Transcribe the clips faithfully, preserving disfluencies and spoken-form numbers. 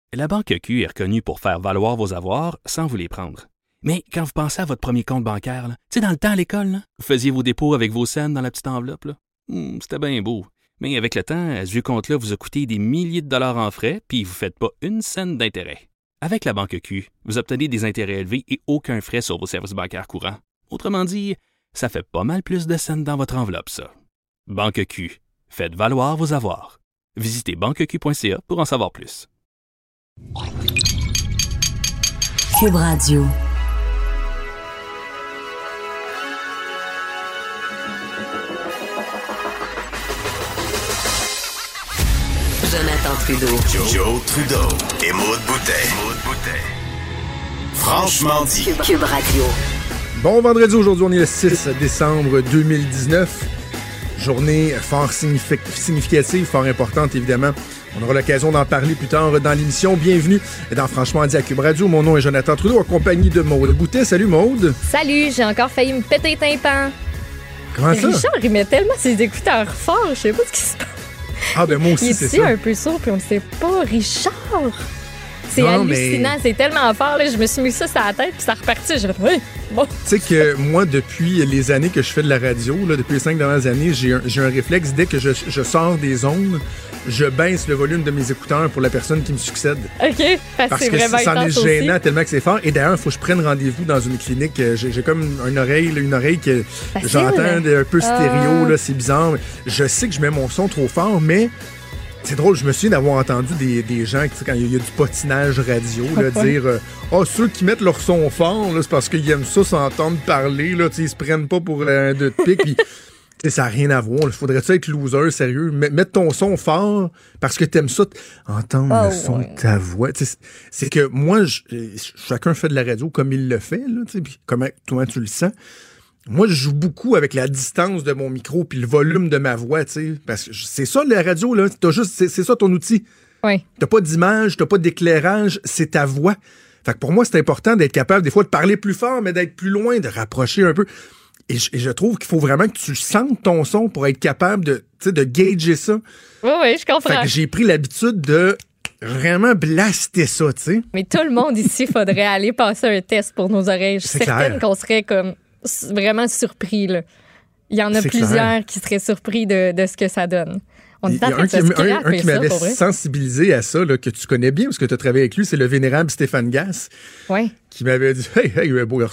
La Banque Q est reconnue pour faire valoir vos avoirs sans vous les prendre. Mais quand vous pensez à votre premier compte bancaire, tu sais, dans le temps à l'école, là, vous faisiez vos dépôts avec vos scènes dans la petite enveloppe. Là. Hum, c'était bien beau. Mais avec le temps, ce vieux compte-là vous a coûté des milliers de dollars en frais, puis vous ne faites pas une scène d'intérêt. Avec la Banque Q, vous obtenez des intérêts élevés et aucun frais sur vos services bancaires courants. Autrement dit, ça fait pas mal plus de scènes dans votre enveloppe, ça. Banque Q. Faites valoir vos avoirs. Visitez banque q point c a pour en savoir plus. Cube Radio. Jonathan Trudeau. Joe, Joe Trudeau. Et Maude Boutet. Franchement dit. Cube, Cube Radio. Bon vendredi, aujourd'hui, on est le six décembre deux mille dix-neuf. Journée fort signific- significative, fort importante, évidemment. On aura l'occasion d'en parler plus tard dans l'émission. Bienvenue dans Franchement dit à Cube Radio. Mon nom est Jonathan Trudeau, en compagnie de Maude Boutet. Salut Maude. Salut, j'ai encore failli me péter les tympans. Comment ça? Richard, il met tellement ses écouteurs forts, je sais pas ce qui se passe. Ah ben moi aussi, il c'est est ça. un peu sourd, puis on ne sait pas. Richard! C'est Non, hallucinant, mais... c'est tellement fort. Là. Je me suis mis ça sur la tête, puis ça repartit. J'ai fait, oui, bon. Tu sais que moi, depuis les années que je fais de la radio, là, depuis les cinq dernières années, j'ai un, j'ai un réflexe. Dès que je, je sors des ondes, je baisse le volume de mes écouteurs pour la personne qui me succède. OK, parce, Parce c'est que vraiment ça en est intense gênant aussi. tellement que c'est fort. Et d'ailleurs, il faut que je prenne rendez-vous dans une clinique. J'ai, j'ai comme une oreille, là, une oreille que Facile. j'entends un peu stéréo. Ah. Là, c'est bizarre. Je sais que je mets mon son trop fort, mais... C'est drôle, je me souviens d'avoir entendu des, des gens, tu sais, quand il y, y a du potinage radio, là, dire euh, « Ah, ceux qui mettent leur son fort, là, c'est parce qu'ils aiment ça s'entendre parler, là, tu sais, ils se prennent pas pour un deux de pique. » Puis, tu sais, ça n'a rien à voir. Il faudrait ça être loser, sérieux. M- mettre ton son fort parce que t'aimes ça, t- entendre Oh, le son ouais. de ta voix. Tu sais, c'est, c'est que moi, je, chacun fait de la radio comme il le fait, là, tu sais, puis comment toi tu le sens. Moi, je joue beaucoup avec la distance de mon micro puis le volume de ma voix, tu sais. Parce que c'est ça, la radio, là. T'as juste, c'est, c'est ça ton outil. Oui. T'as pas d'image, t'as pas d'éclairage, c'est ta voix. Fait que pour moi, c'est important d'être capable, des fois, de parler plus fort, mais d'être plus loin, de rapprocher un peu. Et je, et je trouve qu'il faut vraiment que tu sentes ton son pour être capable de, tu sais, de gager ça. Oui, oui, je Fait comprends. que j'ai pris l'habitude de vraiment blaster ça, tu sais. Mais tout le monde ici, faudrait aller passer un test pour nos oreilles. Je suis C'est certaine clair. qu'on serait comme vraiment surpris, là. Il y en a C'est plusieurs clair. qui seraient surpris de, de ce que ça donne. On Il est y en a train un de qui, se un, un scraper qui ça, m'avait pour vrai. sensibilisé à ça, là, que tu connais bien, parce que tu as travaillé avec lui, c'est le vénérable Stéphane Gass, Oui. qui m'avait dit « Hey, hey, beau garçon! »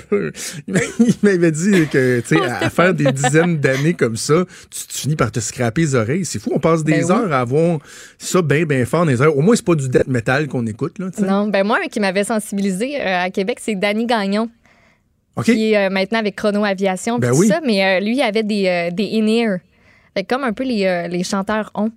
Il m'avait dit que, tu sais, Oh, à, à Stéphane. faire des dizaines d'années comme ça, tu, tu finis par te scraper les oreilles. C'est fou, on passe des Ben oui. heures à avoir ça bien, bien fort dans les oreilles. Au moins, c'est pas du death metal qu'on écoute, là, tu sais. Non, ben moi, qui m'avait sensibilisé euh, à Québec, c'est Danny Gagnon, OK? qui est euh, maintenant avec Chrono Aviation, Ben puis tout oui. ça, mais euh, lui, il avait des, euh, des in-ear. Fait que comme un peu les, euh, les chanteurs ont.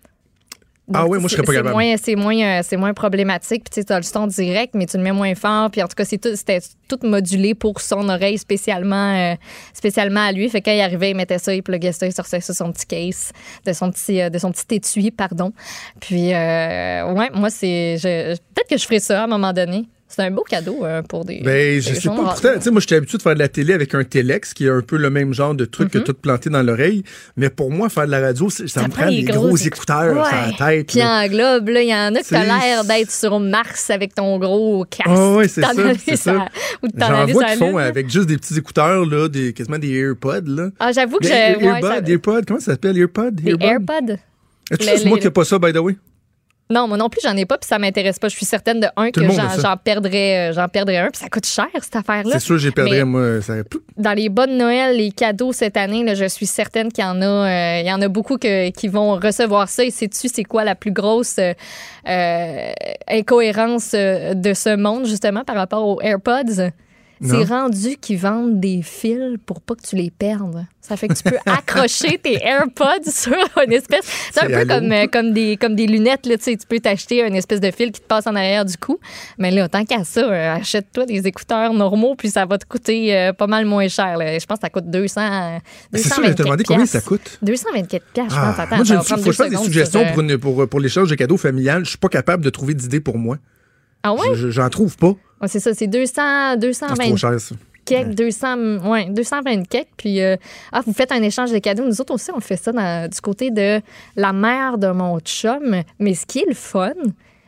Ah Donc, oui, moi, je serais c'est- pas c'est capable. Moins, c'est, moins, euh, c'est moins problématique. Puis tu sais, tu as le son direct, mais tu le mets moins fort. Puis en tout cas, c'est tout, c'était tout modulé pour son oreille spécialement, euh, spécialement à lui. Fait que quand il arrivait, il mettait ça, il pluguait ça, il sortait ça son petit case, de son petit, euh, de son petit étui, pardon. Puis, euh, ouais, moi, c'est. Je, peut-être que je ferais ça à un moment donné. C'est un beau cadeau euh, pour des. Ben, je des sais gens pas. rares. Pourtant, tu sais, moi, j'étais habitué de faire de la télé avec un Telex, qui est un peu le même genre de truc que tout planté dans l'oreille. Mais pour moi, faire de la radio, c'est- ça, Ça me prend prend des des gros gros écoute- écouteurs Ouais. sur la tête. Puis là. en globe, là, il y en a qui t'as C'est- l'air d'être sur Mars avec ton gros casque. Ah ouais, c'est T'en ça, allais c'est sur- ça. Ou t'en J'en allais vois sur qui la font Lune. avec juste des petits écouteurs, là, des, quasiment des AirPods, là. Ah, j'avoue que Mais j'ai. Ear- ouais, ça- Earbud, AirPod, comment ça s'appelle, AirPod? Des Earbud? AirPods? Est-ce que Les- c'est moi les- qui n'ai pas ça, by the way? Non, moi non plus, j'en ai pas, puis ça m'intéresse pas. Je suis certaine de un Tout que le monde j'en, a ça. j'en perdrais, euh, j'en perdrais un, puis ça coûte cher cette affaire-là. C'est sûr que j'ai perdu, Mais- moi. Ça... Dans les bas de Noël, les cadeaux cette année, là, je suis certaine qu'il y en a, euh, il y en a beaucoup que- qui vont recevoir ça. Et sais-tu, c'est quoi la plus grosse euh, euh, incohérence euh, de ce monde, justement, par rapport aux AirPods? Non. C'est rendu qu'ils vendent des fils pour pas que tu les perdes. Ça fait que tu peux accrocher tes AirPods sur une espèce... C'est un C'est peu à comme, l'eau. euh, comme, des, comme des lunettes. Là, tu sais, tu peux t'acheter une espèce de fil qui te passe en arrière du cou. Mais là, tant qu'à ça, euh, achète-toi des écouteurs normaux puis ça va te coûter euh, pas mal moins cher. Là. Je pense que ça coûte deux cents, C'est ça, je vais te demander combien ça coûte. deux cent vingt-quatre piastres, je Ah, pense. Attends, moi, ça je va faut prendre que deux je fasse des secondes suggestions sur, euh, pour, une- pour, pour l'échange de cadeaux familial. Je suis pas capable de trouver d'idées pour moi. Ah ouais? Je- J'en trouve pas. Ouais, c'est ça, c'est deux cents, deux cent Ah, c'est vingt trop cher, ça. quelques, deux cents, ouais, deux cent vingt quelques. Puis, euh, ah, vous faites un échange de cadeaux. Nous autres aussi, on fait ça dans- du côté de la mère de mon chum. Mais ce qui est le fun,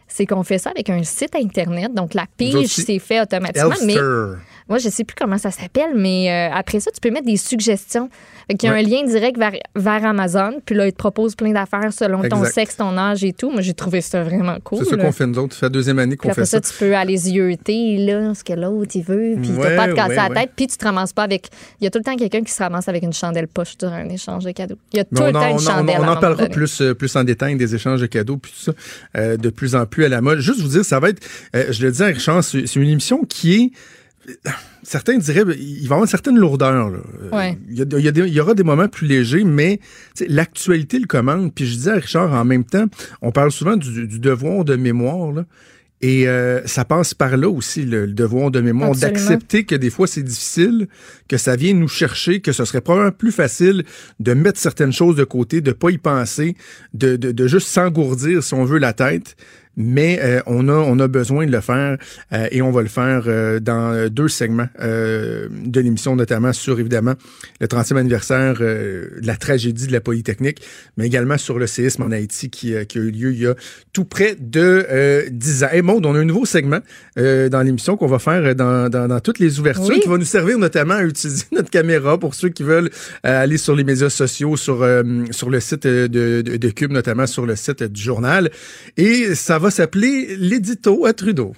c'est qu'on fait ça avec un site Internet. Donc, la pige s'est fait automatiquement. Elster. Mais moi, je sais plus comment ça s'appelle, mais euh, après ça, tu peux mettre des suggestions. Fait qu'il y a ouais. un lien direct vers, vers Amazon. Puis là, il te propose plein d'affaires selon exact. ton sexe, ton âge et tout. Moi, j'ai trouvé ça vraiment cool. C'est ça qu'on fait nous autres. Ça fait la deuxième année qu'on puis après fait ça. Après ça, tu peux aller zioter, là, ce que l'autre, il veut. Puis ouais, t'as pas à te casser ouais, la tête. Ouais. Puis tu te ramasses pas avec... Il y a tout le temps quelqu'un qui se ramasse avec une chandelle poche durant un échange de cadeaux. Il y a tout le temps une chandelle. On, on, on en parlera plus, euh, plus en détail des échanges de cadeaux puis tout ça, euh, de plus en plus à la mode. Juste vous dire, ça va être... Euh, je le dis à Richard, c'est, c'est une émission qui est... Certains diraient il va y avoir une certaine lourdeur. Là. Ouais. Il, y a, il, y a des, il y aura des moments plus légers, mais l'actualité le commande. Puis je disais à Richard, en même temps, on parle souvent du, du devoir de mémoire, là, et euh, ça passe par là aussi, le, le devoir de mémoire, Absolument. d'accepter que des fois c'est difficile, que ça vient nous chercher, que ce serait probablement plus facile de mettre certaines choses de côté, de pas y penser, de, de, de juste s'engourdir, si on veut, la tête. Mais euh, on a on a besoin de le faire euh, et on va le faire euh, dans deux segments euh, de l'émission, notamment sur, évidemment, le trentième anniversaire euh, de la tragédie de la Polytechnique, mais également sur le séisme en Haïti qui, euh, qui a eu lieu il y a tout près de euh, dix ans. Et hey, Maud, on a un nouveau segment euh, dans l'émission qu'on va faire dans, dans, dans toutes les ouvertures, oui. qui va nous servir notamment à utiliser notre caméra pour ceux qui veulent euh, aller sur les médias sociaux, sur, euh, sur le site de, de, de Cube, notamment sur le site du journal. Et ça va s'appeler l'édito à Trudeau.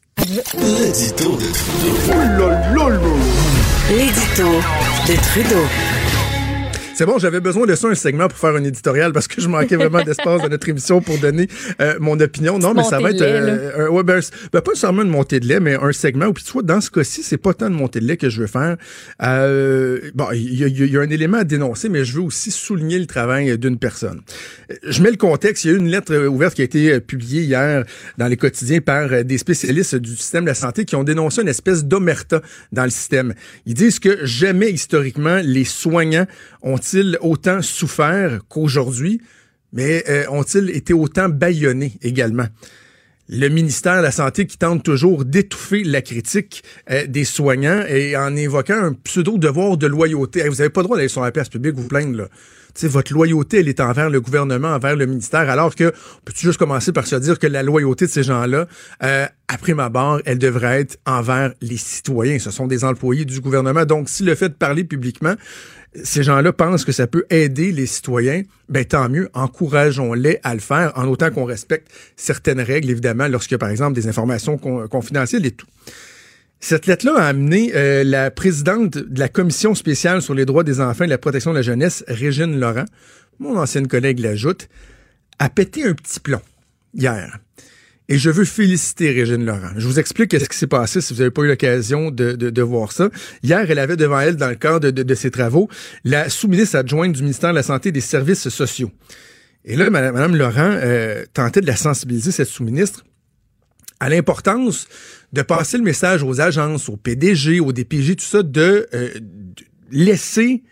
L'édito de Trudeau. Oh là là là. L'édito de Trudeau. C'est bon, j'avais besoin de ça, un segment pour faire un éditorial parce que je manquais vraiment d'espace dans notre émission pour donner euh, mon opinion. Non, mais ça va être... Euh, un, ouais, ben, ben, pas nécessairement une montée de lait, mais un segment où, puis tu vois, dans ce cas-ci, c'est pas tant de montée de lait que je veux faire. Euh, bon, il y, y, y a un élément à dénoncer, mais je veux aussi souligner le travail d'une personne. Je mets le contexte. Il y a eu une lettre ouverte qui a été publiée hier dans les quotidiens par des spécialistes du système de la santé qui ont dénoncé une espèce d'omerta dans le système. Ils disent que jamais, historiquement, les soignants ont-ils autant souffert qu'aujourd'hui, mais euh, ont-ils été autant bâillonnés également? Le ministère de la Santé qui tente toujours d'étouffer la critique euh, des soignants et en évoquant un pseudo-devoir de loyauté. Hey, vous n'avez pas le droit d'aller sur la place publique vous plaindre, là. Tu sais, votre loyauté, elle est envers le gouvernement, envers le ministère, alors que, peux-tu juste commencer par se dire que la loyauté de ces gens-là, euh, à prime abord, elle devrait être envers les citoyens. Ce sont des employés du gouvernement. Donc, si le fait de parler publiquement, ces gens-là pensent que ça peut aider les citoyens, ben tant mieux, encourageons-les à le faire, en autant qu'on respecte certaines règles, évidemment, lorsqu'il y a, par exemple, des informations con- confidentielles et tout. Cette lettre-là a amené euh, la présidente de la Commission spéciale sur les droits des enfants et la protection de la jeunesse, Régine Laurent, mon ancienne collègue l'ajoute, à péter un petit plomb hier. Et je veux féliciter Régine Laurent. Je vous explique ce qui s'est passé si vous n'avez pas eu l'occasion de, de, de voir ça. Hier, elle avait devant elle, dans le cadre de, de, de ses travaux, la sous-ministre adjointe du ministère de la Santé et des Services sociaux. Et là, Mme, Mme Laurent euh, tentait de la sensibiliser, cette sous-ministre, à l'importance de passer le message aux agences, aux P D G, aux D P J, tout ça, de, euh, de laisser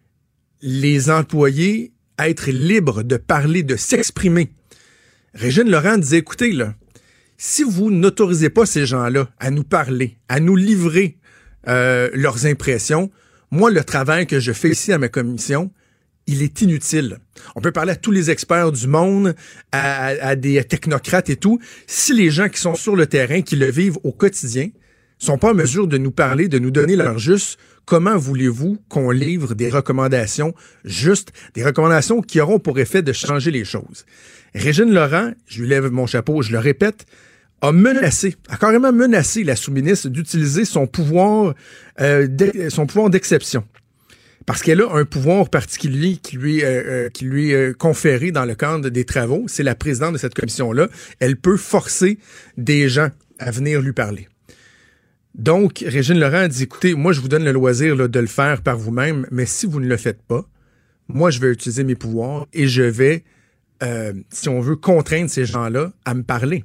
les employés être libres de parler, de s'exprimer. Régine Laurent disait, écoutez, là, si vous n'autorisez pas ces gens-là à nous parler, à nous livrer euh, leurs impressions, moi, le travail que je fais ici à ma commission, il est inutile. On peut parler à tous les experts du monde, à, à, à des technocrates et tout. Si les gens qui sont sur le terrain, qui le vivent au quotidien, sont pas en mesure de nous parler, de nous donner leur juste, comment voulez-vous qu'on livre des recommandations justes, des recommandations qui auront pour effet de changer les choses? Régine Laurent, je lui lève mon chapeau, je le répète, a menacé, a carrément menacé la sous-ministre d'utiliser son pouvoir, euh, son pouvoir d'exception. Parce qu'elle a un pouvoir particulier qui lui, euh, qui lui est conféré dans le cadre des travaux. C'est la présidente de cette commission-là. Elle peut forcer des gens à venir lui parler. Donc, Régine Laurent a dit, écoutez, moi, je vous donne le loisir là, de le faire par vous-même, mais si vous ne le faites pas, moi, je vais utiliser mes pouvoirs et je vais, euh, si on veut, contraindre ces gens-là à me parler.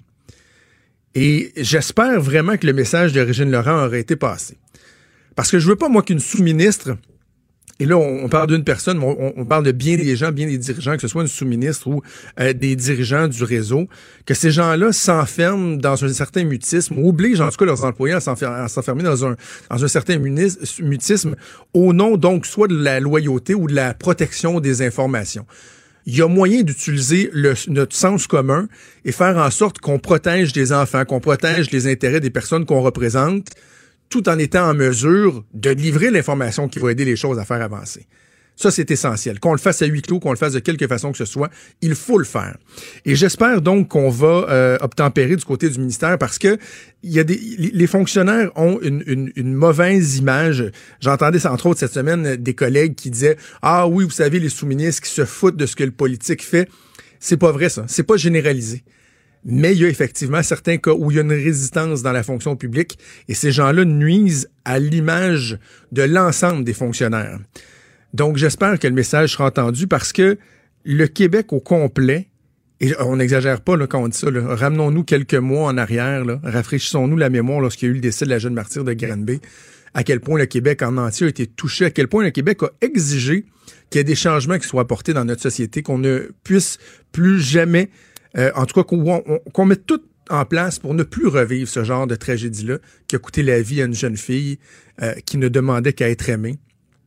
Et j'espère vraiment que le message de Régine Laurent aurait été passé. Parce que je veux pas, moi, qu'une sous-ministre... Et là, on parle d'une personne, mais on, on parle de bien des gens, bien des dirigeants, que ce soit une sous-ministre ou euh, des dirigeants du réseau, que ces gens-là s'enferment dans un certain mutisme, ou obligent en tout cas leurs employés à s'enfermer, à s'enfermer dans un dans un certain mutisme, au nom donc soit de la loyauté ou de la protection des informations. il y a moyen d'utiliser le, notre sens commun et faire en sorte qu'on protège les enfants, qu'on protège les intérêts des personnes qu'on représente, tout en étant en mesure de livrer l'information qui va aider les choses à faire avancer. Ça, c'est essentiel. Qu'on le fasse à huis clos, qu'on le fasse de quelque façon que ce soit, il faut le faire. Et j'espère donc qu'on va euh, obtempérer du côté du ministère parce que il y a des, les fonctionnaires ont une, une, une mauvaise image. J'entendais ça, entre autres, cette semaine, des collègues qui disaient « Ah oui, vous savez, les sous-ministres qui se foutent de ce que le politique fait. » C'est pas vrai, ça. C'est pas généralisé. Mais il y a effectivement certains cas où il y a une résistance dans la fonction publique et ces gens-là nuisent à l'image de l'ensemble des fonctionnaires. Donc, j'espère que le message sera entendu parce que le Québec au complet, et on n'exagère pas là, quand on dit ça, là, ramenons-nous quelques mois en arrière, là, rafraîchissons-nous la mémoire lorsqu'il y a eu le décès de la jeune martyre de Granby, à quel point le Québec en entier a été touché, à quel point le Québec a exigé qu'il y ait des changements qui soient apportés dans notre société, qu'on ne puisse plus jamais, euh, en tout cas qu'on, on, qu'on mette tout en place pour ne plus revivre ce genre de tragédie-là qui a coûté la vie à une jeune fille euh, qui ne demandait qu'à être aimée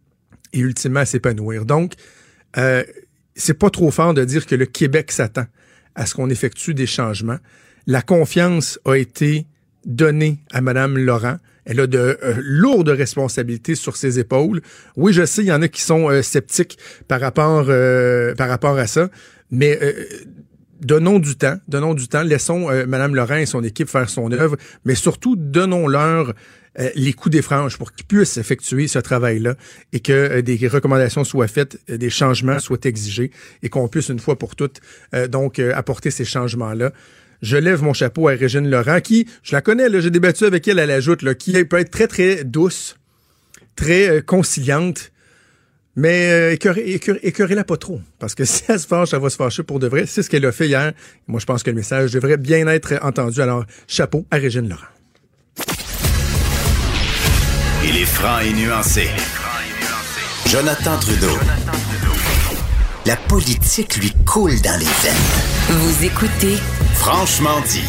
et ultimement à s'épanouir. Donc, euh, c'est pas trop fort de dire que le Québec s'attend à ce qu'on effectue des changements. La confiance a été donnée à Mme Laurent. Elle a de euh, lourdes responsabilités sur ses épaules. Oui, je sais, il y en a qui sont euh, sceptiques par rapport, euh, par rapport à ça, mais euh, donnons du temps, donnons du temps, laissons euh, Mme Laurent et son équipe faire son œuvre, mais surtout, donnons-leur euh, les coups des franges pour qu'ils puissent effectuer ce travail-là et que euh, des recommandations soient faites, euh, des changements soient exigés et qu'on puisse une fois pour toutes euh, donc euh, apporter ces changements-là. Je lève mon chapeau à Régine Laurent, qui, je la connais, là, j'ai débattu avec elle à la joute, là, qui peut être très, très douce, très euh, conciliante, mais euh, écœurez, écœurez, écœurez-la pas trop, parce que si elle se fâche, elle va se fâcher pour de vrai. C'est ce qu'elle a fait hier. Moi, je pense que le message devrait bien être entendu. Alors, chapeau à Régine Laurent. Il est franc et nuancé. Jonathan Trudeau. La politique lui coule dans les veines. Vous écoutez Franchement dit.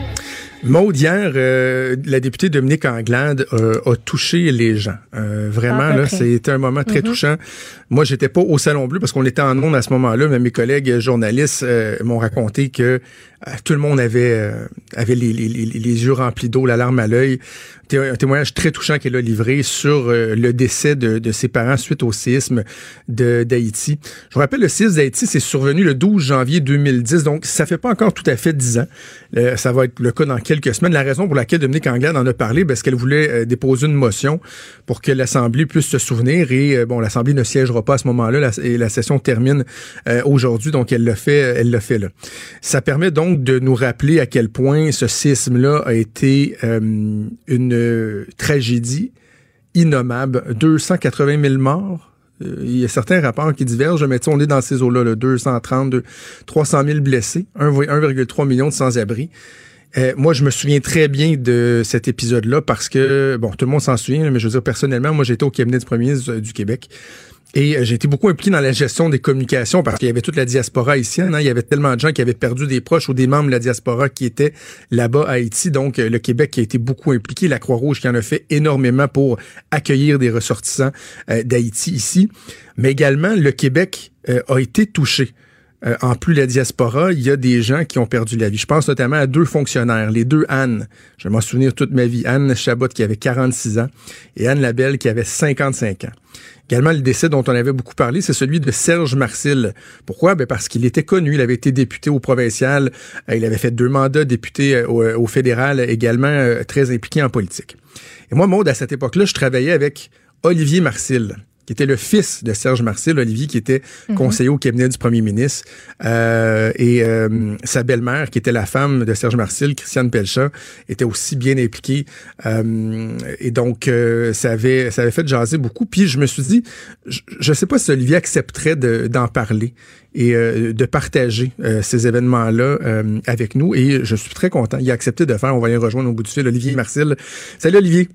Maude, hier, euh, la députée Dominique Anglade euh, a touché les gens. Euh, vraiment, ah, là, c'était un moment très mm-hmm. touchant. Moi, j'étais pas au Salon Bleu parce qu'on était en ondes à ce moment-là, mais mes collègues journalistes euh, m'ont raconté que euh, tout le monde avait euh, avait les, les, les, les yeux remplis d'eau, la larme à l'œil. Un témoignage très touchant qu'elle a livré sur euh, le décès de, de ses parents suite au séisme de, d'Haïti. Je vous rappelle, le séisme d'Haïti, c'est survenu le douze janvier deux mille dix, donc ça fait pas encore tout à fait dix ans. Euh, ça va être le cas dans quelques semaines. La raison pour laquelle Dominique Anglade en a parlé, ben, c'est qu'elle voulait euh, déposer une motion pour que l'Assemblée puisse se souvenir et, euh, bon, l'Assemblée ne siégera pas à ce moment-là la, et la session termine euh, aujourd'hui, donc elle l'a fait, elle l'a fait là. Ça permet donc de nous rappeler à quel point ce séisme-là a été euh, une tragédie innommable. deux cent quatre-vingt mille morts. Euh, il y a certains rapports qui divergent, mais on est dans ces eaux-là, là, deux cent trente, trois cent mille blessés, un virgule trois million de sans-abri. Euh, moi, je me souviens très bien de cet épisode-là parce que, bon, tout le monde s'en souvient, mais je veux dire, personnellement, moi, j'étais au cabinet du premier ministre du Québec. Et j'ai été beaucoup impliqué dans la gestion des communications parce qu'il y avait toute la diaspora haïtienne. Hein. Il y avait tellement de gens qui avaient perdu des proches ou des membres de la diaspora qui étaient là-bas à Haïti. Donc, le Québec qui a été beaucoup impliqué. La Croix-Rouge qui en a fait énormément pour accueillir des ressortissants euh, d'Haïti ici. Mais également, le Québec euh, a été touché. Euh, en plus de la diaspora, il y a des gens qui ont perdu la vie. Je pense notamment à deux fonctionnaires, les deux Anne. Je vais m'en souvenir toute ma vie. Anne Chabot qui avait quarante-six ans et Anne Labelle qui avait cinquante-cinq ans. Également, le décès dont on avait beaucoup parlé, c'est celui de Serge Marcil. Pourquoi? Ben parce qu'il était connu. Il avait été député au provincial. Euh, il avait fait deux mandats, député euh, au, au fédéral, également euh, très impliqué en politique. Et moi, Maude, à cette époque-là, je travaillais avec Olivier Marcil, qui était le fils de Serge Marcil, Olivier, qui était mm-hmm. conseiller au cabinet du premier ministre, euh, et euh, sa belle-mère, qui était la femme de Serge Marcil, Christiane Pelchat, était aussi bien impliquée. Euh, et donc, euh, ça avait ça avait fait jaser beaucoup. Puis je me suis dit, je ne sais pas si Olivier accepterait de, d'en parler et euh, de partager euh, ces événements-là euh, avec nous. Et je suis très content. Il a accepté de faire. On va y rejoindre au bout du fil, Olivier Marcil. Salut, Olivier.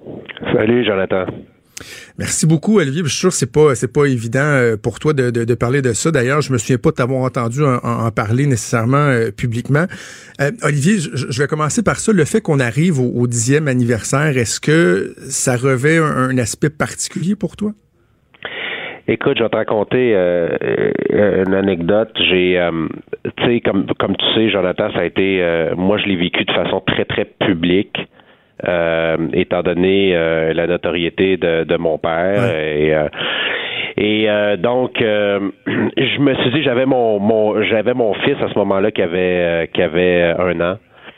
Salut, Jonathan. Merci beaucoup, Olivier. Je suis sûr que c'est pas c'est pas évident pour toi de, de, de parler de ça. D'ailleurs, je me souviens pas de t'avoir entendu en, en parler nécessairement euh, publiquement. Euh, Olivier, je, je vais commencer par ça. Le fait qu'on arrive au, au dixième anniversaire, est-ce que ça revêt un, un aspect particulier pour toi? Écoute, je vais te raconter euh, une anecdote. J'ai, euh, tu sais, comme comme tu sais, Jonathan, ça a été, euh, moi, je l'ai vécu de façon très très publique, euh, étant donné euh, la notoriété de, de mon père. Ouais. Et, euh, et euh, donc, euh, je me suis dit, j'avais mon, mon j'avais mon fils à ce moment-là qui avait euh, qui avait un an.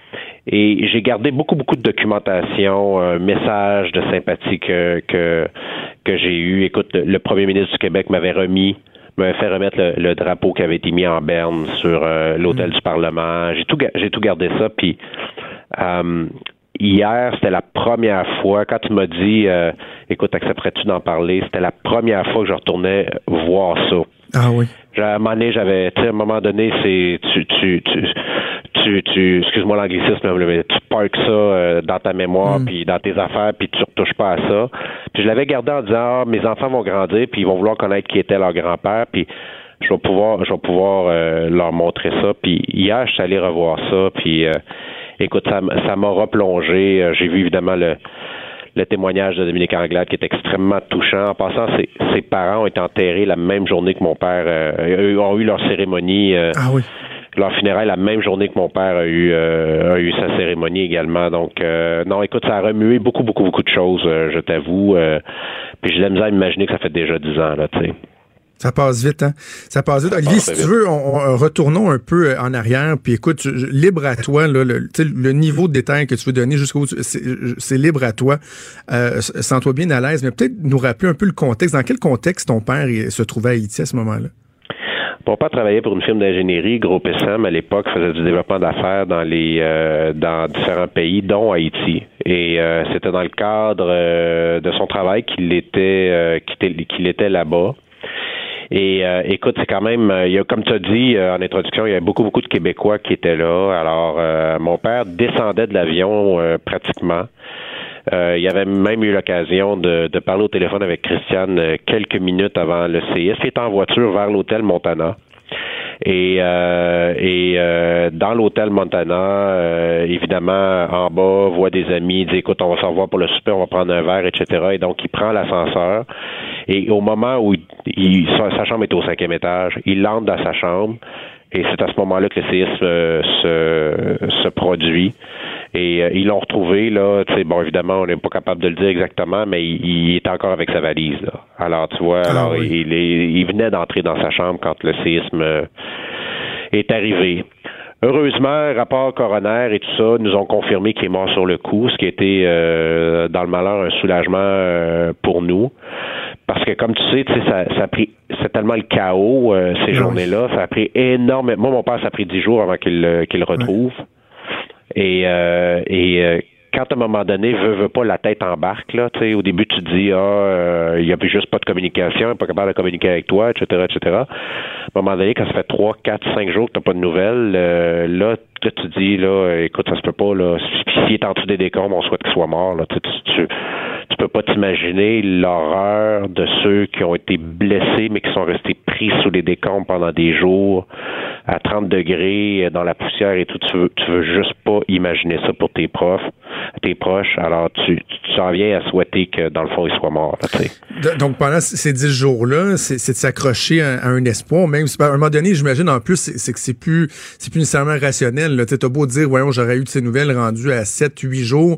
Et j'ai gardé beaucoup, beaucoup de documentation, un message de sympathie que que, que j'ai eu. Écoute, le, le premier ministre du Québec m'avait remis, m'avait fait remettre le, le drapeau qui avait été mis en berne sur euh, l'hôtel mmh. du Parlement. J'ai tout, j'ai tout gardé ça. Puis euh, hier, c'était la première fois, quand tu m'as dit, euh, écoute, accepterais-tu d'en parler? C'était la première fois que je retournais voir ça. Ah oui. À un moment donné, j'avais, tu sais, à un moment donné, c'est, tu, tu, tu, tu, tu excuse-moi l'anglicisme, mais tu parques ça euh, dans ta mémoire, mm. puis dans tes affaires, puis tu retouches pas à ça. Puis je l'avais gardé en disant, ah, mes enfants vont grandir, puis ils vont vouloir connaître qui était leur grand-père, puis je vais pouvoir, je vais pouvoir euh, leur montrer ça. Puis hier, je suis allé revoir ça, puis euh, écoute, ça, ça m'a replongé. J'ai vu évidemment le le témoignage de Dominique Anglade qui est extrêmement touchant. En passant, ses, ses parents ont été enterrés la même journée que mon père, euh, ont eu leur cérémonie, euh, ah oui. leur funérailles la même journée que mon père a eu, euh, a eu sa cérémonie également. Donc, euh, non, écoute, ça a remué beaucoup, beaucoup, beaucoup de choses, euh, je t'avoue. Euh, puis j'ai de la misère à imaginer que ça fait déjà dix ans, là, tu sais. Ça passe vite, hein? Ça passe vite. Ça Olivier, passe si vite. Tu veux, on, on, retournons un peu en arrière, puis écoute, je, je, libre à toi, là, le, le niveau de détail que tu veux donner jusqu'au c'est, c'est libre à toi. Euh, sens-toi bien à l'aise, mais peut-être nous rappeler un peu le contexte. Dans quel contexte ton père se trouvait à Haïti à ce moment-là? Mon père travaillait pour une firme d'ingénierie, Groupe S M, à l'époque, faisait du développement d'affaires dans les euh, dans différents pays, dont Haïti. Et euh, c'était dans le cadre euh, de son travail qu'il était euh, qu'il, qu'il était là-bas. Et euh, écoute, c'est quand même, il y a, comme tu as dit euh, en introduction, il y a beaucoup, beaucoup de Québécois qui étaient là. Alors, euh, mon père descendait de l'avion euh, pratiquement. Euh, il avait même eu l'occasion de, de parler au téléphone avec Christiane euh, quelques minutes avant le C I S. Il était en voiture vers l'hôtel Montana. Et, euh, et euh, dans l'hôtel Montana, euh, évidemment, en bas, voit des amis, il dit, écoute, on va se revoir pour le souper, on va prendre un verre, et cetera. Et donc, il prend l'ascenseur. Et au moment où il, sa, sa chambre est au cinquième étage, il entre dans sa chambre. Et c'est à ce moment-là que le séisme euh, se, se produit. Et euh, ils l'ont retrouvé, là, tu sais, bon, évidemment, on n'est pas capable de le dire exactement, mais il, il est encore avec sa valise, là. Alors, tu vois, ah, alors, oui. il, il, il venait d'entrer dans sa chambre quand le séisme euh, est arrivé. Heureusement, rapport coroner et tout ça nous ont confirmé qu'il est mort sur le coup, ce qui a été, euh, dans le malheur, un soulagement euh, pour nous. Parce que, comme tu sais, tu sais, ça, ça a pris, c'est tellement le chaos, euh, ces oui. journées-là, ça a pris énormément. Moi, mon père, ça a pris dix jours avant qu'il, euh, qu'il le retrouve. Oui. Et, euh, et euh, quand à un moment donné, veut, veut pas, la tête embarque, là, tu sais, au début, tu te dis, ah, euh, il y a juste pas de communication, il n'est pas capable de communiquer avec toi, et cetera, et cetera. À un moment donné, quand ça fait trois, quatre, cinq jours que t'as pas de nouvelles, euh, là, là, tu te dis, là, écoute, ça se peut pas, là, s'il est en dessous des décombres, on souhaite qu'il soit mort, là, tu, tu, tu Tu peux pas t'imaginer l'horreur de ceux qui ont été blessés, mais qui sont restés pris sous les décombres pendant des jours, à trente degrés, dans la poussière et tout. Tu veux, tu veux juste pas imaginer ça pour tes profs, tes proches. Alors, tu, tu en viens à souhaiter que, dans le fond, ils soient morts, là, tu sais. Donc, pendant ces dix jours-là, c'est, c'est de s'accrocher à, à un espoir, même si, à un moment donné, j'imagine, en plus, c'est, c'est que c'est plus, c'est plus nécessairement rationnel, là. Tu sais, t'as beau dire, voyons, j'aurais eu de ces nouvelles rendues à sept, huit jours.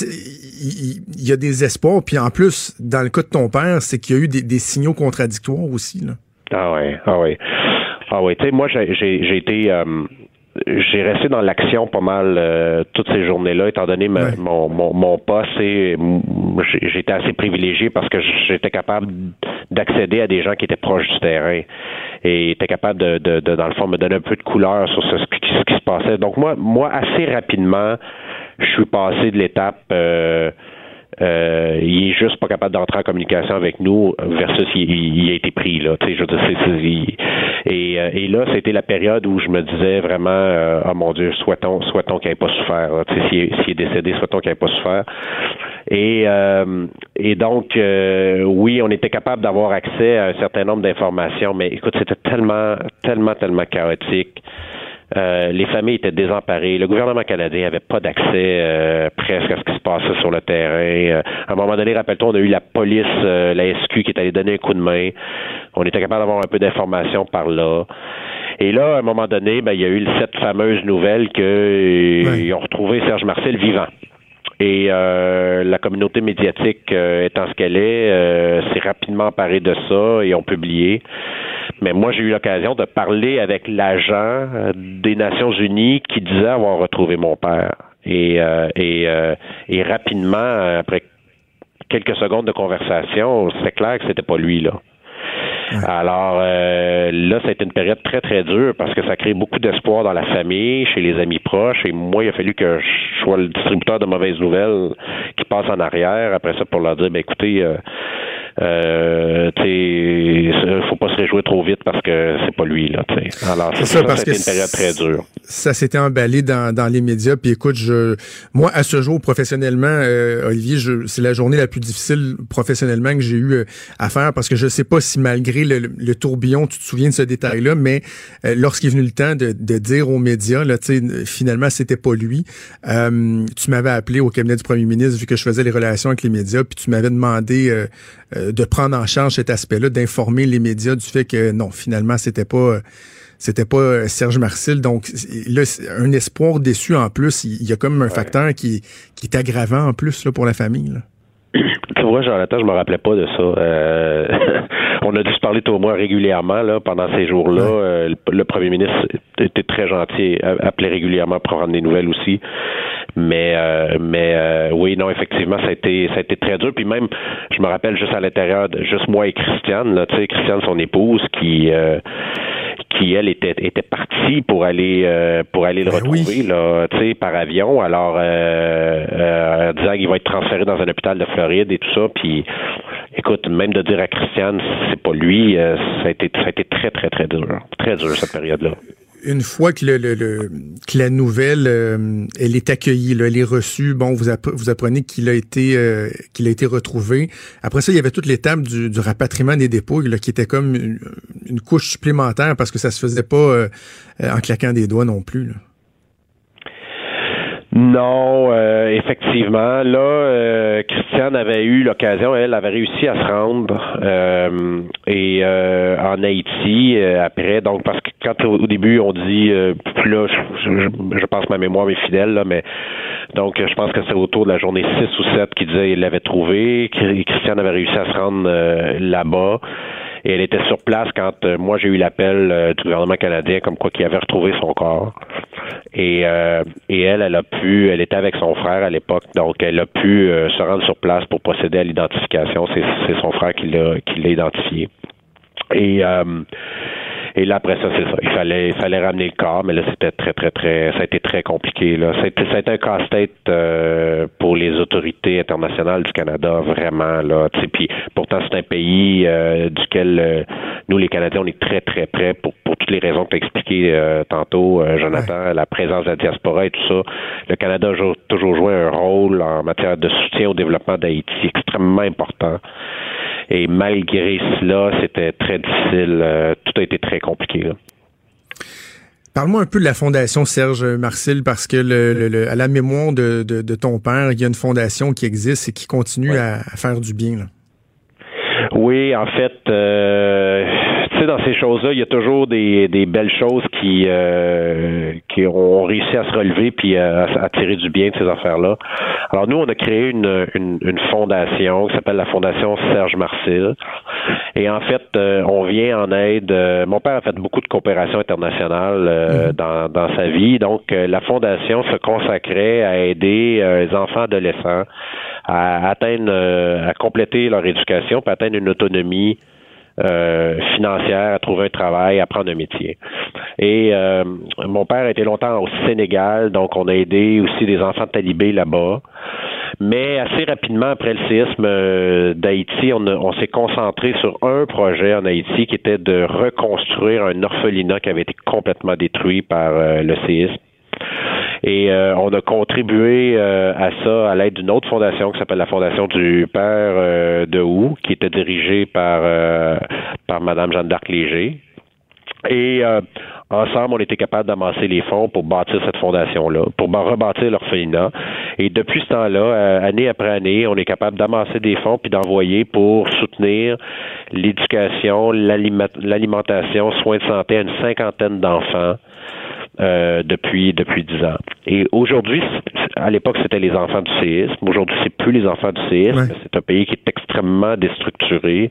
Il y, y a des espoirs. Puis en plus, dans le cas de ton père, c'est qu'il y a eu des, des signaux contradictoires aussi, là. Ah oui, ah oui. Ah oui, tu sais, moi, j'ai, j'ai, j'ai été... Euh, j'ai resté dans l'action pas mal euh, toutes ces journées-là, étant donné ma, ouais. mon, mon, mon poste. Et, j'ai, j'étais assez privilégié parce que j'étais capable d'accéder à des gens qui étaient proches du terrain et étaient capables de, de, de dans le fond, me donner un peu de couleur sur ce, ce, qui, ce qui se passait. Donc moi, moi, assez rapidement, je suis passé de l'étape... Euh, Euh, il est juste pas capable d'entrer en communication avec nous versus il, il a été pris, là. Tu sais, je veux dire, c'est, c'est, il, et, et là, c'était la période où je me disais vraiment, euh, oh mon Dieu, souhaitons, souhaitons qu'il n'ait pas souffert. Tu sais, s'il, s'il est décédé, souhaitons qu'il n'ait pas souffert. Et, euh, et donc, euh, oui, on était capable d'avoir accès à un certain nombre d'informations, mais écoute, c'était tellement, tellement, tellement chaotique. Euh, les familles étaient désemparées. Le gouvernement canadien n'avait pas d'accès euh, presque à ce qui se passait sur le terrain. Euh, à un moment donné, rappelle-toi, on a eu la police, euh, la S Q qui est allée donner un coup de main. On était capable d'avoir un peu d'informations par là. Et là, à un moment donné, ben, il y a eu cette fameuse nouvelle qu'ils ouais. ont retrouvé Serge Marcel vivant. Et euh, la communauté médiatique euh, étant ce qu'elle est, euh, s'est rapidement emparée de ça et ont publié. Mais moi, j'ai eu l'occasion de parler avec l'agent des Nations Unies qui disait avoir retrouvé mon père. Et, euh, et, euh, et rapidement, après quelques secondes de conversation, c'est clair que c'était pas lui, là. Alors euh, là, ça a été une période très, très dure parce que ça crée beaucoup d'espoir dans la famille, chez les amis proches. Et moi, il a fallu que je sois le distributeur de mauvaises nouvelles qui passe en arrière. Après ça, pour leur dire, ben écoutez, euh, euh, tu sais, faut pas se réjouir trop vite parce que c'est pas lui, là, tu sais. Alors, c'est ça, ça, parce ça a été une période très dure. Ça s'était emballé dans, dans les médias. Puis écoute, je, moi, à ce jour, professionnellement, euh, Olivier, je, c'est la journée la plus difficile professionnellement que j'ai eu euh, à faire parce que je sais pas si malgré le, le, le tourbillon, tu te souviens de ce détail-là, mais euh, lorsqu'il est venu le temps de, de dire aux médias, là, tu sais, finalement, c'était pas lui. Euh, tu m'avais appelé au cabinet du premier ministre vu que je faisais les relations avec les médias, puis tu m'avais demandé euh, euh, de prendre en charge cet aspect-là, d'informer les médias du fait que non, finalement, c'était pas euh, c'était pas Serge Marcel. Donc là, un espoir déçu en plus. Il y a comme un ouais. facteur qui, qui est aggravant en plus là, pour la famille. Là. Tu vois, Jonathan, je me rappelais pas de ça. Euh, on a dû se parler toi et moi régulièrement là, pendant ces jours-là. Ouais. Euh, le, le premier ministre était très gentil, appelait régulièrement pour prendre des nouvelles aussi. Mais euh, mais euh, oui, non, effectivement, ça a été ça a été très dur. Puis même, je me rappelle juste à l'intérieur, de, juste moi et Christiane, là, tu sais, Christiane, son épouse, qui euh, qui elle était était partie pour aller euh, pour aller le ben retrouver oui. là, tu sais, par avion. Alors euh, euh, disant qu'il va être transféré dans un hôpital de Floride et tout ça. Puis écoute, même de dire à Christiane, c'est pas lui, euh, ça a été ça a été très très très dur, très dur cette période-là. Une fois que le, le, le que la nouvelle euh, elle est accueillie, là, elle est reçue, bon, vous app- vous apprenez qu'il a été euh, qu'il a été retrouvé. Après ça, il y avait toute l'étape du, du rapatriement des dépouilles, là, qui était comme une, une couche supplémentaire parce que ça se faisait pas euh, en claquant des doigts non plus, là. Non, euh, effectivement. Là, euh, Christiane avait eu l'occasion, elle avait réussi à se rendre euh, et euh, en Haïti euh, après. Donc, parce que quand au, au début on dit, euh, là, je, je, je pense que ma mémoire est fidèle, là, mais donc je pense que c'est autour de la journée six ou sept qu'il disait qu'il l'avait trouvé. Christiane avait réussi à se rendre euh, là-bas. Et elle était sur place quand euh, moi j'ai eu l'appel euh, du gouvernement canadien comme quoi qu'il avait retrouvé son corps. Et euh, et elle, elle a pu, elle était avec son frère à l'époque, donc elle a pu euh, se rendre sur place pour procéder à l'identification. C'est, c'est son frère qui l'a qui l'a identifié. Et euh, Et là, après ça, c'est ça. Il fallait, il fallait ramener le corps, mais là, c'était très, très, très, ça a été très compliqué, là. Ça a été, ça a été un casse-tête, euh, pour les autorités internationales du Canada, vraiment, là. Tu sais, puis pourtant, c'est un pays, euh, duquel, euh, nous, les Canadiens, on est très, très près pour, pour toutes les raisons que tu as expliquées, euh, tantôt, euh, Jonathan, ouais. La présence de la diaspora et tout ça. Le Canada a toujours joué un rôle en matière de soutien au développement d'Haïti extrêmement important. Et malgré cela, c'était très difficile. Euh, tout a été très compliqué, là. Parle-moi un peu de la fondation Serge Marcel, parce que le, le, le, à la mémoire de, de, de ton père, il y a une fondation qui existe et qui continue ouais. à, à faire du bien, là. Oui, en fait, euh, tu sais, dans ces choses-là, il y a toujours des, des belles choses qui, euh, qui ont réussi à se relever puis à, à tirer du bien de ces affaires-là. Alors nous, on a créé une, une, une fondation qui s'appelle la Fondation Serge Marcel. Et en fait, euh, on vient en aide. Euh, mon père a fait beaucoup de coopération internationale euh, mmh. dans, dans sa vie. Donc, euh, la Fondation se consacrait à aider euh, les enfants adolescents à atteindre, euh, à compléter leur éducation, puis atteindre une autonomie euh, financière, à trouver un travail, à prendre un métier. Et euh, mon père a été longtemps au Sénégal, donc on a aidé aussi des enfants de talibés là-bas. Mais assez rapidement, après le séisme euh, d'Haïti, on, a, on s'est concentré sur un projet en Haïti qui était de reconstruire un orphelinat qui avait été complètement détruit par euh, le séisme. Et euh, on a contribué euh, à ça à l'aide d'une autre fondation qui s'appelle la Fondation du Père euh, de Hou, qui était dirigée par euh, par Madame Jeanne d'Arc Léger. Et euh, ensemble, on était capable d'amasser les fonds pour bâtir cette fondation-là, pour rebâtir l'orphelinat. Et depuis ce temps-là, euh, année après année, on est capable d'amasser des fonds puis d'envoyer pour soutenir l'éducation, l'aliment, l'alimentation, soins de santé à une cinquantaine d'enfants euh, depuis depuis dix ans. Et aujourd'hui, à l'époque, c'était les enfants du séisme. Aujourd'hui, c'est plus les enfants du séisme. Ouais. C'est un pays qui est extrêmement déstructuré.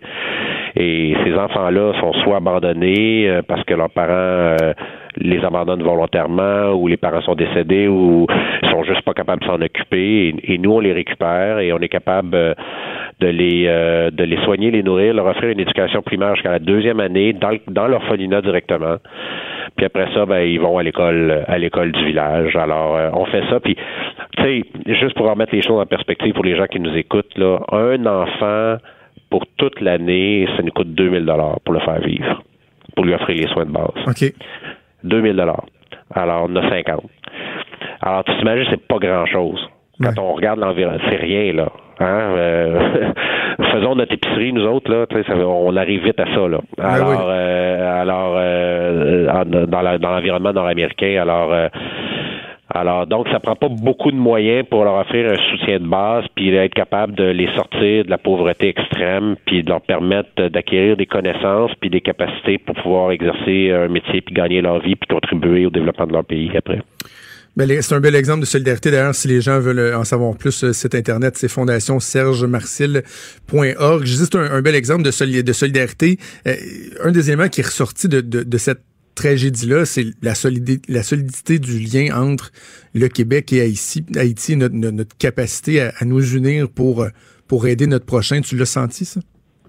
Et ces enfants-là sont soit abandonnés euh, parce que leurs parents euh, les abandonnent volontairement, ou les parents sont décédés, ou sont juste pas capables de s'en occuper. Et, et nous, on les récupère et on est capable euh, de les euh, de les soigner, les nourrir, leur offrir une éducation primaire jusqu'à la deuxième année dans, dans l'orphelinat directement. Puis après ça, ben ils vont à l'école à l'école du village. Alors, euh, on fait ça. Puis, tu sais, juste pour remettre les choses en perspective pour les gens qui nous écoutent, là, un enfant pour toute l'année, ça nous coûte deux mille dollars pour le faire vivre, pour lui offrir les soins de base. OK. deux mille dollars. Alors, on en a cinquante. Alors, tu t'imagines, c'est pas grand-chose. Quand ouais. on regarde l'environnement, c'est rien, là. Hein? Euh, faisons notre épicerie, nous autres, là. Ça, on arrive vite à ça, là. Alors, oui. euh, alors euh, dans, la, dans l'environnement nord-américain, alors... Euh, Alors, donc, ça prend pas beaucoup de moyens pour leur offrir un soutien de base, puis être capable de les sortir de la pauvreté extrême, puis de leur permettre d'acquérir des connaissances, puis des capacités pour pouvoir exercer un métier, puis gagner leur vie, puis contribuer au développement de leur pays après. Ben, c'est un bel exemple de solidarité. D'ailleurs, si les gens veulent en savoir plus, site internet, c'est fondation serge marcil point org. Juste un, un bel exemple de, soli- de solidarité. Euh, un des éléments qui est ressorti de, de, de cette tragédie-là, c'est la solidité, la solidité du lien entre le Québec et Haïti, Haïti notre, notre capacité à, à nous unir pour, pour aider notre prochain. Tu l'as senti, ça?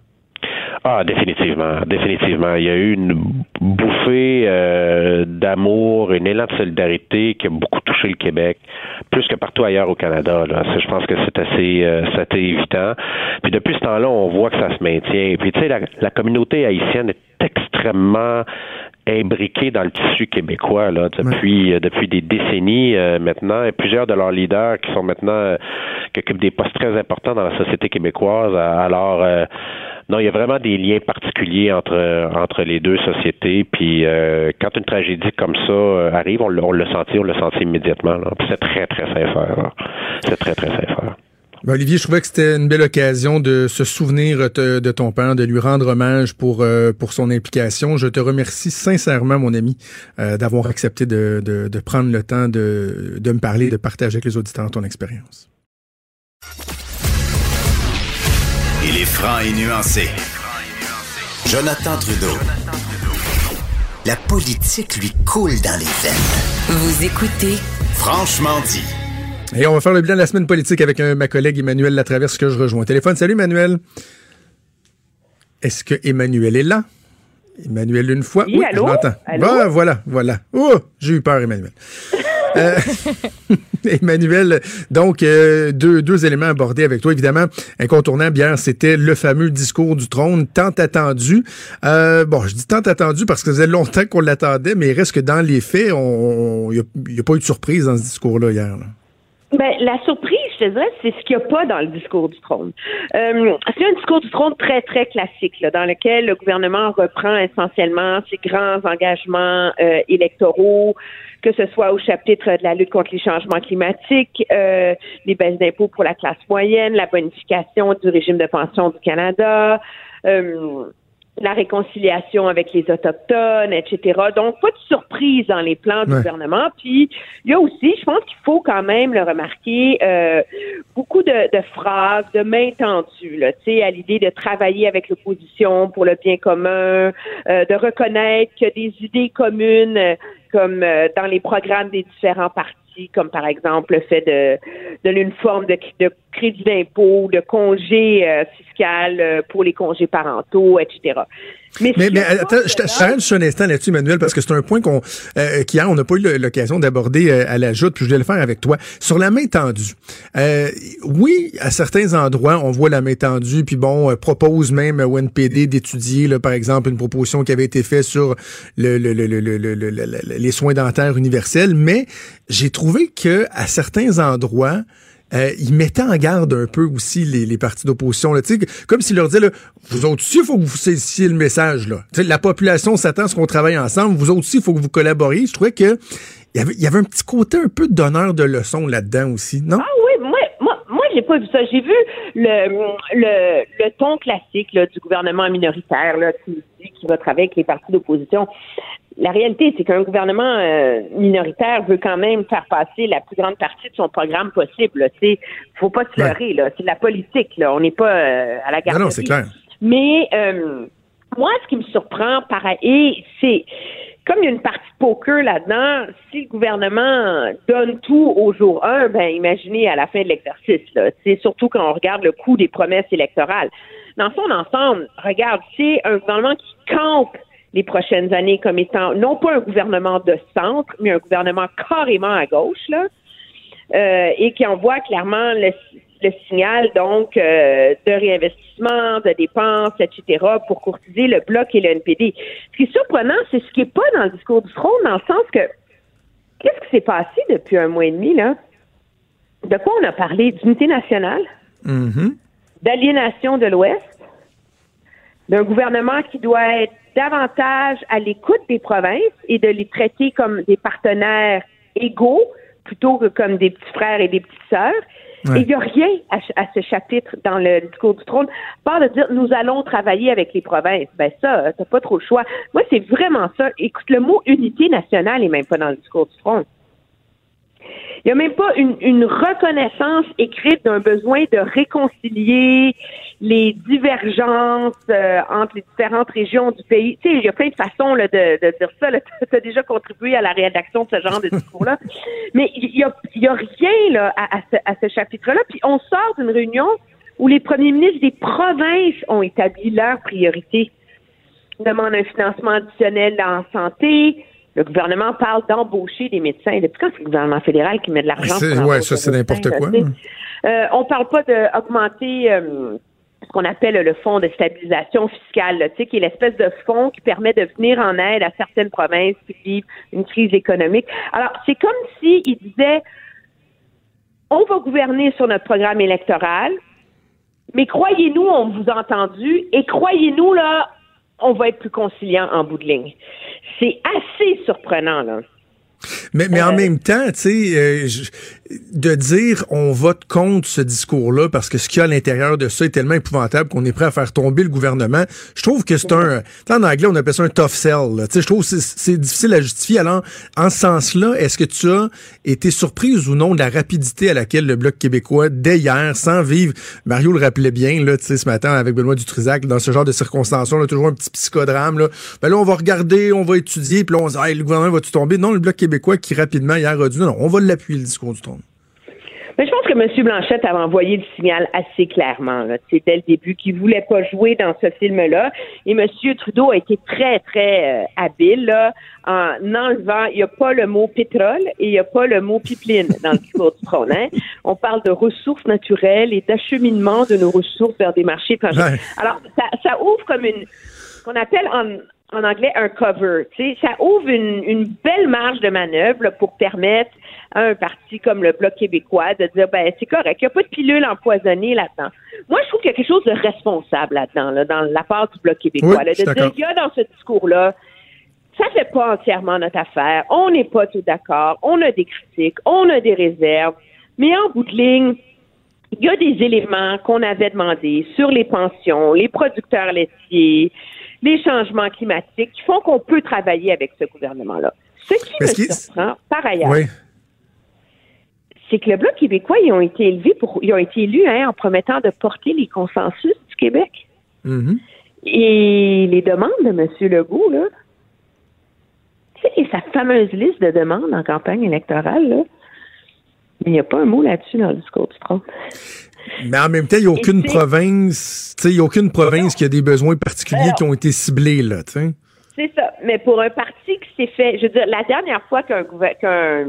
Ah, définitivement, définitivement. Il y a eu une bouffée euh, d'amour, un élan de solidarité qui a beaucoup touché le Québec, plus que partout ailleurs au Canada. Là. Je pense que c'est assez, euh, c'est assez évident. Puis depuis ce temps-là, on voit que ça se maintient. Puis tu sais, la, la communauté haïtienne est extrêmement imbriqués dans le tissu québécois là depuis ouais. euh, depuis des décennies euh, maintenant, et plusieurs de leurs leaders qui sont maintenant euh, qui occupent des postes très importants dans la société québécoise. Alors euh, non, il y a vraiment des liens particuliers entre entre les deux sociétés. Puis euh, quand une tragédie comme ça euh, arrive, on, on le sentit, on le sentit immédiatement. Là. Puis c'est très très sincère. Là. C'est très très sincère. Ben Olivier, je trouvais que c'était une belle occasion de se souvenir te, de ton père, de lui rendre hommage pour euh, pour son implication. Je te remercie sincèrement, mon ami, euh, d'avoir accepté de, de, de prendre le temps de, de me parler, de partager avec les auditeurs ton expérience. Il est franc et nuancé. Jonathan Trudeau. La politique lui coule dans les veines. Vous écoutez Franchement dit. Et on va faire le bilan de la semaine politique avec un, ma collègue Emmanuel Latraverse que je rejoins au téléphone. Salut Emmanuel. Est-ce que Emmanuel est là? Emmanuel une fois. Oui, oui allô? Je l'entends. Allô? Ah, voilà, voilà. Oh, j'ai eu peur, Emmanuel. euh, Emmanuel, donc euh, deux, deux éléments abordés avec toi. Évidemment, incontournable hier, c'était le fameux discours du trône, tant attendu. Euh, bon, je dis tant attendu parce que ça faisait longtemps qu'on l'attendait, mais il reste que dans les faits, il n'y a, a pas eu de surprise dans ce discours-là hier. Là. Ben, la surprise, je te dirais, c'est ce qu'il n'y a pas dans le discours du trône. Euh, c'est un discours du trône très, très classique, là, dans lequel le gouvernement reprend essentiellement ses grands engagements euh, électoraux, que ce soit au chapitre de la lutte contre les changements climatiques, euh, les baisses d'impôts pour la classe moyenne, la bonification du régime de pension du Canada, euh, la réconciliation avec les Autochtones, et cetera. Donc, pas de surprise dans les plans du ouais. gouvernement. Puis, il y a aussi, je pense qu'il faut quand même le remarquer, euh, beaucoup de, de phrases, de main tendue, là, tu sais, à l'idée de travailler avec l'opposition pour le bien commun, euh, de reconnaître que des idées communes, euh, comme euh, dans les programmes des différents partis, comme par exemple le fait de de une forme de, de crédit d'impôt, de congé euh, fiscal euh, pour les congés parentaux, et cetera. Mais, mais, mais attends, je t'arrête juste un instant là-dessus, Emmanuel, parce que c'est un point qu'on euh, qu'hier, on n'a pas eu l'occasion d'aborder euh, à la joute, puis je voulais le faire avec toi. Sur la main tendue, euh, oui, à certains endroits, on voit la main tendue, puis bon, euh, propose même au N P D d'étudier, là, par exemple, une proposition qui avait été faite sur le, le, le, le, le, le, le, le les soins dentaires universels, mais j'ai trouvé que à certains endroits, euh, il mettait en garde un peu aussi les, les partis d'opposition. Là, comme s'il leur disait, là, vous autres aussi, il faut que vous saisissiez le message. Là. T'sais, la population s'attend à ce qu'on travaille ensemble. Vous autres aussi, il faut que vous collaboriez. Je trouvais que il y avait, il y avait un petit côté un peu de donneur de leçons là-dedans aussi, non? Ah oui, moi, moi, moi j'ai pas vu ça. J'ai vu le, le, le ton classique là, du gouvernement minoritaire là, qui, qui va travailler avec les partis d'opposition. La réalité, c'est qu'un gouvernement euh, minoritaire veut quand même faire passer la plus grande partie de son programme possible. Il faut pas se leurrer, là. C'est de la politique, là. On n'est pas euh, à la garderie. Non, non, c'est clair. Mais euh, moi, ce qui me surprend, pareil, c'est comme il y a une partie poker là-dedans, si le gouvernement donne tout au jour un, ben imaginez à la fin de l'exercice, là. C'est surtout quand on regarde le coût des promesses électorales. Dans son ensemble, regarde, c'est un gouvernement qui campe les prochaines années comme étant non pas un gouvernement de centre, mais un gouvernement carrément à gauche, là, euh, et qui envoie clairement le, le signal, donc, euh, de réinvestissement, de dépenses, et cetera, pour courtiser le Bloc et le N P D. Ce qui est surprenant, c'est ce qui n'est pas dans le discours du trône, dans le sens que, qu'est-ce qui s'est passé depuis un mois et demi, là? De quoi on a parlé? D'unité nationale, Mm-hmm. d'aliénation de l'Ouest, d'un gouvernement qui doit être davantage à l'écoute des provinces et de les traiter comme des partenaires égaux plutôt que comme des petits frères et des petites sœurs. Ouais. Et il n'y a rien à, à ce chapitre dans le discours du trône, à part de dire « nous allons travailler avec les provinces ». Ben ça, t'as pas trop le choix. Moi, c'est vraiment ça. Écoute, le mot « unité nationale » n'est même pas dans le discours du trône. Il n'y a même pas une, une reconnaissance écrite d'un besoin de réconcilier les divergences euh, entre les différentes régions du pays. Tu sais, il y a plein de façons là, de, de dire ça. Tu as déjà contribué à la rédaction de ce genre de discours-là. Mais il y a, il y a rien là, à, à, ce, à ce chapitre-là. Puis on sort d'une réunion où les premiers ministres des provinces ont établi leurs priorités. Ils demandent un financement additionnel en santé. Le gouvernement parle d'embaucher des médecins. Depuis quand c'est le gouvernement fédéral qui met de l'argent c'est, pour ouais, ça, c'est n'importe quoi. Euh, on parle pas d'augmenter euh, ce qu'on appelle le fonds de stabilisation fiscale, là, tu sais, qui est l'espèce de fonds qui permet de venir en aide à certaines provinces qui vivent une crise économique. Alors, c'est comme s'ils disaient, on va gouverner sur notre programme électoral, mais croyez-nous, on vous a entendu, et croyez-nous, là, on va être plus conciliant en bout de ligne. C'est assez surprenant, là. Mais, mais euh, en même temps, tu sais, euh, de dire on vote contre ce discours-là parce que ce qu'il y a à l'intérieur de ça est tellement épouvantable qu'on est prêt à faire tomber le gouvernement, je trouve que c'est un... En anglais, on appelle ça un tough sell. Tu sais, je trouve que c'est, c'est difficile à justifier. Alors, en ce sens-là, est-ce que tu as été surprise ou non de la rapidité à laquelle le Bloc québécois, dès hier, sans vivre... Mario le rappelait bien, là, tu sais, ce matin, avec Benoît Dutrisac, dans ce genre de circonstances, on a toujours un petit psychodrame, là. Ben là, on va regarder, on va étudier, puis là, on se dit, hey, le gouvernement va-tu tomber? Non, le Bloc québécois qui rapidement hier a dit non, on va l'appuyer le discours du trône. Mais je pense que M. Blanchette avait envoyé le signal assez clairement. Là. C'était le début qu'il voulait pas jouer dans ce film-là. Et M. Trudeau a été très, très euh, habile là, en enlevant, il n'y a pas le mot pétrole et il n'y a pas le mot pipeline dans le discours du trône. Hein. On parle de ressources naturelles et d'acheminement de nos ressources vers des marchés étrangers. Ouais. Alors, ça, ça ouvre comme une, ce qu'on appelle en en anglais, un cover. Tu sais, ça ouvre une, une belle marge de manœuvre là, pour permettre à un parti comme le Bloc québécois de dire, ben c'est correct, il n'y a pas de pilule empoisonnée là-dedans. Moi, je trouve qu'il y a quelque chose de responsable là-dedans, là, dans la part du Bloc québécois. Oui, là, de dire, il y a dans ce discours-là, ça fait pas entièrement notre affaire, on n'est pas tout d'accord, on a des critiques, on a des réserves, mais en bout de ligne, il y a des éléments qu'on avait demandés sur les pensions, les producteurs laitiers, les changements climatiques qui font qu'on peut travailler avec ce gouvernement-là. Ce qui me qui... surprend, par ailleurs, oui. c'est que le Bloc québécois, ils ont été élevés pour, ils ont été élus hein, en promettant de porter les consensus du Québec. Mm-hmm. Et les demandes de M. Legault, là, tu sais, sa fameuse liste de demandes en campagne électorale, là, il n'y a pas un mot là-dessus dans le discours du trône. Mais en même temps, il n'y a aucune province, tu sais, il n'y a aucune province qui a des besoins particuliers alors, qui ont été ciblés, là, tu sais. C'est ça. Mais pour un parti qui s'est fait, je veux dire, la dernière fois qu'un, qu'un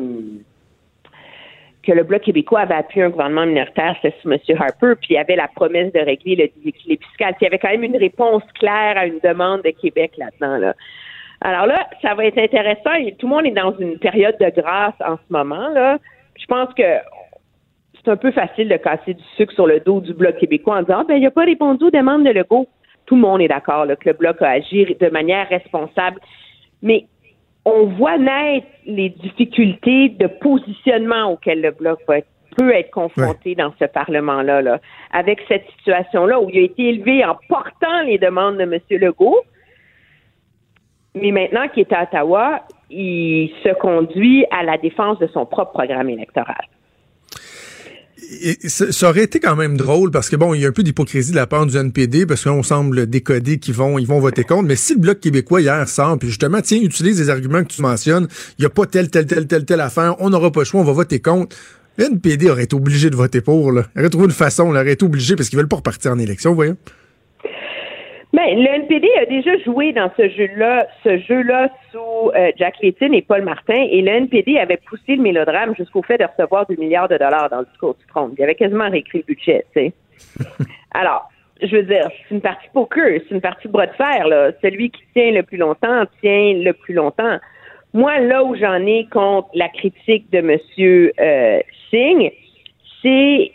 que le Bloc québécois avait appuyé un gouvernement minoritaire, c'était sous M. Harper, puis il y avait la promesse de régler le déséquilibre fiscal. Puis il y avait quand même une réponse claire à une demande de Québec là-dedans, là. Alors là, ça va être intéressant. Tout le monde est dans une période de grâce en ce moment, là. Je pense que c'est un peu facile de casser du sucre sur le dos du Bloc québécois en disant ah, ben, il n'a pas répondu aux demandes de Legault. Tout le monde est d'accord là, que le Bloc a agi de manière responsable. Mais on voit naître les difficultés de positionnement auxquelles le Bloc va être, peut être confronté ouais. dans ce Parlement-là, là, avec cette situation-là où il a été élevé en portant les demandes de M. Legault. Mais maintenant qu'il est à Ottawa, il se conduit à la défense de son propre programme électoral. Et ça aurait été quand même drôle parce que bon, il y a un peu d'hypocrisie de la part du N P D parce qu'on semble décoder qu'ils vont, ils vont voter contre. Mais si le Bloc québécois hier sort, puis justement, tiens, utilise les arguments que tu mentionnes, il n'y a pas telle, telle, telle, telle, telle affaire, on n'aura pas le choix, on va voter contre. Le N P D aurait été obligé de voter pour, là. Il aurait trouvé une façon, il aurait été obligé parce qu'ils veulent pas repartir en élection, voyons. Ben, le N P D a déjà joué dans ce jeu-là, ce jeu-là sous euh, Jack Layton et Paul Martin, et le N P D avait poussé le mélodrame jusqu'au fait de recevoir deux milliards de dollars dans le discours du trône. Il avait quasiment réécrit le budget, tu sais. Alors, je veux dire, c'est une partie poker, c'est une partie bras de fer, là. Celui qui tient le plus longtemps tient le plus longtemps. Moi, là où j'en ai contre la critique de M. Euh, Singh, c'est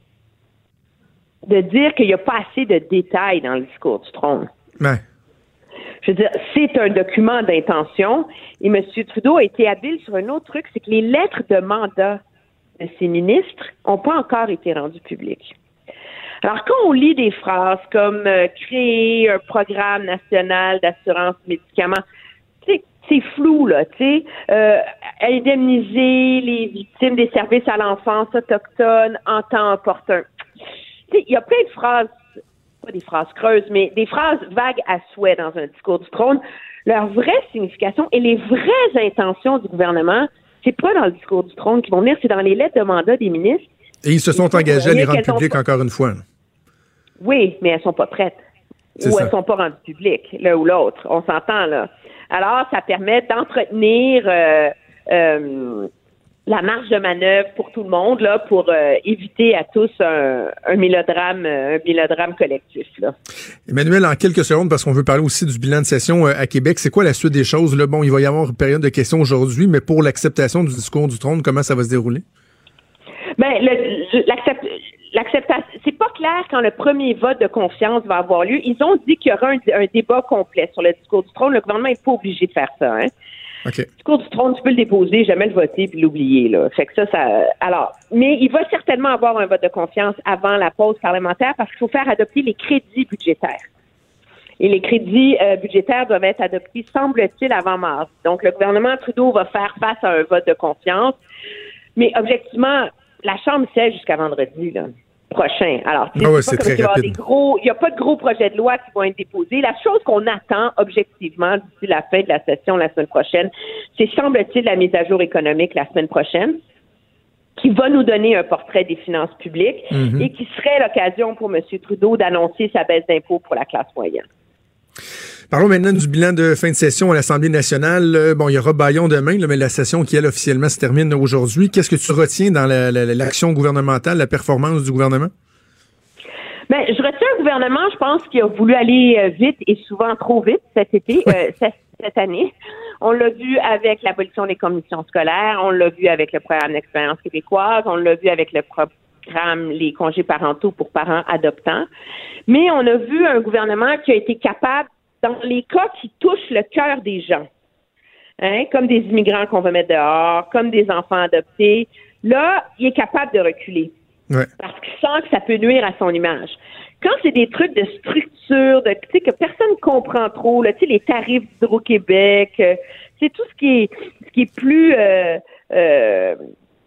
de dire qu'il n'y a pas assez de détails dans le discours du trône. Ouais. Je veux dire, c'est un document d'intention et M. Trudeau a été habile sur un autre truc, c'est que les lettres de mandat de ses ministres n'ont pas encore été rendues publiques. Alors, quand on lit des phrases comme euh, « créer un programme national d'assurance médicaments », c'est flou, là, tu sais, euh, indemniser les victimes des services à l'enfance autochtone en temps opportun. Tu sais, il y a plein de phrases, pas des phrases creuses, mais des phrases vagues à souhait dans un discours du trône. Leur vraie signification et les vraies intentions du gouvernement, c'est pas dans le discours du trône qui vont venir, c'est dans les lettres de mandat des ministres. Et ils se sont engagés à les rendre publiques pas... encore une fois. Oui, mais elles sont pas prêtes. C'est ou ça. Elles sont pas rendues publiques, l'un ou l'autre. On s'entend, là. Alors, ça permet d'entretenir euh, euh, la marge de manœuvre pour tout le monde, là, pour euh, éviter à tous un, un mélodrame, un mélodrame collectif, là. Emmanuel, en quelques secondes, parce qu'on veut parler aussi du bilan de session euh, à Québec, c'est quoi la suite des choses? Là, bon, il va y avoir une période de questions aujourd'hui, mais pour l'acceptation du discours du trône, comment ça va se dérouler? Ben, le, l'accept, l'acceptation, c'est pas clair quand le premier vote de confiance va avoir lieu. Ils ont dit qu'il y aura un, un débat complet sur le discours du trône. Le gouvernement n'est pas obligé de faire ça, hein. Okay. Le discours du trône, tu peux le déposer, jamais le voter puis l'oublier, là. Fait que ça, ça, alors. Mais il va certainement avoir un vote de confiance avant la pause parlementaire parce qu'il faut faire adopter les crédits budgétaires. Et les crédits euh, budgétaires doivent être adoptés, semble-t-il, avant mars. Donc, le gouvernement Trudeau va faire face à un vote de confiance. Mais objectivement, la Chambre siège jusqu'à vendredi, là, prochain. Alors, ah ouais, c'est très rapide. Il n'y a pas de gros projets de loi qui vont être déposés. La chose qu'on attend objectivement d'ici la fin de la session la semaine prochaine, c'est, semble-t-il, la mise à jour économique la semaine prochaine, qui va nous donner un portrait des finances publiques mm-hmm. et qui serait l'occasion pour M. Trudeau d'annoncer sa baisse d'impôts pour la classe moyenne. Parlons maintenant du bilan de fin de session à l'Assemblée nationale. Bon, il y aura Bayon demain, là, mais la session qui, elle, officiellement se termine aujourd'hui. Qu'est-ce que tu retiens dans la, la, l'action gouvernementale, la performance du gouvernement? Ben, je retiens un gouvernement, je pense, qui a voulu aller vite et souvent trop vite cet été, euh, cette, cette année. On l'a vu avec l'abolition des commissions scolaires, on l'a vu avec le programme d'expérience québécoise, on l'a vu avec le programme les congés parentaux pour parents adoptants. Mais on a vu un gouvernement qui a été capable, dans les cas qui touchent le cœur des gens, hein, comme des immigrants qu'on va mettre dehors, comme des enfants adoptés, là, il est capable de reculer. Ouais. Parce qu'il sent que ça peut nuire à son image. Quand c'est des trucs de structure, de, tu sais, que personne ne comprend trop, là, tu sais, les tarifs d'Hydro-Québec, euh, c'est tout ce qui est, ce qui est plus, euh, euh,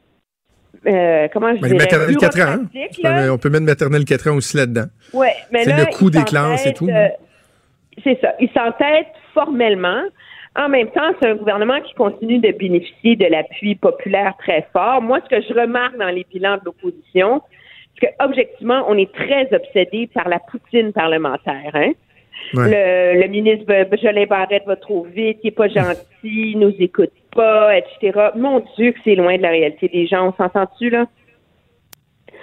euh, comment je ben, dirais, maternelle quatre ans. Hein? On peut mettre maternelle quatre ans aussi là-dedans. Ouais, mais c'est là, le coût des classes et tout. Euh, c'est ça. Il s'entête formellement. En même temps, c'est un gouvernement qui continue de bénéficier de l'appui populaire très fort. Moi, ce que je remarque dans les bilans de l'opposition, c'est qu'objectivement, on est très obsédé par la poutine parlementaire. Hein? Ouais. Le, le ministre Jolin Barrette va trop vite, il n'est pas gentil, il nous écoute pas, et cetera. Mon Dieu, que c'est loin de la réalité des gens. On s'entend-tu, là?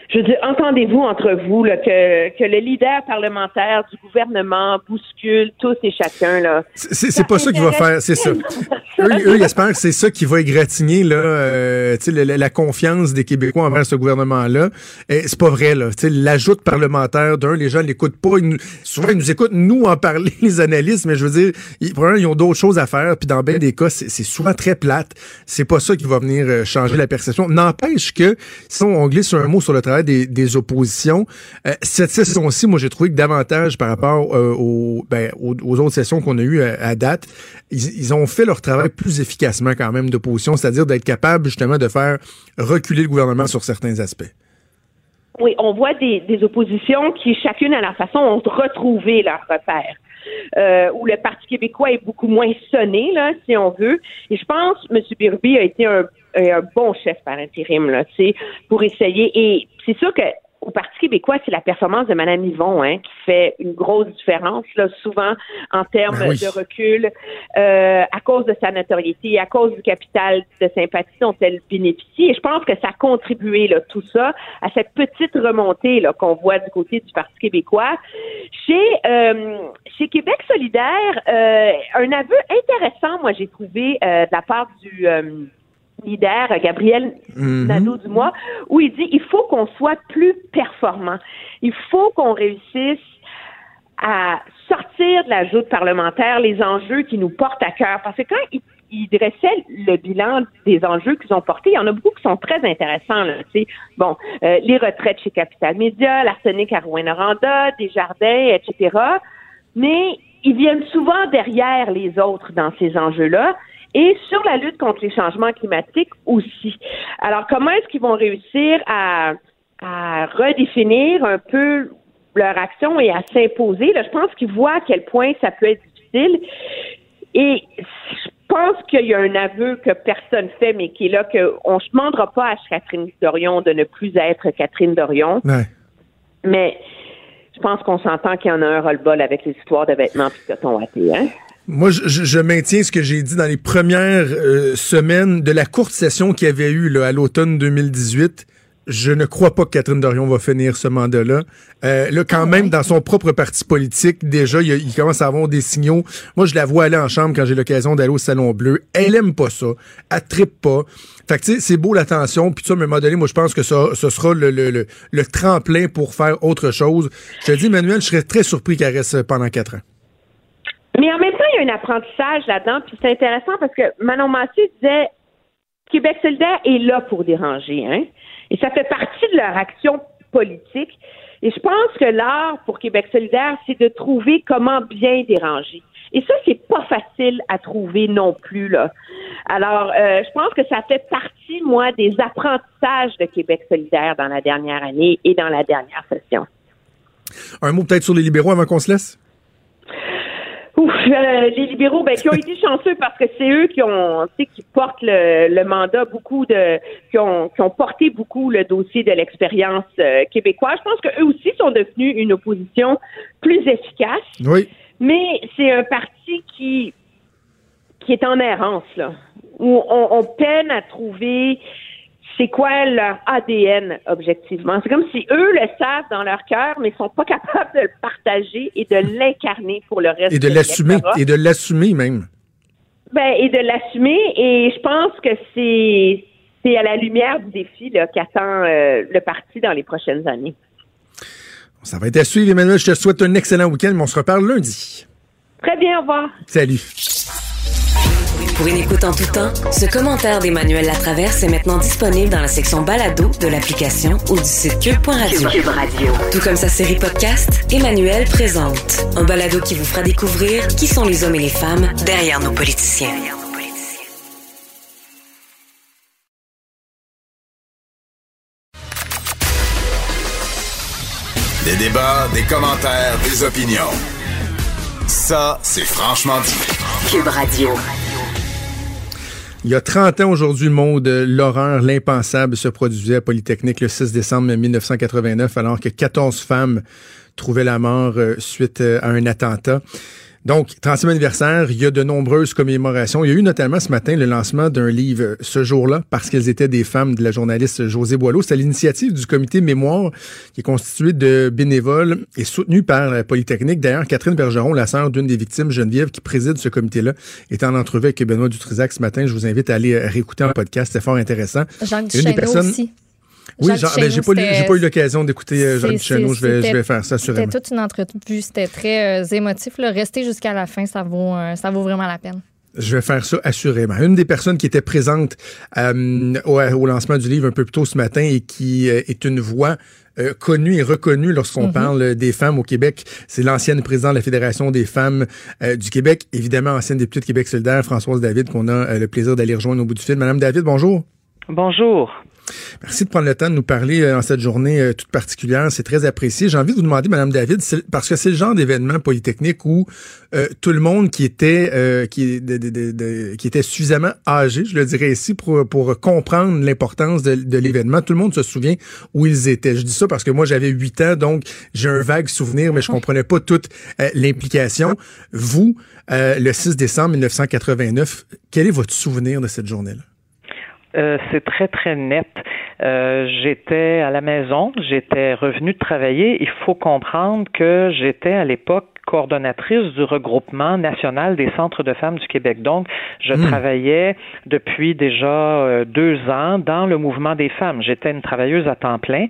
je veux dire, entendez-vous entre vous là, que, que le leader parlementaire du gouvernement bouscule tous et chacun. Là. C'est, c'est pas ça qu'il va faire, c'est ça. eux, eux, ils espèrent que c'est ça qui va égratigner là, euh, la, la confiance des Québécois envers ce gouvernement-là. Et c'est pas vrai. Là. L'ajout parlementaire d'un, les gens l'écoutent pas. Ils nous, souvent, ils nous écoutent, nous, en parler, les analystes, mais je veux dire, ils, probablement, ils ont d'autres choses à faire. Puis dans bien des cas, c'est, c'est souvent très plate. C'est pas ça qui va venir changer la perception. N'empêche que, si on glisse sur un mot sur le travail Des, des oppositions. Euh, cette session-ci, moi, j'ai trouvé que davantage par rapport euh, aux, ben, aux, aux autres sessions qu'on a eues à, à date, ils, ils ont fait leur travail plus efficacement quand même d'opposition, c'est-à-dire d'être capable justement de faire reculer le gouvernement sur certains aspects. Oui, on voit des, des oppositions qui, chacune à leur façon, ont retrouvé leur repère. Euh, où le Parti québécois est beaucoup moins sonné, là, si on veut. Et je pense que M. Birby a été un, un bon chef par intérim, là, tu sais, pour essayer. Et c'est sûr que au Parti québécois, c'est la performance de Mme Yvon hein, qui fait une grosse différence, là, souvent en termes ben oui. de recul, euh, à cause de sa notoriété, à cause du capital de sympathie dont elle bénéficie. Et je pense que ça a contribué, là, tout ça, à cette petite remontée là, qu'on voit du côté du Parti québécois. Chez, euh, chez Québec solidaire, euh, un aveu intéressant, moi, j'ai trouvé euh, de la part du... Euh, leader, Gabriel mm-hmm. Nadeau-Dubois, où il dit il faut qu'on soit plus performant. Il faut qu'on réussisse à sortir de la joute parlementaire les enjeux qui nous portent à cœur. Parce que quand il, il dressait le bilan des enjeux qu'ils ont portés, il y en a beaucoup qui sont très intéressants. Là, tu sais. Bon, euh, les retraites chez Capital Média, l'arsenic à Rouyn-Noranda, Desjardins, et cetera. Mais ils viennent souvent derrière les autres dans ces enjeux-là. Et sur la lutte contre les changements climatiques aussi. Alors, comment est-ce qu'ils vont réussir à, à redéfinir un peu leur action et à s'imposer? Là, je pense qu'ils voient à quel point ça peut être difficile. Et je pense qu'il y a un aveu que personne fait, mais qui est là qu'on ne demandera pas à Catherine Dorion de ne plus être Catherine Dorion. Ouais. Mais je pense qu'on s'entend qu'il y en a un roll-ball avec les histoires de vêtements et de coton watté, hein? Moi, je, je maintiens ce que j'ai dit dans les premières euh, semaines de la courte session qu'il y avait eu là, à l'automne deux mille dix-huit. Je ne crois pas que Catherine Dorion va finir ce mandat-là. Euh, là, quand même, dans son propre parti politique, déjà, il, il commence à avoir des signaux. Moi, je la vois aller en chambre quand j'ai l'occasion d'aller au Salon Bleu. Elle aime pas ça. Elle trippe pas. Fait que, tu sais, c'est beau l'attention. Puis, tu sais, à un moment donné, moi, je pense que ça, ce sera le, le, le, le tremplin pour faire autre chose. Je te dis, Emmanuel, je serais très surpris qu'elle reste pendant quatre ans. Mais en même temps, il y a un apprentissage là-dedans, puis c'est intéressant parce que Manon Massé disait Québec solidaire est là pour déranger, hein? Et ça fait partie de leur action politique. Et je pense que l'art pour Québec solidaire, c'est de trouver comment bien déranger. Et ça, c'est pas facile à trouver non plus, là. Alors, euh, je pense que ça fait partie, moi, des apprentissages de Québec solidaire dans la dernière année et dans la dernière session. Un mot peut-être sur les libéraux avant qu'on se laisse? Ouf, euh, les libéraux, ben, qui ont été chanceux parce que c'est eux qui ont, tu sais, qui portent le, le mandat, beaucoup de, qui ont, qui ont porté beaucoup le dossier de l'expérience euh, québécoise. Je pense qu'eux aussi sont devenus une opposition plus efficace. Oui. Mais c'est un parti qui, qui est en errance, là, où on, on peine à trouver c'est quoi leur A D N, objectivement. C'est comme si eux le savent dans leur cœur, mais ils sont pas capables de le partager et de l'incarner pour le reste. Et de, de l'assumer, et de l'assumer même. Ben, et de l'assumer, et je pense que c'est, c'est à la lumière du défi là, qu'attend euh, le parti dans les prochaines années. Ça va être à suivre, Emmanuel. Je te souhaite un excellent week-end, mais on se reparle lundi. Très bien, au revoir. Salut. Pour une écoute en tout temps, ce commentaire d'Emmanuel Latraverse est maintenant disponible dans la section balado de l'application ou du site cube point radio. Cube Radio. Tout comme sa série podcast, Emmanuel présente un balado qui vous fera découvrir qui sont les hommes et les femmes derrière nos politiciens. Des débats, des commentaires, des opinions. Ça, c'est franchement dit. Cube Radio. Il y a trente ans aujourd'hui, Maude, l'horreur, l'impensable se produisait à Polytechnique le six décembre mille neuf cent quatre-vingt-neuf, alors que quatorze femmes trouvaient la mort euh, suite euh, à un attentat. Donc, trentième anniversaire, il y a de nombreuses commémorations. Il y a eu notamment ce matin le lancement d'un livre ce jour-là, parce qu'elles étaient des femmes, de la journaliste Josée Boileau. C'est à l'initiative du comité Mémoire, qui est constitué de bénévoles et soutenu par Polytechnique. D'ailleurs, Catherine Bergeron, la sœur d'une des victimes, Geneviève, qui préside ce comité-là, est en entrevue avec Benoît Dutrisac ce matin. Je vous invite à aller réécouter un podcast, c'est fort intéressant. Jean Duchesneau personnes... aussi. Oui, Jean, ben, j'ai pas, lu, j'ai pas eu l'occasion d'écouter euh, Jean Duchesneau. Je vais, je vais faire ça, assurément. C'était toute une entrevue. C'était très euh, émotif. Là. Rester jusqu'à la fin, ça vaut, euh, ça vaut vraiment la peine. Je vais faire ça assurément. Une des personnes qui était présente euh, au, au lancement du livre un peu plus tôt ce matin et qui euh, est une voix euh, connue et reconnue lorsqu'on mm-hmm. parle des femmes au Québec, c'est l'ancienne présidente de la Fédération des femmes euh, du Québec, évidemment ancienne députée de Québec solidaire, Françoise David, qu'on a euh, le plaisir d'aller rejoindre au bout du fil. Madame David, bonjour. Bonjour. Merci de prendre le temps de nous parler euh, en cette journée euh, toute particulière. C'est très apprécié. J'ai envie de vous demander, Madame David, parce que c'est le genre d'événement polytechnique où euh, tout le monde qui était euh, qui, de, de, de, de, qui était suffisamment âgé, je le dirais ici, pour, pour comprendre l'importance de, de l'événement, tout le monde se souvient où ils étaient. Je dis ça parce que moi, j'avais huit ans, donc j'ai un vague souvenir, mais je comprenais pas toute euh, l'implication. Vous, euh, le six décembre mille neuf cent quatre-vingt-neuf, quel est votre souvenir de cette journée-là? Euh, c'est très, très net. Euh, j'étais à la maison, j'étais revenue de travailler. Il faut comprendre que j'étais à l'époque coordonnatrice du regroupement national des centres de femmes du Québec. Donc, je mmh. travaillais depuis déjà euh, deux ans dans le mouvement des femmes. J'étais une travailleuse à temps plein.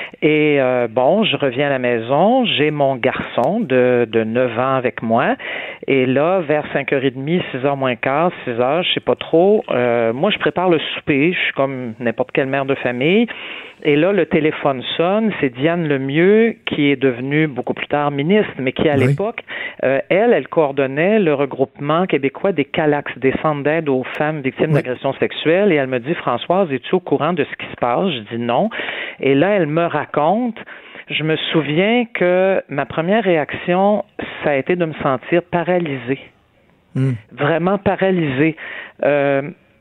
Et euh, bon, je reviens à la maison, j'ai mon garçon de, de neuf ans avec moi. Et là, vers cinq heures trente, six heures moins quart, six heures, je sais pas trop, euh, moi, je prépare le souper. Je suis comme n'importe quelle mère de famille. Et là, le téléphone sonne. C'est Diane Lemieux, qui est devenue beaucoup plus tard ministre, mais qui, à oui. l'époque, euh, elle, elle coordonnait le regroupement québécois des CALAX, des centres d'aide aux femmes victimes oui. d'agressions sexuelles. Et elle me dit, Françoise, es-tu au courant de ce qui se passe? Je dis non. Et là, elle me raconte. Je me souviens que ma première réaction, ça a été de me sentir paralysée. Mm. Vraiment paralysée. Euh,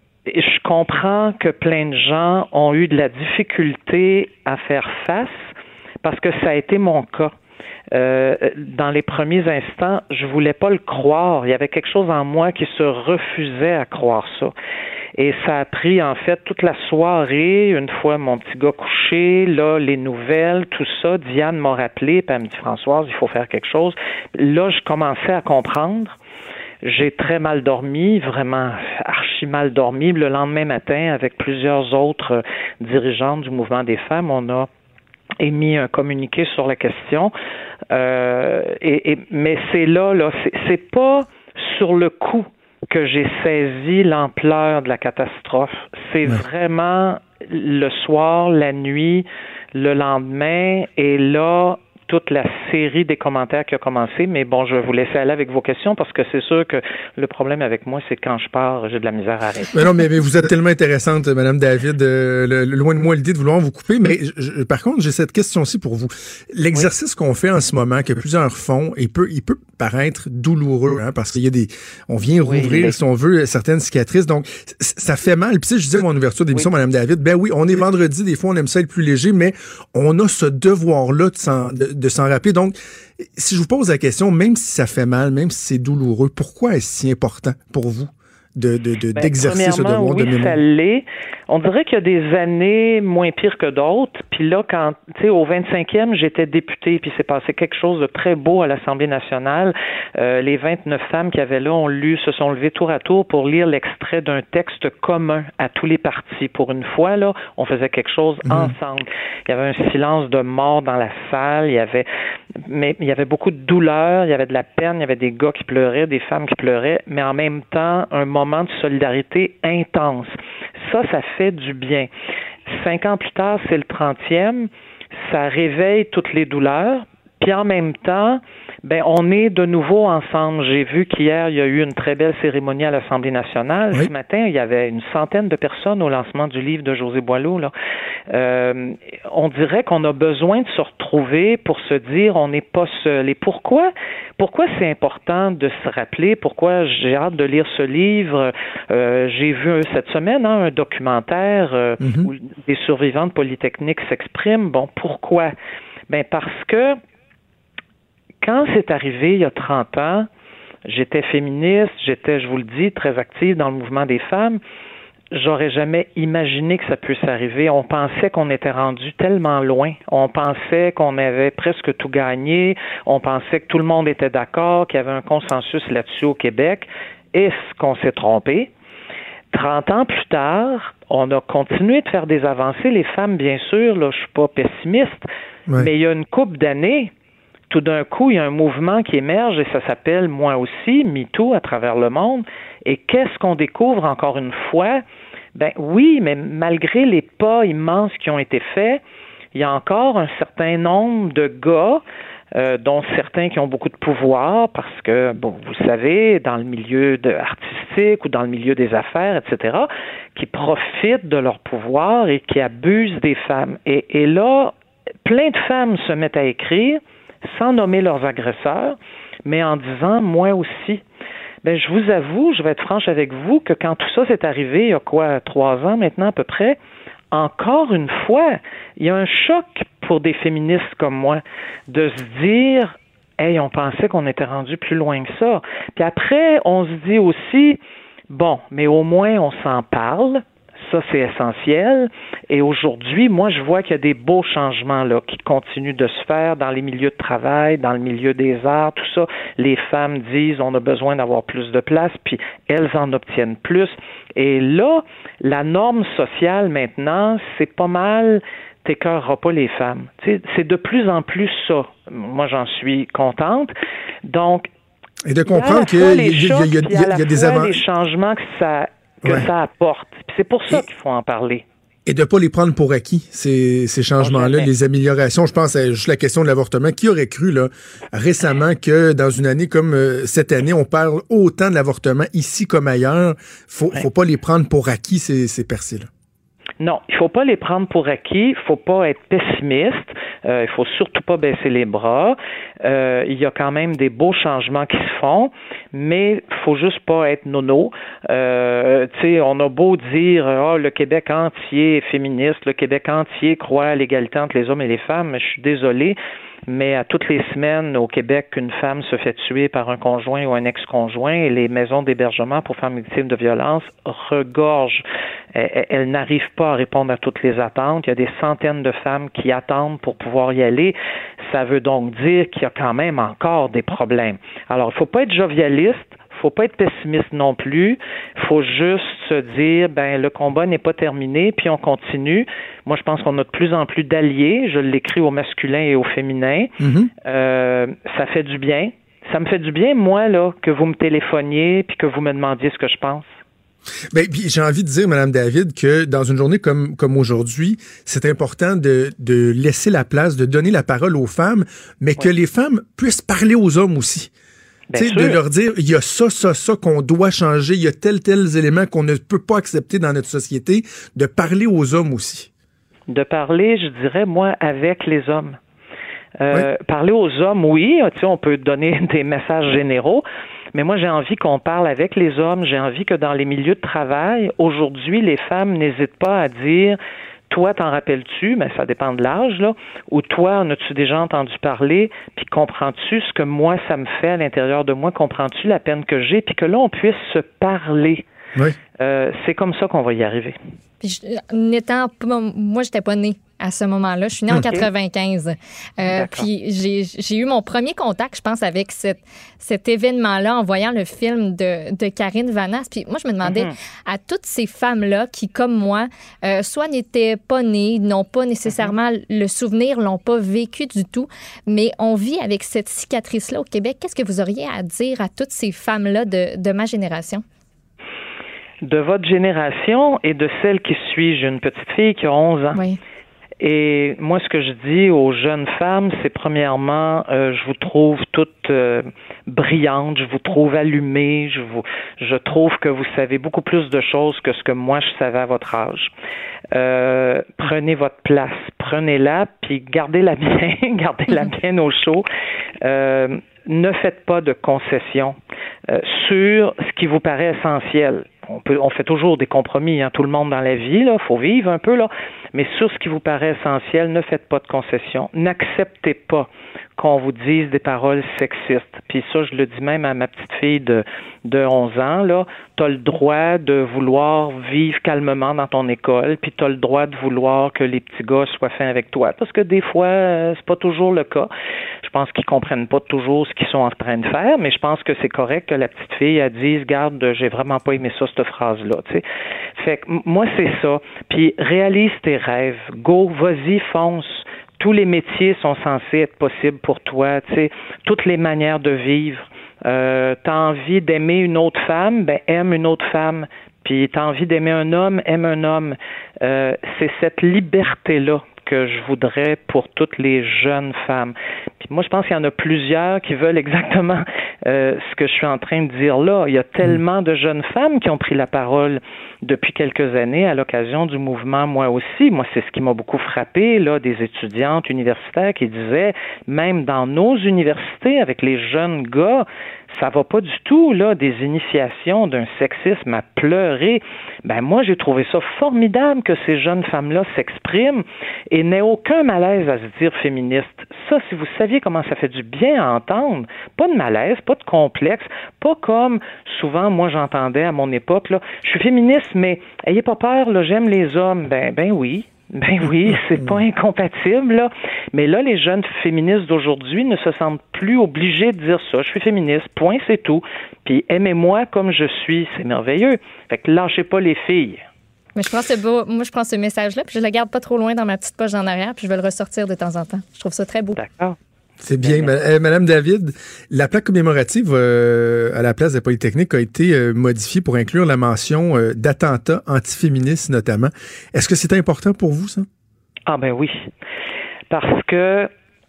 je comprends que plein de gens ont eu de la difficulté à faire face parce que ça a été mon cas. Euh, dans les premiers instants, je voulais pas le croire. Il y avait quelque chose en moi qui se refusait à croire ça. Et ça a pris, en fait, toute la soirée, une fois mon petit gars couché, là, les nouvelles, tout ça. Diane m'a rappelé, puis elle me dit, Françoise, il faut faire quelque chose. Là, je commençais à comprendre. J'ai très mal dormi, vraiment archi mal dormi. Le lendemain matin, avec plusieurs autres dirigeantes du mouvement des femmes, on a émis un communiqué sur la question. Euh, et, et, mais c'est là, là, c'est, c'est pas sur le coup que j'ai saisi l'ampleur de la catastrophe. C'est ouais. vraiment le soir, la nuit, le lendemain, et là, toute la série des commentaires qui a commencé. Mais bon, je vais vous laisser aller avec vos questions parce que c'est sûr que le problème avec moi, c'est que quand je pars, j'ai de la misère à arrêter. Mais non, mais, mais vous êtes tellement intéressante, Madame David. Euh, le, loin de moi l'idée de vouloir vous couper. Mais je, par contre, j'ai cette question-ci pour vous. L'exercice oui. qu'on fait en ce moment, que plusieurs font, il peut, il peut paraître douloureux, hein, parce qu'il y a des, on vient rouvrir, oui, mais... si on veut, certaines cicatrices. Donc, ça fait mal. Puis, je disais à mon ouverture d'émission, oui. Madame David, ben oui, on est vendredi, des fois, on aime ça être plus léger, mais on a ce devoir-là de s'en, de, de s'en rappeler. Donc, si je vous pose la question, même si ça fait mal, même si c'est douloureux, pourquoi est-ce si important pour vous de, de, de, ben, d'exercer ce devoir oui, de mémoire? Ça l'est. On dirait qu'il y a des années moins pires que d'autres. Puis là, quand, tu sais, au vingt-cinquième, j'étais députée, puis c'est passé quelque chose de très beau à l'Assemblée nationale. Euh, les vingt-neuf femmes qui avaient là ont lu, se sont levées tour à tour pour lire l'extrait d'un texte commun à tous les partis. Pour une fois, là, on faisait quelque chose mmh. ensemble. Il y avait un silence de mort dans la salle. Il y avait, mais il y avait beaucoup de douleur. Il y avait de la peine. Il y avait des gars qui pleuraient, des femmes qui pleuraient, mais en même temps, un moment de solidarité intense. Ça, ça fait du bien. Cinq ans plus tard, c'est le trentième, ça réveille toutes les douleurs, puis en même temps, ben on est de nouveau ensemble. J'ai vu qu'hier, il y a eu une très belle cérémonie à l'Assemblée nationale. Oui. Ce matin, il y avait une centaine de personnes au lancement du livre de Josée Boileau. Là. Euh, on dirait qu'on a besoin de se retrouver pour se dire on n'est pas seul. Et pourquoi? Pourquoi c'est important de se rappeler? Pourquoi j'ai hâte de lire ce livre? Euh, j'ai vu cette semaine hein, un documentaire euh, mm-hmm. où des survivantes polytechniques s'expriment. Bon, pourquoi? Ben parce que quand c'est arrivé il y a trente ans, j'étais féministe, j'étais, je vous le dis, très active dans le mouvement des femmes. J'aurais jamais imaginé que ça puisse arriver. On pensait qu'on était rendu tellement loin. On pensait qu'on avait presque tout gagné. On pensait que tout le monde était d'accord, qu'il y avait un consensus là-dessus au Québec. Est-ce qu'on s'est trompé? trente ans plus tard, on a continué de faire des avancées. Les femmes, bien sûr, là, je suis pas pessimiste, ouais. mais il y a une couple d'années, tout d'un coup, il y a un mouvement qui émerge et ça s'appelle, moi aussi, MeToo à travers le monde. Et qu'est-ce qu'on découvre encore une fois? Ben oui, mais malgré les pas immenses qui ont été faits, il y a encore un certain nombre de gars, euh, dont certains qui ont beaucoup de pouvoir, parce que, bon, vous savez, dans le milieu de, artistique ou dans le milieu des affaires, et cetera, qui profitent de leur pouvoir et qui abusent des femmes. Et, et là, plein de femmes se mettent à écrire, sans nommer leurs agresseurs, mais en disant « moi aussi ». Ben, je vous avoue, je vais être franche avec vous, que quand tout ça s'est arrivé, il y a quoi, trois ans maintenant à peu près, encore une fois, il y a un choc pour des féministes comme moi de se dire « hey, on pensait qu'on était rendu plus loin que ça ». Puis après, on se dit aussi « bon, mais au moins on s'en parle ». Ça, c'est essentiel. Et aujourd'hui, moi, je vois qu'il y a des beaux changements là qui continuent de se faire dans les milieux de travail, dans le milieu des arts, tout ça. Les femmes disent on a besoin d'avoir plus de place, puis elles en obtiennent plus. Et là, la norme sociale maintenant, c'est pas mal t'écœureras pas les femmes. Tu sais, c'est de plus en plus ça. Moi, j'en suis contente. Donc, et de comprendre qu'il y a, y a, y a, y a, y a des avantages. Les changements que ça que ouais. ça apporte. Puis c'est pour ça et, qu'il faut en parler. Et de ne pas les prendre pour acquis, ces, ces changements-là, oh, les améliorations. Je pense à juste la question de l'avortement. Qui aurait cru là récemment que dans une année comme euh, cette année, on parle autant de l'avortement ici comme ailleurs? Faut, ouais. faut pas les prendre pour acquis, ces, ces percées-là. Non, il faut pas les prendre pour acquis, il faut pas être pessimiste, euh, il faut surtout pas baisser les bras. Euh, il y a quand même des beaux changements qui se font, mais faut juste pas être nono. Euh, tu sais, on a beau dire ah oh, le Québec entier est féministe, le Québec entier croit à l'égalité entre les hommes et les femmes, mais je suis désolé. Mais à toutes les semaines, au Québec, une femme se fait tuer par un conjoint ou un ex-conjoint et les maisons d'hébergement pour femmes victimes de violences regorgent. Elles, elles n'arrivent pas à répondre à toutes les attentes. Il y a des centaines de femmes qui attendent pour pouvoir y aller. Ça veut donc dire qu'il y a quand même encore des problèmes. Alors, il ne faut pas être jovialiste. Faut pas être pessimiste non plus. Faut juste se dire, ben le combat n'est pas terminé, puis on continue. Moi, je pense qu'on a de plus en plus d'alliés. Je l'écris au masculin et au féminin. Mm-hmm. Euh, ça fait du bien. Ça me fait du bien, moi, là, que vous me téléphoniez puis que vous me demandiez ce que je pense. Ben, puis j'ai envie de dire, Mme David, que dans une journée comme, comme aujourd'hui, c'est important de, de laisser la place, de donner la parole aux femmes, mais ouais. que les femmes puissent parler aux hommes aussi. Tu sais, de leur dire, il y a ça, ça, ça qu'on doit changer, il y a tels, tels éléments qu'on ne peut pas accepter dans notre société, de parler aux hommes aussi. De parler, je dirais, moi, avec les hommes. Euh, oui. Parler aux hommes, oui, tu sais, on peut donner des messages généraux, mais moi, j'ai envie qu'on parle avec les hommes, j'ai envie que dans les milieux de travail, aujourd'hui, les femmes n'hésitent pas à dire... Toi, t'en rappelles-tu? Mais ça dépend de l'âge, là. Ou toi, en as-tu déjà entendu parler? Puis comprends-tu ce que moi, ça me fait à l'intérieur de moi? Comprends-tu la peine que j'ai? Puis que là, on puisse se parler. Oui. Euh, c'est comme ça qu'on va y arriver. Puis, je, n'étant, moi, j'étais pas née à ce moment-là. Je suis née okay. en quatre-vingt-quinze. Euh, puis j'ai, j'ai eu mon premier contact, je pense, avec cette, cet événement-là en voyant le film de, de Karine Vanasse. Puis moi, je me demandais mm-hmm. à toutes ces femmes-là qui, comme moi, euh, soit n'étaient pas nées, n'ont pas nécessairement mm-hmm. le souvenir, l'ont pas vécu du tout, mais on vit avec cette cicatrice-là au Québec. Qu'est-ce que vous auriez à dire à toutes ces femmes-là de, de ma génération? De votre génération et de celle qui suit. J'ai une petite fille qui a onze ans. Oui. Et moi, ce que je dis aux jeunes femmes, c'est premièrement, euh, je vous trouve toutes euh, brillantes, je vous trouve allumées, je vous, je trouve que vous savez beaucoup plus de choses que ce que moi je savais à votre âge. Euh, prenez votre place, prenez-la, puis gardez-la bien, gardez-la bien au chaud. Euh, ne faites pas de concessions euh, sur ce qui vous paraît essentiel. On peut, on fait toujours des compromis, hein, tout le monde dans la vie, là, faut vivre un peu, là. Mais sur ce qui vous paraît essentiel, ne faites pas de concessions. N'acceptez pas qu'on vous dise des paroles sexistes. Puis ça, je le dis même à ma petite fille de, de onze ans, là, t'as le droit de vouloir vivre calmement dans ton école, puis t'as le droit de vouloir que les petits gars soient fins avec toi, parce que des fois, euh, c'est pas toujours le cas. Je pense qu'ils comprennent pas toujours ce qu'ils sont en train de faire, mais je pense que c'est correct que la petite fille, elle dise, garde, j'ai vraiment pas aimé ça, cette phrase-là, tu sais. Fait que moi, c'est ça. Puis réalise tes rêves. Go, vas-y, fonce. Tous les métiers sont censés être possibles pour toi, tu sais, toutes les manières de vivre. Euh, t'as envie d'aimer une autre femme, ben aime une autre femme. Puis t'as envie d'aimer un homme, aime un homme. Euh, c'est cette liberté-là que je voudrais pour toutes les jeunes femmes. Puis moi, je pense qu'il y en a plusieurs qui veulent exactement euh, ce que je suis en train de dire là. Il y a tellement de jeunes femmes qui ont pris la parole depuis quelques années à l'occasion du mouvement Moi aussi. Moi, c'est ce qui m'a beaucoup frappé, là, des étudiantes universitaires qui disaient, même dans nos universités, avec les jeunes gars, ça va pas du tout, là, des initiations d'un sexisme à pleurer. Ben, moi, j'ai trouvé ça formidable que ces jeunes femmes-là s'expriment et n'aient aucun malaise à se dire féministe. Ça, si vous saviez comment ça fait du bien à entendre, pas de malaise, pas de complexe, pas comme souvent, moi, j'entendais à mon époque, là, je suis féministe, mais ayez pas peur, là, j'aime les hommes. Ben, ben oui. Ben oui, c'est pas incompatible, là. Mais là, les jeunes féministes d'aujourd'hui ne se sentent plus obligés de dire ça. Je suis féministe, point, c'est tout. Puis aimez-moi comme je suis, c'est merveilleux. Fait que lâchez pas les filles. Mais je prends ce beau, moi, je prends ce message-là, puis je le garde pas trop loin dans ma petite poche en arrière, puis je vais le ressortir de temps en temps. Je trouve ça très beau. D'accord. C'est bien. Euh, Madame David, la plaque commémorative euh, à la place de Polytechnique a été euh, modifiée pour inclure la mention euh, d'attentats antiféministes notamment. Est-ce que c'est important pour vous, ça? Ah ben oui. Parce que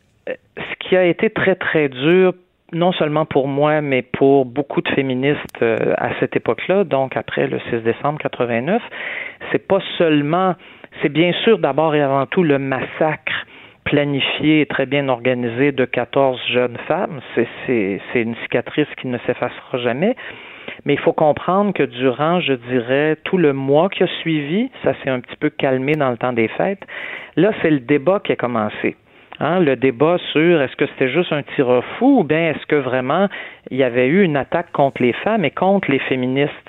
ce qui a été très, très dur, non seulement pour moi, mais pour beaucoup de féministes euh, à cette époque-là, donc après le six décembre quatre-vingt-neuf, c'est pas seulement, c'est bien sûr d'abord et avant tout le massacre planifié et très bien organisé de quatorze jeunes femmes. C'est, c'est, c'est une cicatrice qui ne s'effacera jamais. Mais il faut comprendre que durant, je dirais, tout le mois qui a suivi, ça s'est un petit peu calmé dans le temps des fêtes, là, c'est le débat qui a commencé. Hein, le débat sur est-ce que c'était juste un tireur fou ou bien est-ce que vraiment il y avait eu une attaque contre les femmes et contre les féministes.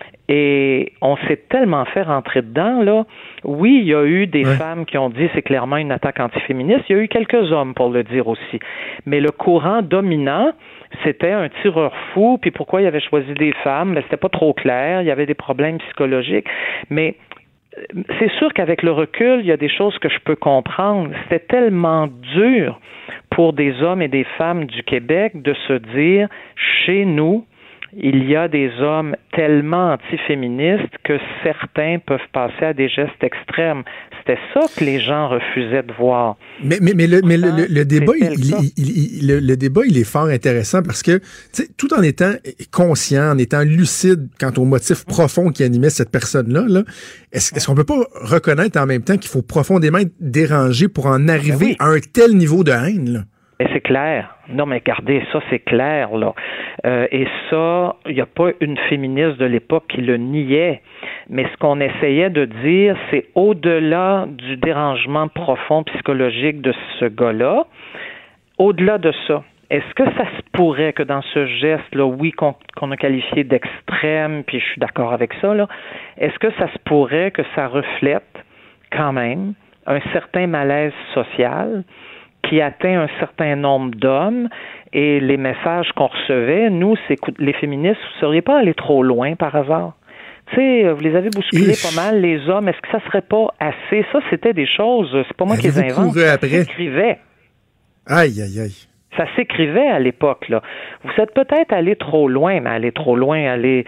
Et on s'est tellement fait rentrer dedans, là. Oui, il y a eu des ouais. femmes qui ont dit c'est clairement une attaque antiféministe. Il y a eu quelques hommes pour le dire aussi. Mais le courant dominant, c'était un tireur fou. Puis pourquoi il avait choisi des femmes? Ben, c'était pas trop clair. Il y avait des problèmes psychologiques. Mais c'est sûr qu'avec le recul, il y a des choses que je peux comprendre. C'était tellement dur pour des hommes et des femmes du Québec de se dire, chez nous, il y a des hommes tellement antiféministes que certains peuvent passer à des gestes extrêmes. C'était ça que les gens refusaient de voir. Mais, mais, mais, le, mais le, le, le débat, il, il, il, il, le, le débat, il est fort intéressant parce que, tout en étant conscient, en étant lucide quant au motif profond qui animait cette personne-là, là, est-ce, est-ce qu'on peut pas reconnaître en même temps qu'il faut profondément être dérangé pour en arriver oui. à un tel niveau de haine, là? Mais c'est clair. Non, mais regardez, ça, c'est clair, là. Euh, et ça, il n'y a pas une féministe de l'époque qui le niait. Mais ce qu'on essayait de dire, c'est au-delà du dérangement profond psychologique de ce gars-là, au-delà de ça, est-ce que ça se pourrait que dans ce geste-là, oui, qu'on, qu'on a qualifié d'extrême, puis je suis d'accord avec ça, là, est-ce que ça se pourrait que ça reflète quand même un certain malaise social qui atteint un certain nombre d'hommes, et les messages qu'on recevait, nous, c'est les féministes, vous ne seriez pas allés trop loin par hasard. Tu sais, vous les avez bousculés pas mal, les hommes, est-ce que ça serait pas assez? Ça, c'était des choses, c'est pas moi qui les invente, ça s'écrivait. Aïe, aïe, aïe. Ça s'écrivait à l'époque, là. Vous êtes peut-être allé trop loin, mais aller trop loin, aller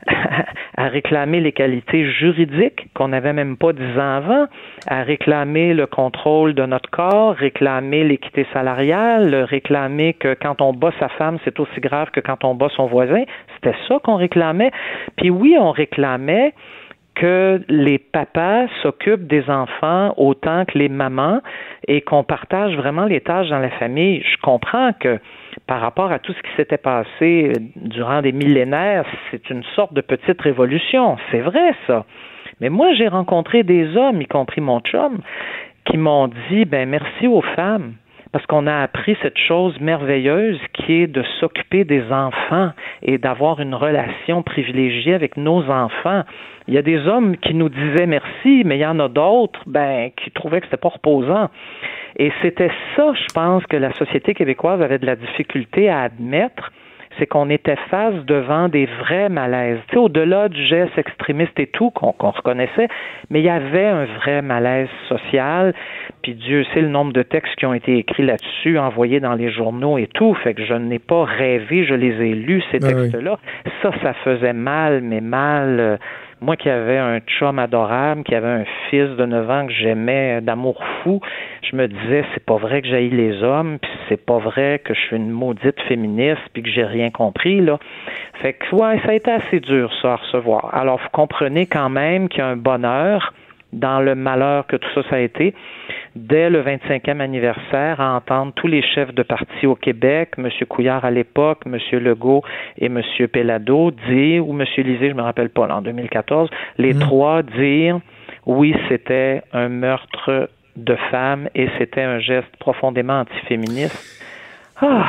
à réclamer les qualités juridiques qu'on n'avait même pas dix ans avant, à réclamer le contrôle de notre corps, réclamer l'équité salariale, réclamer que quand on bat sa femme, c'est aussi grave que quand on bat son voisin. C'était ça qu'on réclamait. Puis oui, on réclamait que les papas s'occupent des enfants autant que les mamans et qu'on partage vraiment les tâches dans la famille. Je comprends que par rapport à tout ce qui s'était passé durant des millénaires, c'est une sorte de petite révolution. C'est vrai, ça. Mais moi, j'ai rencontré des hommes, y compris mon chum, qui m'ont dit, ben merci aux femmes, parce qu'on a appris cette chose merveilleuse qui est de s'occuper des enfants et d'avoir une relation privilégiée avec nos enfants. Il y a des hommes qui nous disaient merci, mais il y en a d'autres, ben, qui trouvaient que c'était pas reposant. Et c'était ça, je pense, que la société québécoise avait de la difficulté à admettre, c'est qu'on était face devant des vrais malaises. Tu sais, au-delà du geste extrémiste et tout, qu'on, qu'on reconnaissait, mais il y avait un vrai malaise social, puis Dieu sait le nombre de textes qui ont été écrits là-dessus, envoyés dans les journaux et tout, fait que je n'ai pas rêvé, je les ai lus, ces textes-là. Oui. Ça, ça faisait mal, mais mal... Euh, moi qui avais un chum adorable, qui avait un fils de neuf ans que j'aimais d'amour fou, je me disais, c'est pas vrai que j'haïs les hommes, puis c'est pas vrai que je suis une maudite féministe, puis que j'ai rien compris, là. Fait que, ouais, ça a été assez dur, ça, à recevoir. Alors, vous comprenez quand même qu'il y a un bonheur dans le malheur que tout ça, ça a été. Dès le vingt-cinquième anniversaire, à entendre tous les chefs de parti au Québec, M. Couillard à l'époque, M. Legault et M. Pellado dire, ou M. Lisée, je me rappelle pas, là, en deux mille quatorze, les mmh. trois dire, oui, c'était un meurtre de femme et c'était un geste profondément antiféministe. Ah!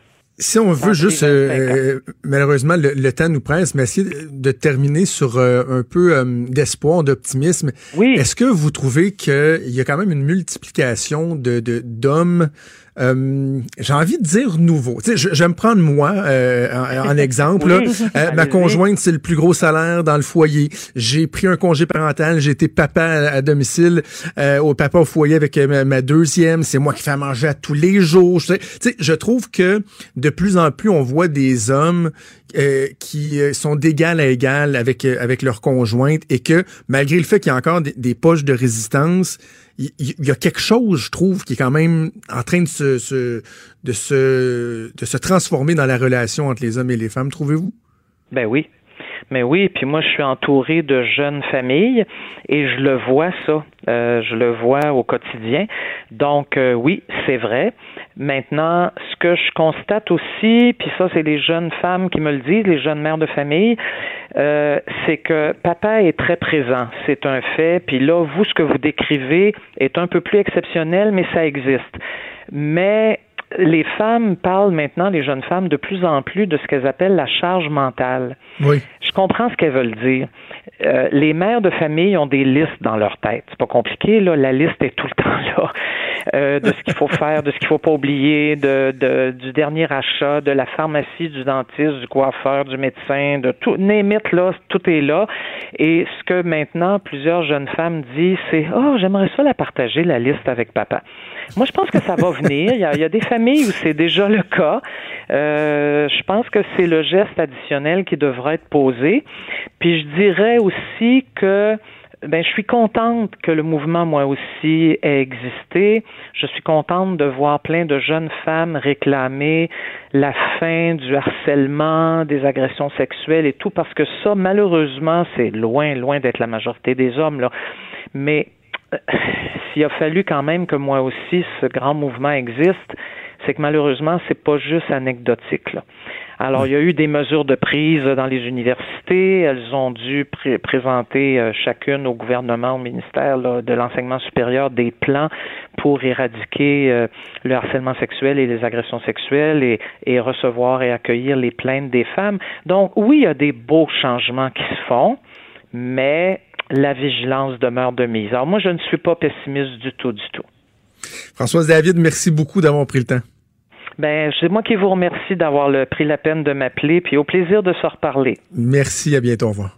Si on veut juste, euh, malheureusement, le, le temps nous presse, mais essayer de terminer sur euh, un peu euh, d'espoir, d'optimisme. Oui. Est-ce que vous trouvez qu'il y a quand même une multiplication de, de d'hommes, euh, j'ai envie de dire nouveaux. Tu sais, je, je vais me prendre moi euh, en, en exemple. Oui. Là, euh, ma conjointe, c'est le plus gros salaire dans le foyer. J'ai pris un congé parental. J'ai été papa à, à domicile, euh, au papa au foyer avec ma, ma deuxième. C'est moi qui fais à manger à tous les jours. Tu sais, je trouve que de plus en plus, on voit des hommes euh, qui sont d'égal à égal avec euh, avec leur conjointe et que malgré le fait qu'il y a encore des, des poches de résistance, il, il y a quelque chose, je trouve, qui est quand même en train de se, se de se de se transformer dans la relation entre les hommes et les femmes, trouvez-vous? Ben oui. Mais oui, puis moi, je suis entouré de jeunes familles et je le vois, ça. Euh, je le vois au quotidien. Donc, euh, oui, c'est vrai. Maintenant, ce que je constate aussi, puis ça, c'est les jeunes femmes qui me le disent, les jeunes mères de famille, euh, c'est que papa est très présent. C'est un fait. Puis là, vous, ce que vous décrivez est un peu plus exceptionnel, mais ça existe. Mais les femmes parlent maintenant, les jeunes femmes, de plus en plus de ce qu'elles appellent la charge mentale. Oui. Je comprends ce qu'elles veulent dire. Euh, les mères de famille ont des listes dans leur tête. C'est pas compliqué, là. La liste est tout le temps là. Euh, de ce qu'il faut faire, de ce qu'il faut pas oublier, de, de du dernier achat, de la pharmacie, du dentiste, du coiffeur, du médecin, de tout. Name it, là, tout est là. Et ce que maintenant plusieurs jeunes femmes disent, c'est « Oh, j'aimerais ça la partager, la liste avec papa ». Moi, je pense que ça va venir. Il y a, il y a des familles où c'est déjà le cas. Euh, je pense que c'est le geste additionnel qui devrait être posé. Puis je dirais aussi que ben, je suis contente que le mouvement, moi aussi, ait existé. Je suis contente de voir plein de jeunes femmes réclamer la fin du harcèlement, des agressions sexuelles et tout, parce que ça, malheureusement, c'est loin, loin d'être la majorité des hommes, là. Mais s'il a fallu quand même que moi aussi ce grand mouvement existe, c'est que malheureusement, c'est pas juste anecdotique, là. Alors, il y a eu des mesures de prise dans les universités. Elles ont dû pr- présenter euh, chacune au gouvernement, au ministère là, de l'enseignement supérieur, des plans pour éradiquer euh, le harcèlement sexuel et les agressions sexuelles et, et recevoir et accueillir les plaintes des femmes. Donc, oui, il y a des beaux changements qui se font, mais la vigilance demeure de mise. Alors, moi, je ne suis pas pessimiste du tout, du tout. Françoise David, merci beaucoup d'avoir pris le temps. Ben, c'est moi qui vous remercie d'avoir le, pris la peine de m'appeler, puis au plaisir de se reparler. Merci, à bientôt, au revoir.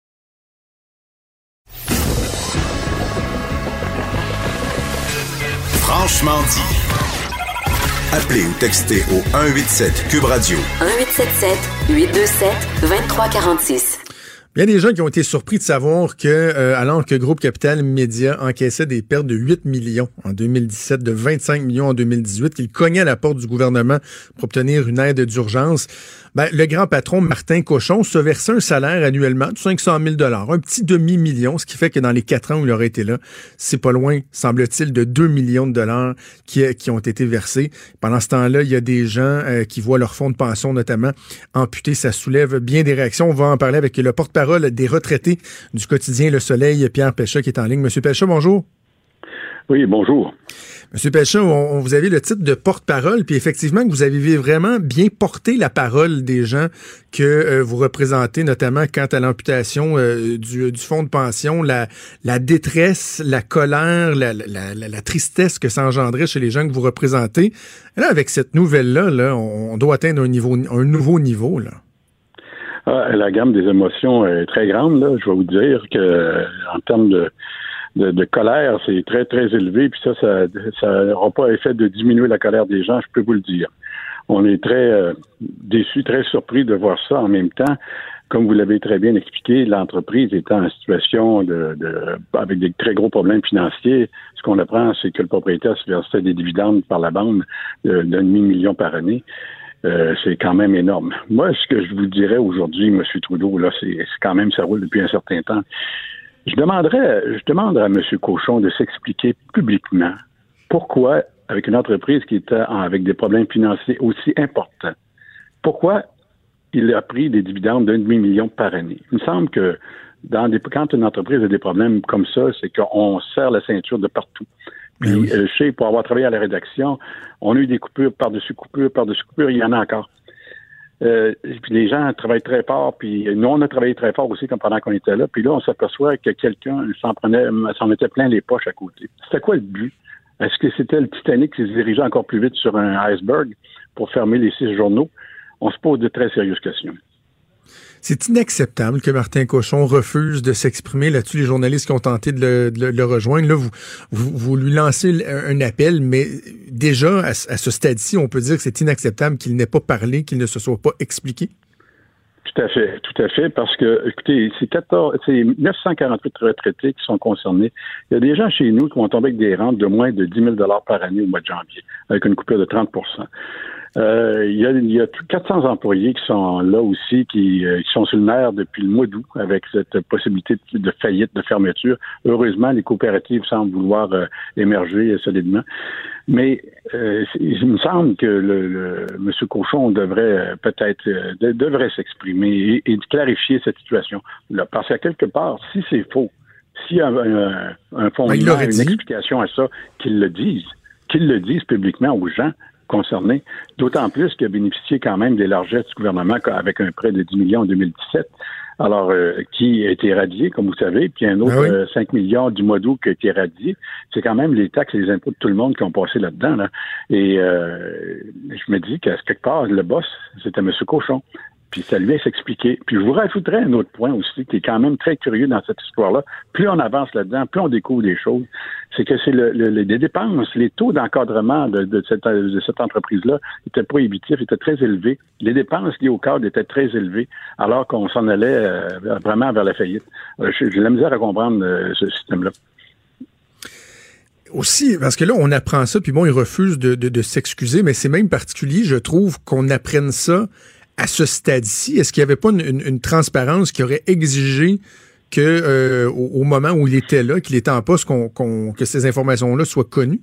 Franchement dit. Appelez ou textez au un huit sept Cube Radio. un huit sept sept huit deux sept deux trois quatre six. Il y a des gens qui ont été surpris de savoir que, euh, alors que Groupe Capital Média encaissait des pertes de huit millions en deux mille dix-sept, de vingt-cinq millions en deux mille dix-huit, qu'il cognait à la porte du gouvernement pour obtenir une aide d'urgence, ben, le grand patron Martin Cochon se versait un salaire annuellement de cinq cent mille dollars, un petit demi-million, ce qui fait que dans les quatre ans où il aurait été là, c'est pas loin, semble-t-il, de deux millions de dollars qui, qui ont été versés. Pendant ce temps-là, il y a des gens euh, qui voient leur fonds de pension notamment amputés. Ça soulève bien des réactions. On va en parler avec le porte-parole des retraités du quotidien Le Soleil, Pierre Pécha, qui est en ligne. Monsieur Pécha, bonjour. Oui, bonjour. Monsieur Pelcha, on, on vous avez le titre de porte-parole, puis effectivement que vous avez vraiment bien porté la parole des gens que euh, vous représentez, notamment quant à l'amputation euh, du, du fonds de pension, la, la détresse, la colère, la, la, la, la tristesse que ça engendrait chez les gens que vous représentez. Là, avec cette nouvelle-là, là, on, on doit atteindre un, niveau, un nouveau niveau, là. Ah, la gamme des émotions est très grande, là. Je vais vous dire que en termes de De, de colère, c'est très, très élevé, puis ça, ça ça n'aura pas effet de diminuer la colère des gens, je peux vous le dire. On est très euh, déçus, très surpris de voir ça. En même temps, comme vous l'avez très bien expliqué, l'entreprise étant en situation de, de avec des très gros problèmes financiers, ce qu'on apprend, c'est que le propriétaire se versait des dividendes par la bande de, d'un demi-million par année. Euh, c'est quand même énorme. Moi, ce que je vous dirais aujourd'hui, M. Trudeau, là, c'est, c'est quand même, ça roule depuis un certain temps. Je demanderais, je demande à M. Cochon de s'expliquer publiquement pourquoi, avec une entreprise qui était en, avec des problèmes financiers aussi importants, pourquoi il a pris des dividendes d'un demi-million par année. Il me semble que dans des, quand une entreprise a des problèmes comme ça, c'est qu'on serre la ceinture de partout. Puis, oui. euh, je sais, pour avoir travaillé à la rédaction, on a eu des coupures par-dessus coupures, par-dessus coupures, il y en a encore. Euh, puis les gens travaillent très fort, puis nous, on a travaillé très fort aussi comme pendant qu'on était là, puis là, on s'aperçoit que quelqu'un s'en prenait, s'en mettait plein les poches à côté. C'était quoi le but? Est-ce que c'était le Titanic qui se dirigeait encore plus vite sur un iceberg pour fermer les six journaux? On se pose de très sérieuses questions. C'est inacceptable que Martin Cochon refuse de s'exprimer là-dessus. Les journalistes qui ont tenté de le, de le, de le rejoindre, là, vous, vous, vous lui lancez un appel, mais déjà, à, à ce stade-ci, on peut dire que c'est inacceptable qu'il n'ait pas parlé, qu'il ne se soit pas expliqué. Tout à fait, tout à fait, parce que, écoutez, c'est, quatorze, c'est neuf cent quarante-huit retraités qui sont concernés. Il y a des gens chez nous qui vont tomber avec des rentes de moins de dix mille dollars par année au mois de janvier, avec une coupure de trente pour cent. Euh, il y a, il y a quatre cents employés qui sont là aussi, qui, euh, qui sont sur le nerf depuis le mois d'août avec cette possibilité de, de faillite, de fermeture. Heureusement, les coopératives semblent vouloir euh, émerger euh, solidement. Mais euh, il me semble que le, le M. Cochon devrait euh, peut-être euh, de, devrait s'exprimer et, et clarifier cette situation. Là, parce qu'à quelque part, si c'est faux, s'il y a un, un, un fondement, une dit. explication à ça, qu'ils le disent, qu'ils le disent publiquement aux gens concernés, d'autant plus qu'il a bénéficié quand même des largesses du gouvernement avec un prêt de dix millions en deux mille dix-sept, alors euh, qui a été éradié, comme vous savez, puis un autre ah oui. euh, cinq millions du mois d'août qui a été éradié. C'est quand même les taxes et les impôts de tout le monde qui ont passé là-dedans. Là. Et euh, je me dis qu'à quelque part, le boss, c'était M. Cochon. Puis ça lui a s'expliquer. Puis je vous rajouterais un autre point aussi qui est quand même très curieux dans cette histoire-là. Plus on avance là-dedans, plus on découvre des choses. C'est que c'est le, le, les dépenses, les taux d'encadrement de, de, cette, de cette entreprise-là étaient prohibitifs, étaient très élevés. Les dépenses liées au cadre étaient très élevées, alors qu'on s'en allait euh, vraiment vers la faillite. Euh, j'ai de la misère à comprendre euh, ce système-là. Aussi, parce que là, on apprend ça, puis bon, il refuse de, de, de s'excuser, mais c'est même particulier, je trouve, qu'on apprenne ça à ce stade-ci. Est-ce qu'il n'y avait pas une, une, une transparence qui aurait exigé que, euh, au, au moment où il était là, qu'il était en poste, qu'on, qu'on, que ces informations-là soient connues?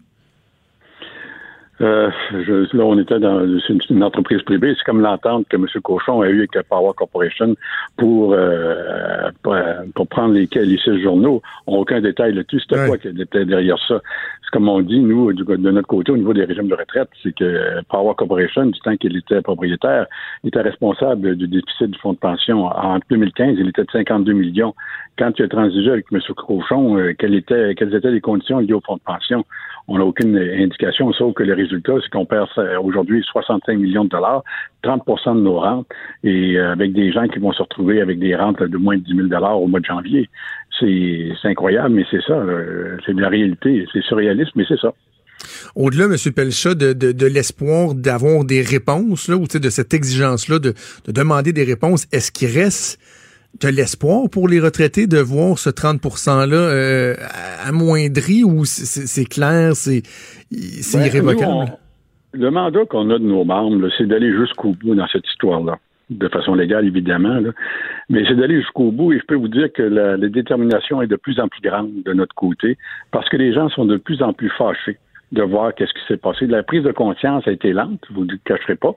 Euh, je, là, on était dans une, une entreprise privée. C'est comme l'entente que M. Cochon a eue avec la Power Corporation pour, euh, pour, pour prendre les, les six journaux. On n'a aucun détail là-dessus. C'était ouais. quoi qui était derrière ça? C'est comme on dit, nous, du, de notre côté, au niveau des régimes de retraite, c'est que Power Corporation, du temps qu'il était propriétaire, était responsable du déficit du fonds de pension. En deux mille quinze, il était de cinquante-deux millions. Quand il a transigé avec M. Cochon, euh, quelles étaient, quelles étaient les conditions liées au fonds de pension? On n'a aucune indication, sauf que le résultat, c'est qu'on perd aujourd'hui soixante-cinq millions de dollars, trente pour cent de nos rentes, et euh, avec des gens qui vont se retrouver avec des rentes là, de moins de dix mille dollars au mois de janvier. C'est, c'est incroyable, mais c'est ça. Euh, c'est de la réalité. C'est surréaliste, mais c'est ça. Au-delà, M. Pelcha, de, de, de l'espoir d'avoir des réponses, là, ou de cette exigence-là de, de demander des réponses, est-ce qu'il reste de l'espoir pour les retraités de voir ce trente pour cent-là euh, amoindri, ou c'est, c'est clair, c'est, c'est ben, irrévocable? Nous, on, le mandat qu'on a de nos membres, là, c'est d'aller jusqu'au bout dans cette histoire-là. De façon légale, évidemment, là. Mais c'est d'aller jusqu'au bout, et je peux vous dire que la, la détermination est de plus en plus grande de notre côté, parce que les gens sont de plus en plus fâchés de voir qu'est-ce qui s'est passé. La prise de conscience a été lente, vous ne le cacherez pas,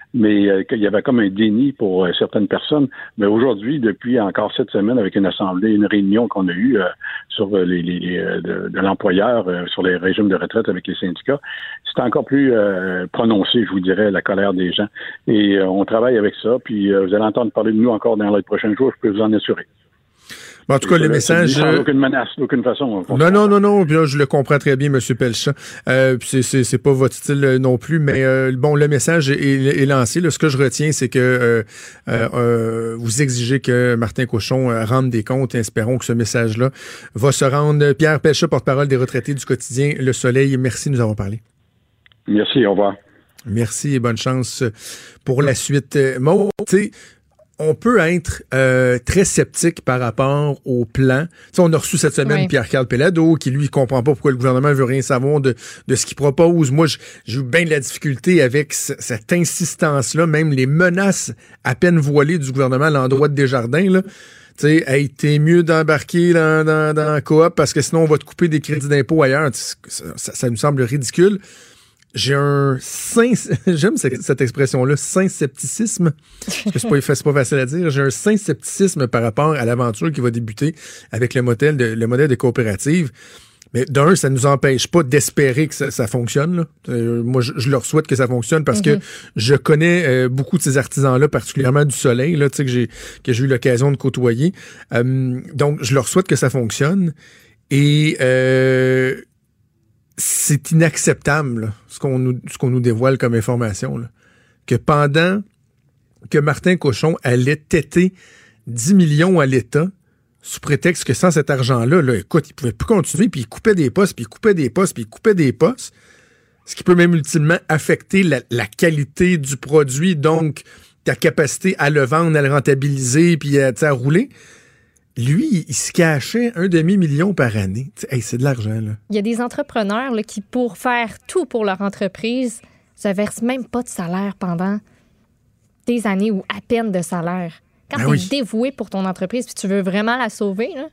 mais euh, qu'il y avait comme un déni pour euh, certaines personnes. Mais aujourd'hui, depuis encore cette semaine, avec une assemblée, une réunion qu'on a eue euh, sur les, les, les euh, de, de l'employeur, euh, sur les régimes de retraite avec les syndicats, c'est encore plus euh, prononcé, je vous dirais, la colère des gens. Et euh, on travaille avec ça, puis euh, vous allez entendre parler de nous encore dans les prochains jours, je peux vous en assurer. En tout cas, le message... Sans aucune menace, d'aucune façon. Non, non, non, non. Puis là, je le comprends très bien, M. Pelchat. Euh, c'est, c'est, c'est pas votre style euh, non plus, mais euh, bon, le message est, est lancé. Là, ce que je retiens, c'est que euh, euh, euh, vous exigez que Martin Cochon euh, rende des comptes et espérons que ce message-là va se rendre. Pierre Pelchat, porte-parole des retraités du quotidien Le Soleil. Merci de nous avoir parlé. Merci, au revoir. Merci et bonne chance pour la suite. Maud, tu sais, on peut être euh, très sceptique par rapport au plan. T'sais, on a reçu cette semaine oui. Pierre-Carl Péladeau, qui lui comprend pas pourquoi le gouvernement veut rien savoir de, de ce qu'il propose. Moi, j'ai eu bien de la difficulté avec c- cette insistance-là, même les menaces à peine voilées du gouvernement à l'endroit de Desjardins, là. Tu sais, hey, t'es mieux d'embarquer dans, dans, dans la coop parce que sinon on va te couper des crédits d'impôt ailleurs. Ça, ça, ça nous semble ridicule. J'ai un sain, j'aime cette, cette expression-là, sain scepticisme, parce que c'est pas, c'est pas facile à dire. J'ai un sain scepticisme par rapport à l'aventure qui va débuter avec le modèle de, le modèle de coopérative. Mais d'un, ça nous empêche pas d'espérer que ça, ça fonctionne, là. Euh, moi, je, je leur souhaite que ça fonctionne parce mm-hmm. que je connais euh, beaucoup de ces artisans-là, particulièrement du Soleil, là, tu sais, que j'ai, que j'ai eu l'occasion de côtoyer. Euh, donc, je leur souhaite que ça fonctionne. Et, euh, c'est inacceptable, là, ce qu'on nous, ce qu'on nous dévoile comme information, là. Que pendant que Martin Cochon allait têter dix millions à l'État, sous prétexte que sans cet argent-là, là, écoute, il pouvait plus continuer, puis il coupait des postes, puis il coupait des postes, puis il coupait des postes, ce qui peut même ultimement affecter la, la qualité du produit, donc ta capacité à le vendre, à le rentabiliser, puis à, à rouler. Lui, il se cachait un demi-million par année. Hey, c'est de l'argent, là. Il y a des entrepreneurs là, qui, pour faire tout pour leur entreprise, ne versent même pas de salaire pendant des années ou à peine de salaire. Quand ben tu es oui. dévoué pour ton entreprise puis tu veux vraiment la sauver, là,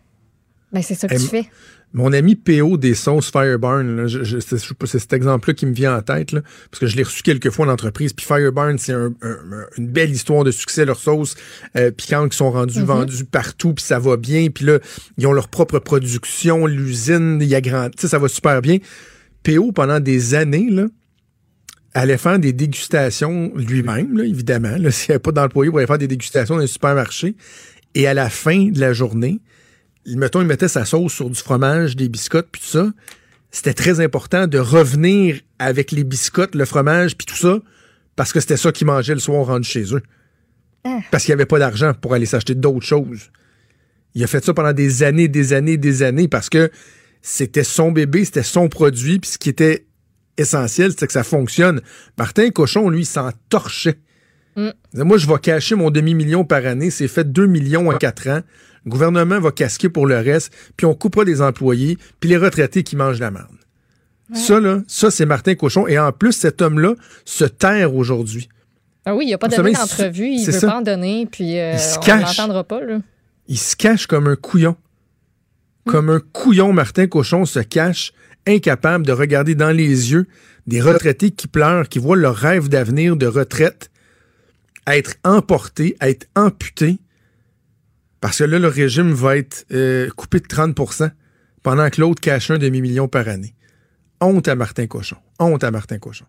ben c'est ça que hey, tu fais. Mon ami P O des sauces Fireburn, là, je, je, c'est, c'est cet exemple-là qui me vient en tête, là, parce que je l'ai reçu quelques fois en entreprise. Puis Fireburn, c'est un, un, une belle histoire de succès, leurs sauces euh, piquantes qui sont rendues, mm-hmm. vendues partout, puis ça va bien. Puis là, ils ont leur propre production, l'usine, il y a grand, tu sais, ça va super bien. P O, pendant des années, là, allait faire des dégustations lui-même, là, évidemment. Là, s'il n'y avait pas d'employé, il allait faire des dégustations dans un supermarché. Et à la fin de la journée, mettons, il mettait sa sauce sur du fromage, des biscottes, puis tout ça. C'était très important de revenir avec les biscottes, le fromage, puis tout ça, parce que c'était ça qu'ils mangeaient le soir rendu chez eux. Ah. Parce qu'il n'y avait pas d'argent pour aller s'acheter d'autres choses. Il a fait ça pendant des années, des années, des années, parce que c'était son bébé, c'était son produit, puis ce qui était essentiel, c'était que ça fonctionne. Martin Cochon, lui, il s'en torchait. Mm. Moi, je vais cacher mon demi-million par année. C'est fait deux millions en quatre ans. Le gouvernement va casquer pour le reste, puis on coupera des employés, puis les retraités qui mangent la merde. Ouais. Ça, là, ça, c'est Martin Cochon. Et en plus, cet homme-là se terre aujourd'hui. Ah oui, il n'a pas donné d'entrevue, il ne veut pas en donner, puis euh, on ne l'entendra pas, là. Il se cache comme un couillon. Mm. Comme un couillon, Martin Cochon se cache, incapable de regarder dans les yeux des retraités qui pleurent, qui voient leur rêve d'avenir de retraite être emporté, être amputé, parce que là, le régime va être euh, coupé de trente pour cent pendant que l'autre cache un demi-million par année. Honte à Martin Cochon. Honte à Martin Cochon.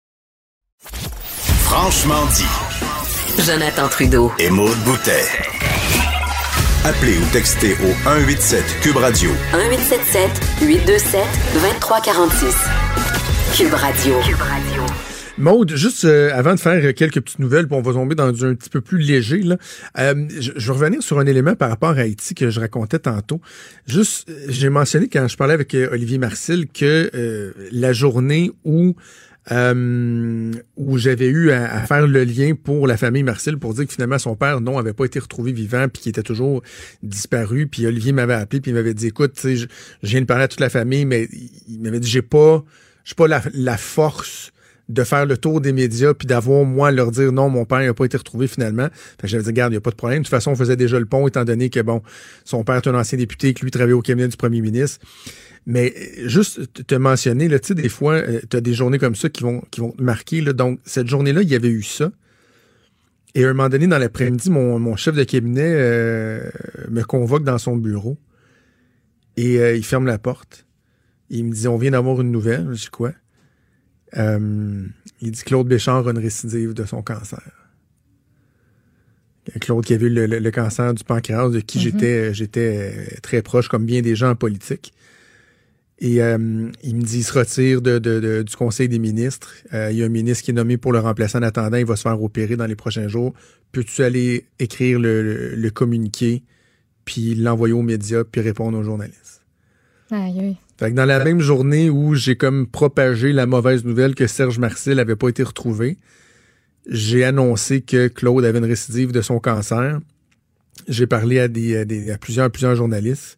Franchement dit. Jonathan Trudeau. Et Maude Boutet. Appelez ou textez au un huit sept Cube Radio. un huit sept sept huit deux sept deux trois quatre six. Cube Radio. Cube Radio. Maude, juste euh, avant de faire quelques petites nouvelles, puis on va tomber dans du un petit peu plus léger, là, euh, je, je vais revenir sur un élément par rapport à Haïti que je racontais tantôt. Juste, j'ai mentionné quand je parlais avec euh, Olivier Marcil que euh, la journée où euh, où j'avais eu à, à faire le lien pour la famille Marcil pour dire que finalement son père, non, avait pas été retrouvé vivant puis qu'il était toujours disparu. Puis Olivier m'avait appelé puis il m'avait dit, écoute, tu sais, je, je viens de parler à toute la famille, mais il m'avait dit, j'ai pas, j'ai pas la, la force de faire le tour des médias puis d'avoir, moi, à leur dire non, mon père n'a pas été retrouvé finalement. Fait que j'avais dit, regarde, il n'y a pas de problème. De toute façon, on faisait déjà le pont, étant donné que, bon, son père est un ancien député, que lui travaillait au cabinet du premier ministre. Mais juste te mentionner, là, tu sais, des fois, euh, tu as des journées comme ça qui vont, qui vont te marquer. Là. Donc, cette journée-là, il y avait eu ça. Et à un moment donné, dans l'après-midi, mon, mon chef de cabinet euh, me convoque dans son bureau et euh, il ferme la porte. Il me dit, on vient d'avoir une nouvelle. Je dis quoi? Euh, il dit Claude Béchard a une récidive de son cancer. Claude qui avait eu le, le, le cancer du pancréas, de qui mm-hmm. j'étais, j'étais très proche, comme bien des gens en politique. Et euh, il me dit il se retire de, de, de, du Conseil des ministres. Euh, il y a un ministre qui est nommé pour le remplacer en attendant. Il va se faire opérer dans les prochains jours. Peux-tu aller écrire le, le, le communiqué, puis l'envoyer aux médias, puis répondre aux journalistes? Aïe, aïe. Fait que dans la même journée où j'ai comme propagé la mauvaise nouvelle que Serge Marcel n'avait pas été retrouvé, j'ai annoncé que Claude avait une récidive de son cancer. J'ai parlé à, des, à, des, à plusieurs, plusieurs journalistes.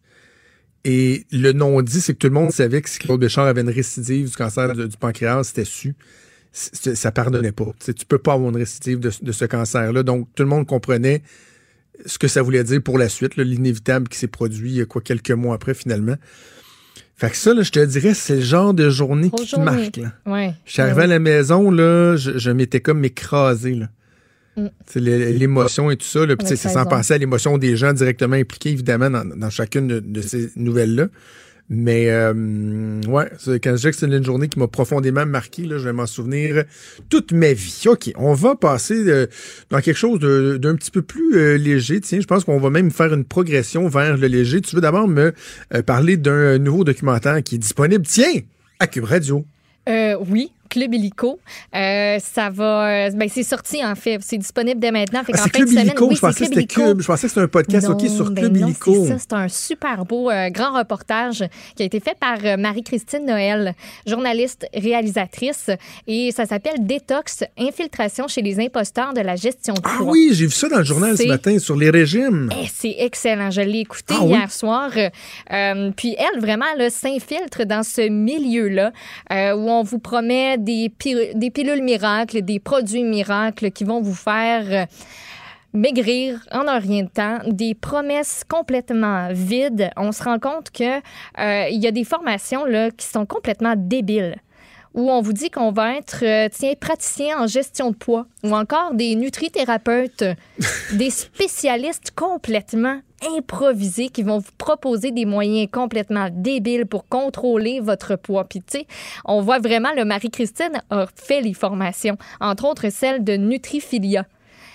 Et le non-dit, c'est que tout le monde savait que si Claude Béchard avait une récidive du cancer du, du pancréas, c'était su. C'est, ça pardonnait pas. T'sais, tu peux pas avoir une récidive de, de ce cancer-là. Donc, tout le monde comprenait ce que ça voulait dire pour la suite, là, l'inévitable qui s'est produit quoi, quelques mois après, finalement. Fait que ça, là, je te dirais, c'est le genre de journée Trop qui journée. te marque. Là. Ouais. Je suis arrivé ouais. à la maison, là, je, je m'étais comme écrasé. Là. Mm. L'émotion et tout ça. Là, puis c'est sans penser à l'émotion des gens directement impliqués, évidemment, dans, dans chacune de, de ces nouvelles-là. Mais, euh, ouais, quand je dis que c'est une journée qui m'a profondément marqué, là, je vais m'en souvenir toute ma vie. OK, on va passer euh, dans quelque chose de, d'un petit peu plus euh, léger. Tiens, je pense qu'on va même faire une progression vers le léger. Tu veux d'abord me euh, parler d'un nouveau documentaire qui est disponible, tiens, à Cube Radio. Euh, oui. Club Illico. Euh, ça va. Ben, c'est sorti, en fait. C'est disponible dès maintenant. Fait ah, c'est Club Illico. Oui, je pensais que c'était Cube. Je pensais que c'était un podcast non, OK sur ben Club non, Illico. C'est ça. C'est un super beau euh, grand reportage qui a été fait par euh, Marie-Christine Noël, journaliste, réalisatrice. Et ça s'appelle Détox, infiltration chez les imposteurs de la gestion de poids. Ah oui, j'ai vu ça dans le journal c'est... ce matin sur les régimes. Eh, c'est excellent. Je l'ai écouté ah, hier oui? soir. Euh, puis elle, vraiment, là, s'infiltre dans ce milieu-là euh, où on vous promet des, pi- des pilules miracles, des produits miracles qui vont vous faire euh, maigrir en un rien de temps, des promesses complètement vides. On se rend compte que euh, il y a des formations là, qui sont complètement débiles, où on vous dit qu'on va être euh, tiens, praticien en gestion de poids, ou encore des nutrithérapeutes, des spécialistes complètement improvisés qui vont vous proposer des moyens complètement débiles pour contrôler votre poids. Puis, tu sais, on voit vraiment, le Marie-Christine a fait les formations, entre autres celle de Nutrifilia.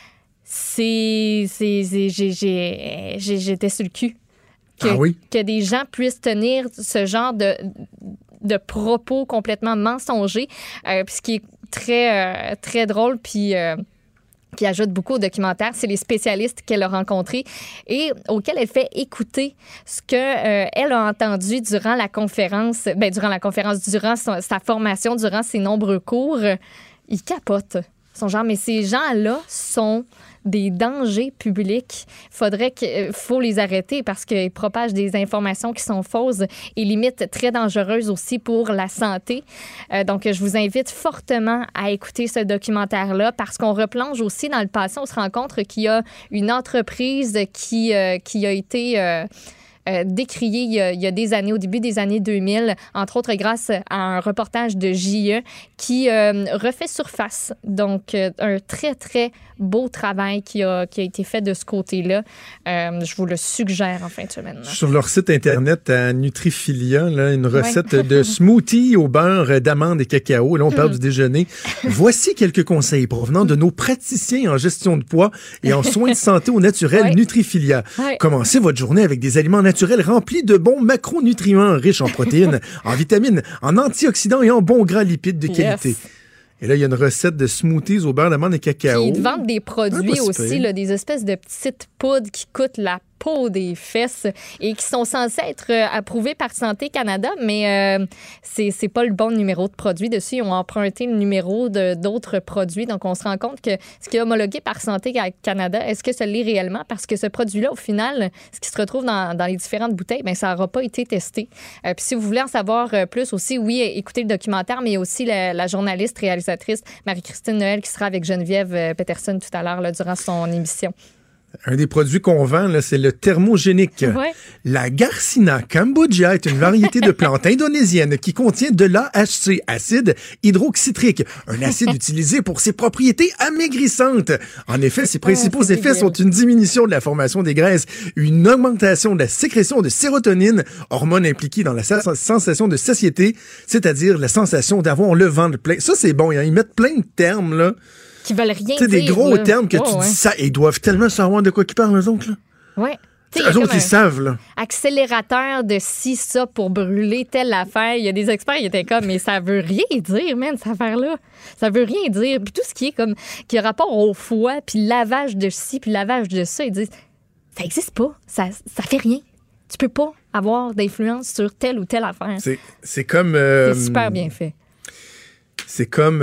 C'est... c'est, c'est j'ai, j'ai, j'ai, j'étais sur le cul. Que, ah oui? Que des gens puissent tenir ce genre de... de propos complètement mensongers, euh, puis ce qui est très, euh, très drôle, puis euh, qui ajoute beaucoup au documentaire, c'est les spécialistes qu'elle a rencontrés et auxquels elle fait écouter ce qu'elle euh, a entendu durant la conférence, ben, durant la conférence, durant son, sa formation, durant ses nombreux cours. Ils capotent. Ils sont genre, mais ces gens-là sont des dangers publics. Faudrait que, faut les arrêter parce qu'ils propagent des informations qui sont fausses et limite très dangereuses aussi pour la santé. Euh, donc, je vous invite fortement à écouter ce documentaire-là parce qu'on replonge aussi dans le passé. On se rend compte qu'il y a une entreprise qui, euh, qui a été... Euh, Euh, décrié il y, a, il y a des années, au début des années deux mille, entre autres grâce à un reportage de J E qui euh, refait surface. Donc, euh, un très, très beau travail qui a, qui a été fait de ce côté-là. Euh, je vous le suggère en fin de semaine. Là. Sur leur site Internet, à Nutrifilia, là, une recette ouais. de smoothie au beurre d'amande et cacao. Là, on parle du déjeuner. Voici quelques conseils provenant de nos praticiens en gestion de poids et en soins de santé au naturel ouais. Nutrifilia. Ouais. Commencez votre journée avec des aliments naturels remplis de bons macronutriments riches en protéines, en vitamines, en antioxydants et en bons gras lipides de qualité. Yes. Et là, il y a une recette de smoothies au beurre d'amande et cacao. Puis ils vendent des produits ah, aussi, là, des espèces de petites poudres qui coûtent la peau, des fesses et qui sont censés être euh, approuvés par Santé Canada, mais euh, c'est, c'est pas le bon numéro de produit dessus. Ils ont emprunté le numéro de, d'autres produits. Donc, on se rend compte que ce qui est homologué par Santé Canada, est-ce que ça l'est réellement? Parce que ce produit-là, au final, ce qui se retrouve dans, dans les différentes bouteilles, bien, ça n'aura pas été testé. Euh, puis si vous voulez en savoir euh, plus aussi, oui, écoutez le documentaire, mais il y a aussi la, la journaliste réalisatrice Marie-Christine Noël qui sera avec Geneviève euh, Peterson tout à l'heure là, durant son émission. Un des produits qu'on vend, là, c'est le thermogénique. Ouais. La Garcinia cambogia est une variété de plante indonésienne qui contient de l'A H C, acide hydroxytrique, un acide utilisé pour ses propriétés amaigrissantes. En effet, ses principaux oh, effets sont une diminution de la formation des graisses, une augmentation de la sécrétion de sérotonine, hormone impliquée dans la sensation de satiété, c'est-à-dire la sensation d'avoir le ventre plein. Ça, c'est bon. Hein? Ils mettent plein de termes, là. Qui veulent rien dire. C'est des gros là. termes que oh, tu ouais. dis ça. Ils doivent tellement savoir de quoi ils parlent, eux autres, là. Oui. Eux autres, ils savent, là. Accélérateur de ci, ça pour brûler telle affaire. Il y a des experts qui étaient comme, mais ça veut rien dire, man, cette affaire-là. Ça veut rien dire. Puis tout ce qui est comme, qui a rapport au foie, puis lavage de ci, puis lavage de ça, ils disent, ça existe pas. Ça, ça fait rien. Tu peux pas avoir d'influence sur telle ou telle affaire. C'est, c'est comme... Euh, c'est super bien fait. C'est comme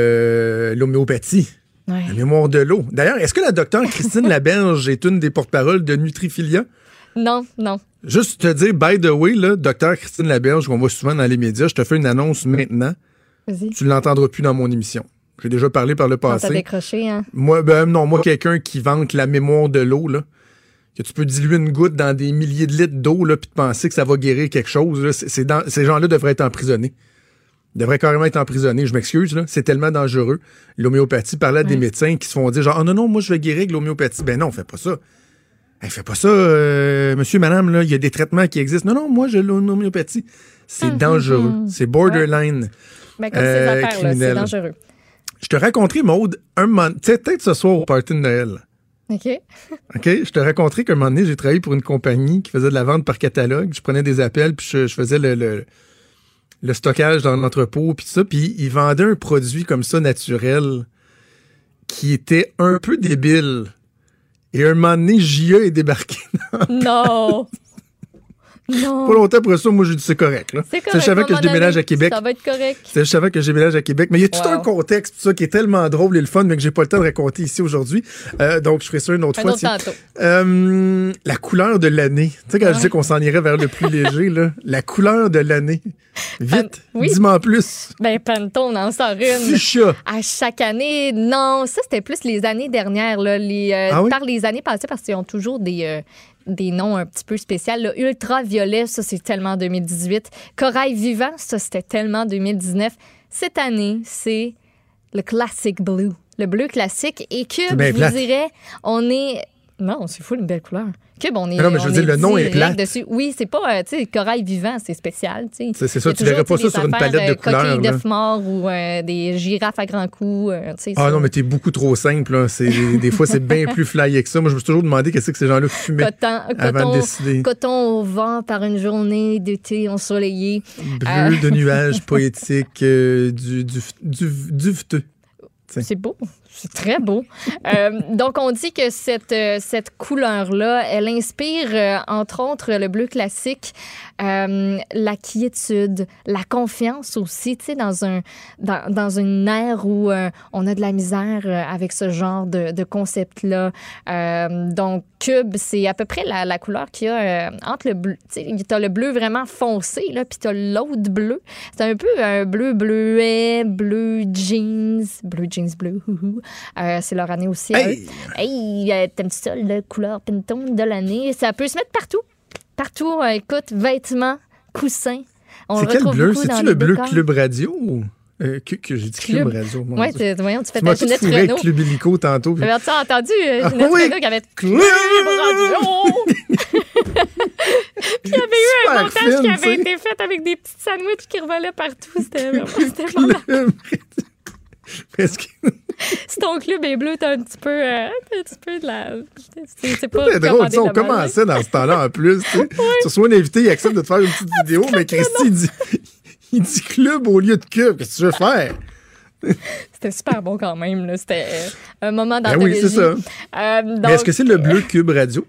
euh, l'homéopathie. Ouais. La mémoire de l'eau. D'ailleurs, est-ce que la docteure Christine Laberge est une des porte-paroles de Nutrifilia? Non, non. Juste te dire, by the way, là, docteure Christine Laberge, qu'on voit souvent dans les médias, je te fais une annonce maintenant. Vas-y. Tu ne l'entendras plus dans mon émission. J'ai déjà parlé par le passé. Quand t'as décroché, hein? Moi, ben non, moi, quelqu'un qui vante la mémoire de l'eau, là, que tu peux diluer une goutte dans des milliers de litres d'eau, là, puis te penser que ça va guérir quelque chose, là, c'est, c'est dans, ces gens-là devraient être emprisonnés. Ils devraient carrément être emprisonnés. Je m'excuse, là. C'est tellement dangereux. L'homéopathie, parlait à des ouais. médecins qui se font dire genre, oh non, non, moi, je vais guérir avec l'homéopathie. Ben non, fais pas ça. Hey, fais pas ça, euh, monsieur, madame, là. Il y a des traitements qui existent. Non, non, moi, j'ai l'homéopathie. C'est mm-hmm. dangereux. C'est borderline. Ouais. Ben, comme euh, ces affaires-là, c'est dangereux. Je te raconterai, Maude, un moment, tu sais, peut-être ce soir au party de Noël. OK. OK. Je te raconterai qu'un moment donné, j'ai travaillé pour une compagnie qui faisait de la vente par catalogue. Je prenais des appels, puis je, je faisais le, le le stockage dans l'entrepôt, puis tout ça, puis ils vendaient un produit comme ça, naturel, qui était un peu débile. Et un moment donné, J A est débarqué. Non! Non! Pas longtemps après ça, moi, j'ai dit c'est correct. Là. C'est correct. C'est avant que je déménage à Québec. Ça va être correct. C'est juste avant que je déménage à Québec. Mais il y a tout wow. un contexte, tout ça, qui est tellement drôle et le fun, mais que j'ai pas le temps de raconter ici aujourd'hui. Euh, donc, je ferai ça une autre un fois. Autre tantôt. Euh, la couleur de l'année. Tu sais, quand ouais. je dis qu'on s'en irait vers le plus léger, là, la couleur de l'année. Vite, Pan- oui. dis-moi plus. Ben, Pantone en sort une. Fuchsia. À chaque année. Non, ça, c'était plus les années dernières, là. Les, euh, ah oui? Par les années passées, parce qu'ils ont toujours des... Euh, des noms un petit peu spéciaux. Là. Ultraviolet, ça, c'est tellement deux mille dix-huit. Corail vivant, ça, c'était tellement deux mille dix-neuf. Cette année, c'est le Classic Blue. Le bleu classique. Et Cube, je vous dirais, on est... Non, c'est fou, une belle couleur. Cube, on est. Non, mais je veux dire, le nom est plat. Dessus. Oui, c'est pas, euh, tu sais, corail vivant, c'est spécial, tu sais. C'est, c'est ça, tu verrais pas ça sur une palette de couleurs. Coquilles d'œufs morts ou euh, des girafes à grands coups, euh, tu sais. Ah ça. Non, mais t'es beaucoup trop simple, là. C'est, des fois, c'est bien plus flyé que ça. Moi, je me suis toujours demandé qu'est-ce que ces gens-là fumaient coton, avant coton, de décider. Coton au vent par une journée d'été ensoleillée. Bleu euh... de nuages poétiques, euh, du, du, du, du, du C'est, c'est beau. C'est très beau. euh, donc, on dit que cette, euh, cette couleur-là, elle inspire, euh, entre autres, le bleu classique, euh, la quiétude, la confiance aussi, tu sais, dans, un, dans, dans une ère où euh, on a de la misère euh, avec ce genre de, de concept-là. Euh, donc, Cube, c'est à peu près la, la couleur qu'il y a euh, entre le bleu. Tu sais, t'as le bleu vraiment foncé, là, puis t'as l'autre bleu. C'est un peu un bleu bleuet, bleu jeans, bleu jeans bleu, houhou. Euh, c'est leur année aussi. Hey, hey euh, t'aimes ça, la couleur Pantone de l'année? Ça peut se mettre partout. Partout, euh, écoute, vêtements, coussins. On c'est le quel bleu? C'est-tu le bleu décors. Club Radio ou... Euh, que, que j'ai dit Club, Club Radio. Oui, voyons, tu fais tu ta Ginette Renault. Avec Club Illico tantôt. Puis... Tu as entendu euh, Ginette ah, oui. Renault qui avait Club Radio. Puis il y avait eu un montage film, qui avait t'sais. été fait avec des petites sandwichs qui revolaient partout. C'était vraiment c'était vraiment... Presque. Si ton club est bleu, t'as un petit peu, euh, un petit peu de la... C'est, c'est pas c'est drôle, on commençait dans ce temps-là en plus. Tu reçois un invité, il accepte de te faire une petite vidéo, mais Christy, il dit, il dit club au lieu de cube. Qu'est-ce que tu veux faire? C'était super bon quand même. Là. C'était un moment d'anthologie. Ben oui, c'est ça. Euh, donc, mais est-ce que c'est le bleu Cube Radio?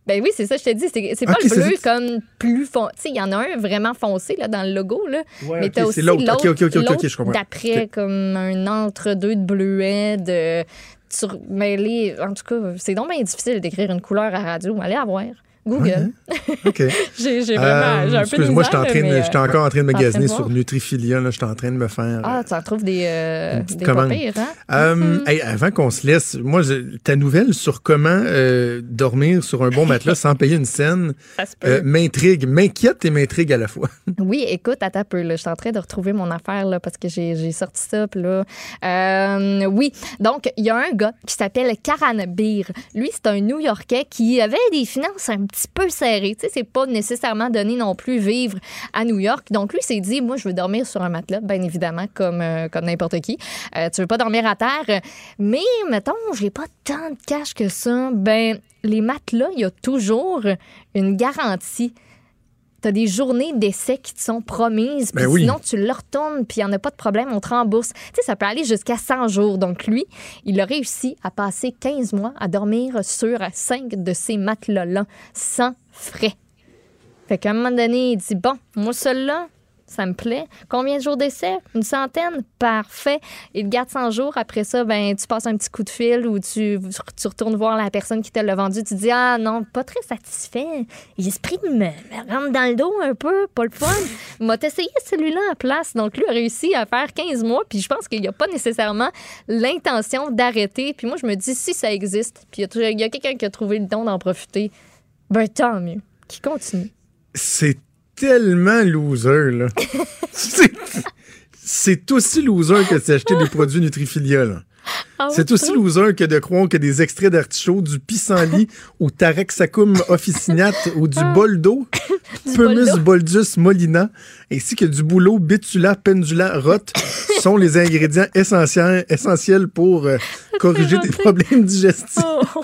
Ben oui, c'est ça, je te dis. C'est, c'est pas okay, le bleu c'est... comme plus foncé. Tu sais, il y en a un vraiment foncé là, dans le logo, là. Ouais, mais okay, t'as aussi c'est l'autre. l'autre, okay, okay, okay, l'autre okay, je comprends. d'après, okay. comme un entre-deux de bleuet, de... surmêlé. En tout cas, c'est donc bien difficile d'écrire une couleur à radio. Allez à voir. Google. Ouais, OK. j'ai, j'ai vraiment euh, j'ai un peu de misère. Moi, je suis euh, encore en train de magasiner sur Nutrifilia. Je suis en train de me faire... Ah, tu en trouves des, euh, des pas pires, hein? Euh, mm-hmm. hey, avant qu'on se laisse, moi, je, ta nouvelle sur comment euh, dormir sur un bon matelas sans payer une scène euh, m'intrigue, m'inquiète et m'intrigue à la fois. Oui, écoute, attends un peu. Là, je suis en train de retrouver mon affaire là, parce que j'ai, j'ai sorti ça. Puis là, euh, oui, donc, il y a un gars qui s'appelle Karan Bir. Lui, c'est un New-Yorkais qui avait des finances un petit peu serrées. Tu sais, c'est pas nécessairement donné non plus vivre à New York. Donc, lui s'est dit, moi, je veux dormir sur un matelas, bien évidemment, comme, euh, comme n'importe qui. Euh, tu veux pas dormir à terre. Mais, mettons, j'ai pas tant de cash que ça. Ben, les matelas, il y a toujours une garantie. Tu as des journées d'essai qui te sont promises, puis ben oui. Sinon, tu le retournes, puis il n'y en a pas de problème, on te rembourse. Tu sais, ça peut aller jusqu'à cent jours. Donc, lui, il a réussi à passer quinze mois à dormir sur cinq de ces matelas-là, sans frais. Fait qu'à un moment donné, il dit, bon, moi, celui-là, ça me plaît. Combien de jours d'essai? Une centaine? Parfait. Il garde cent jours. Après ça, ben, tu passes un petit coup de fil ou tu, tu retournes voir la personne qui te l'a vendu. Tu dis, ah non, pas très satisfait. L'esprit me, me rentre dans le dos un peu. Pas le fun. M'a essayé celui-là en place. Donc, lui a réussi à faire quinze mois. Puis je pense qu'il n'y a pas nécessairement l'intention d'arrêter. Puis moi, je me dis, si ça existe, puis il y, y a quelqu'un qui a trouvé le don d'en profiter, ben tant mieux. Qui continue. C'est tellement loser, là. c'est, c'est aussi loser que de s'acheter des produits Nutrifilia, là. Ah c'est aussi ça? Loser que de croire que des extraits d'artichaut, du pissenlit ou Taraxacum officinate ou du bol d'eau, Pumus boldus molina, ainsi que du bouleau Betula pendula rot sont les ingrédients essentiels, essentiels pour euh, corriger des problèmes digestifs. Oh.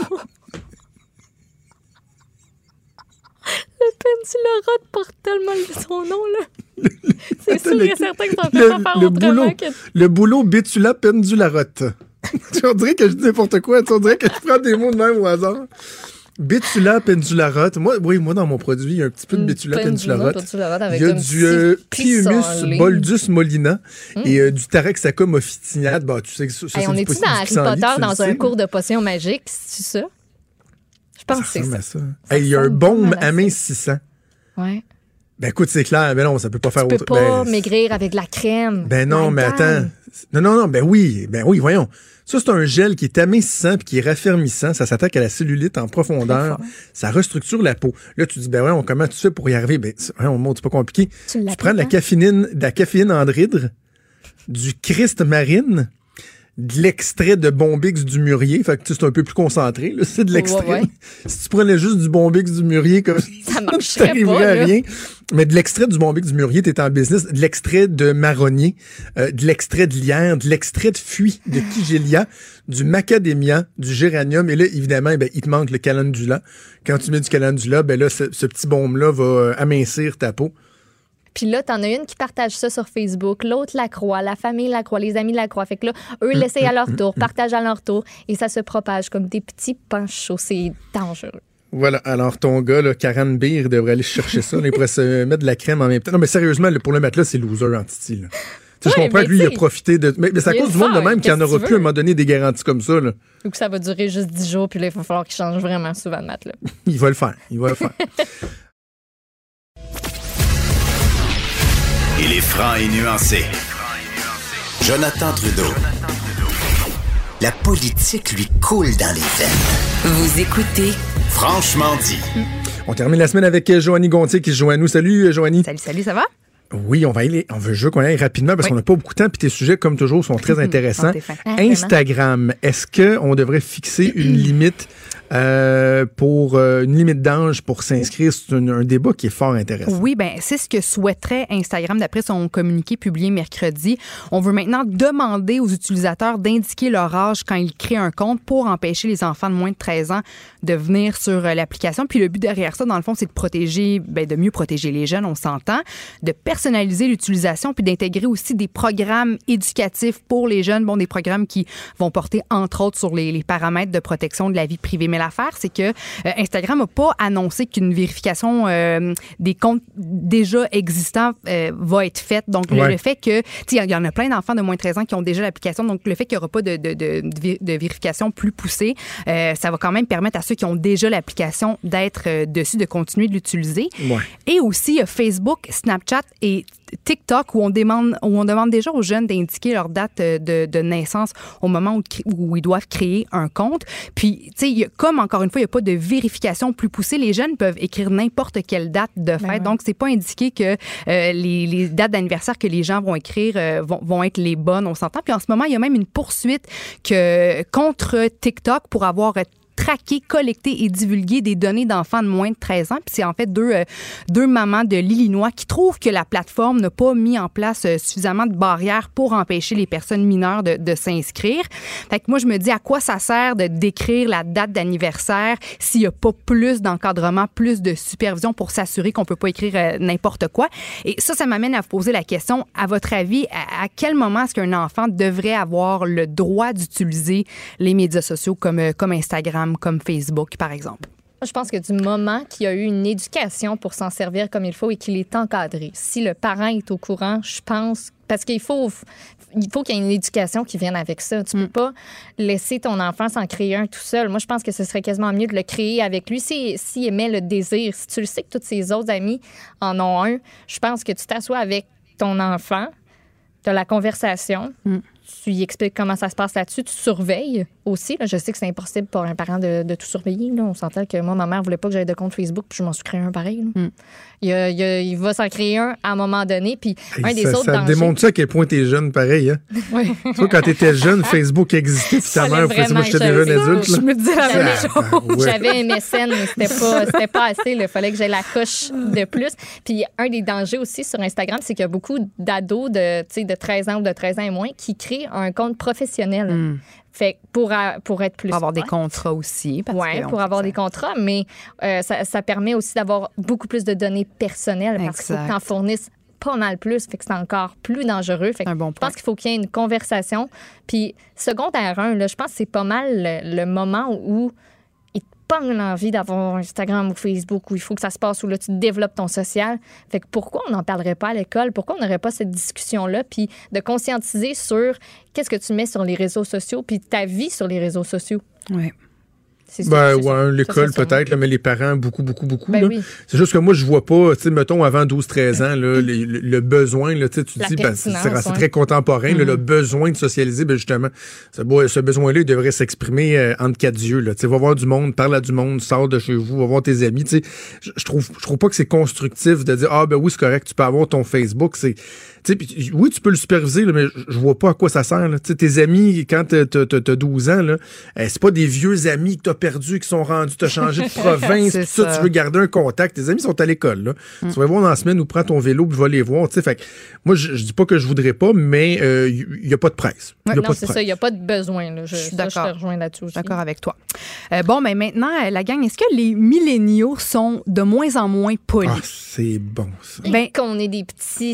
Le pendula rot porte tellement son nom, là. C'est sûr et certain que ça peut pas faire autrement que... Le boulot Betula pendula rot. On dirait que je dis n'importe quoi. On dirait que je prends des mots de même au hasard. Betula pendula rot. Moi, oui, moi, dans mon produit, il y a un petit peu de Betula pendula rot. Il y a du euh, Pumus boldus molina mm. et euh, du Taraxacum officinate. Bah, tu sais que ça, ça hey, c'est on est-tu dans Harry Potter dans un cours de potions magiques? C'est ça? Je pense ça que c'est ça. ça. ça hey, il y a un baume amincissant. Ouais. Ben écoute, c'est clair. Ben non, ça peut pas faire autre chose. Tu peux pas ben, maigrir avec de la crème. Ben non, My mais God. attends. Non, non, non, ben oui. Ben oui, voyons. Ça, c'est un gel qui est amincissant puis qui est raffermissant. Ça s'attaque à la cellulite en profondeur. Ça restructure la peau. Là, tu dis, ben ouais, comment tu fais pour y arriver? Ben, on c'est pas compliqué. Tu, tu prends de la caféine, de la caféine anhydre, du Christ marine, de l'extrait de Bombix du mûrier. Fait que tu sais, c'est un peu plus concentré. Là. C'est de l'extrait. Ouais, ouais. Si tu prenais juste du Bombix du mûrier, comme ça marcherait pas, à rien. Mais de l'extrait du Bombix du mûrier, t'es en business. De l'extrait de marronnier, euh, de l'extrait de lierre, de l'extrait de fuit, de Kigelia, du macadamia, du géranium. Et là, évidemment, ben, il te manque le calendula. Quand tu mets du calendula, ben là, ce, ce petit baume-là va euh, amincir ta peau. Puis là, t'en as une qui partage ça sur Facebook, l'autre la croix, la famille la croix, les amis la croix. Fait que là, eux l'essayent à leur tour, partagent à leur tour, et ça se propage comme des petits pains chauds. C'est dangereux. Voilà. Alors, ton gars, là, Karan Bir, devrait aller chercher ça. Il pourrait se mettre de la crème en même temps. Non, mais sérieusement, pour le matelas, c'est loser en titi, là. Tu sais, ouais, je comprends que lui, il a profité de... Mais, mais c'est à cause du monde de même qu'il en aura plus à un moment donné des garanties comme ça, là. Ou que ça va durer juste dix jours, puis là, il va falloir qu'il change vraiment souvent de matelas. Il va le faire. Il va le faire. Il est franc et nuancé. Jonathan Trudeau. La politique lui coule dans les veines. Vous écoutez Franchement dit. On termine la semaine avec Joanie Gontier qui se joint à nous. Salut, Joanie. Salut, salut, ça va? Oui, on va aller, on veut jouer qu'on aille rapidement parce oui. qu'on n'a pas beaucoup de temps puis tes sujets, comme toujours, sont très intéressants. Ah, Instagram, est-ce qu'on devrait fixer une limite euh, pour euh, une limite d'âge pour s'inscrire? C'est un, un débat qui est fort intéressant. Oui, ben c'est ce que souhaiterait Instagram d'après son communiqué publié mercredi. On veut maintenant demander aux utilisateurs d'indiquer leur âge quand ils créent un compte pour empêcher les enfants de moins de treize ans de venir sur l'application. Puis le but derrière ça, dans le fond, c'est de protéger, ben, de mieux protéger les jeunes, on s'entend, de personnes personnaliser l'utilisation puis d'intégrer aussi des programmes éducatifs pour les jeunes, bon, des programmes qui vont porter entre autres sur les, les paramètres de protection de la vie privée. Mais l'affaire, c'est que euh, Instagram n'a pas annoncé qu'une vérification euh, des comptes déjà existants euh, va être faite. Donc, ouais. le, le fait que, tu sais, il y en a plein d'enfants de moins de treize ans qui ont déjà l'application, donc le fait qu'il n'y aura pas de, de, de, de vérification plus poussée, euh, ça va quand même permettre à ceux qui ont déjà l'application d'être euh, dessus, de continuer de l'utiliser. Ouais. Et aussi, il y a Facebook, Snapchat et TikTok où on demande, où on demande déjà aux jeunes d'indiquer leur date de, de naissance au moment où, où ils doivent créer un compte. Puis, tu sais, comme encore une fois, il n'y a pas de vérification plus poussée, les jeunes peuvent écrire n'importe quelle date de fête. Ben ouais. Donc, c'est pas indiqué que euh, les, les dates d'anniversaire que les gens vont écrire euh, vont, vont être les bonnes, on s'entend. Puis en ce moment, il y a même une poursuite que, contre TikTok pour avoir traquer, collecter et divulguer des données d'enfants de moins de treize ans. Puis c'est en fait deux, euh, deux mamans de l'Illinois qui trouvent que la plateforme n'a pas mis en place euh, suffisamment de barrières pour empêcher les personnes mineures de, de s'inscrire. Fait que moi, je me dis à quoi ça sert de décrire la date d'anniversaire s'il n'y a pas plus d'encadrement, plus de supervision pour s'assurer qu'on ne peut pas écrire euh, n'importe quoi. Et ça, ça m'amène à vous poser la question, à votre avis, à, à quel moment est-ce qu'un enfant devrait avoir le droit d'utiliser les médias sociaux comme, euh, comme Instagram, comme Facebook, par exemple? Je pense que du moment qu'il y a eu une éducation pour s'en servir comme il faut et qu'il est encadré, si le parent est au courant, je pense, parce qu'il faut, il faut qu'il y ait une éducation qui vienne avec ça. Tu ne mm. peux pas laisser ton enfant s'en créer un tout seul. Moi, je pense que ce serait quasiment mieux de le créer avec lui s'il si aimait le désir. Si tu le sais que tous ses autres amis en ont un, je pense que tu t'assois avec ton enfant, tu as la conversation, mm. tu lui expliques comment ça se passe là-dessus, tu surveilles aussi. Là, je sais que c'est impossible pour un parent de, de tout surveiller. Là. On s'entend que moi, ma mère voulait pas que j'aille de compte Facebook, puis je m'en suis créé un pareil. Mm. Il, a, il, a, il va s'en créer un à un moment donné, puis hey, un des ça, autres ça dangers... démontre ça à quel point t'es jeune, pareil. Hein? Oui. Tu vois, quand t'étais jeune, Facebook existait, puis ta mère, moi, j'étais déjà un adulte. Là. Je me disais la même chose. J'avais M S N, mais c'était pas, c'était pas assez. Il fallait que j'aie la coche de plus. Puis un des dangers aussi sur Instagram, c'est qu'il y a beaucoup d'ados de, de treize ans ou de treize ans et moins qui créent un compte professionnel. Mm. Fait pour, pour être plus... Pour avoir des contrats aussi. Oui, pour avoir ça. des contrats, mais euh, ça, ça permet aussi d'avoir beaucoup plus de données personnelles parce exact. qu'il faut que tu en fournisses pas mal plus, fait que c'est encore plus dangereux. Fait que un bon je pense qu'il faut qu'il y ait une conversation. Puis secondaire un, là, je pense que c'est pas mal le, le moment où il te pogne l'envie d'avoir Instagram ou Facebook où il faut que ça se passe, où là, tu développes ton social. Fait que pourquoi on n'en parlerait pas à l'école? Pourquoi on n'aurait pas cette discussion-là? Puis de conscientiser sur qu'est-ce que tu mets sur les réseaux sociaux puis ta vie sur les réseaux sociaux. Oui. C'est ben, c'est ouais, l'école peut-être, là, mais les parents, beaucoup, beaucoup, beaucoup. Ben là. Oui. C'est juste que moi, je vois pas, tu sais, mettons, avant douze treize ans, là, le, le, le besoin, là, tu dis, ben, c'est, c'est ouais. très contemporain, mm-hmm. là, le besoin de socialiser, ben, justement, ce, ce besoin-là, il devrait s'exprimer euh, entre quatre yeux, là. Tu sais, va voir du monde, parle à du monde, sors de chez vous, va voir tes amis, tu sais. Je trouve, je trouve pas que c'est constructif de dire, ah, ben oui, c'est correct, tu peux avoir ton Facebook, c'est, tu sais, oui, tu peux le superviser, là, mais je vois pas à quoi ça sert, là. Tu sais, tes amis, quand t'as, t'as, t'as douze ans, là, euh, c'est pas des vieux amis que t'as perdus, qui sont rendus, t'as changé de province, tout ça. ça, tu veux garder un contact. Tes amis sont à l'école, là. Mm. Tu vas les voir dans la semaine ou prends ton vélo puis va les voir, tu sais. Fait que moi, je, je dis pas que je voudrais pas, mais il euh, y, y a pas de presse. Ouais, y a non, pas de c'est presse. ça, il y a pas de besoin, là. Je, je suis d'accord. Ça, je te rejoins là-dessus aussi. D'accord avec toi. Euh, bon, mais maintenant, la gang, est-ce que les milléniaux sont de moins en moins polis? Ah, c'est bon, ça. Ben, qu'on est des petits...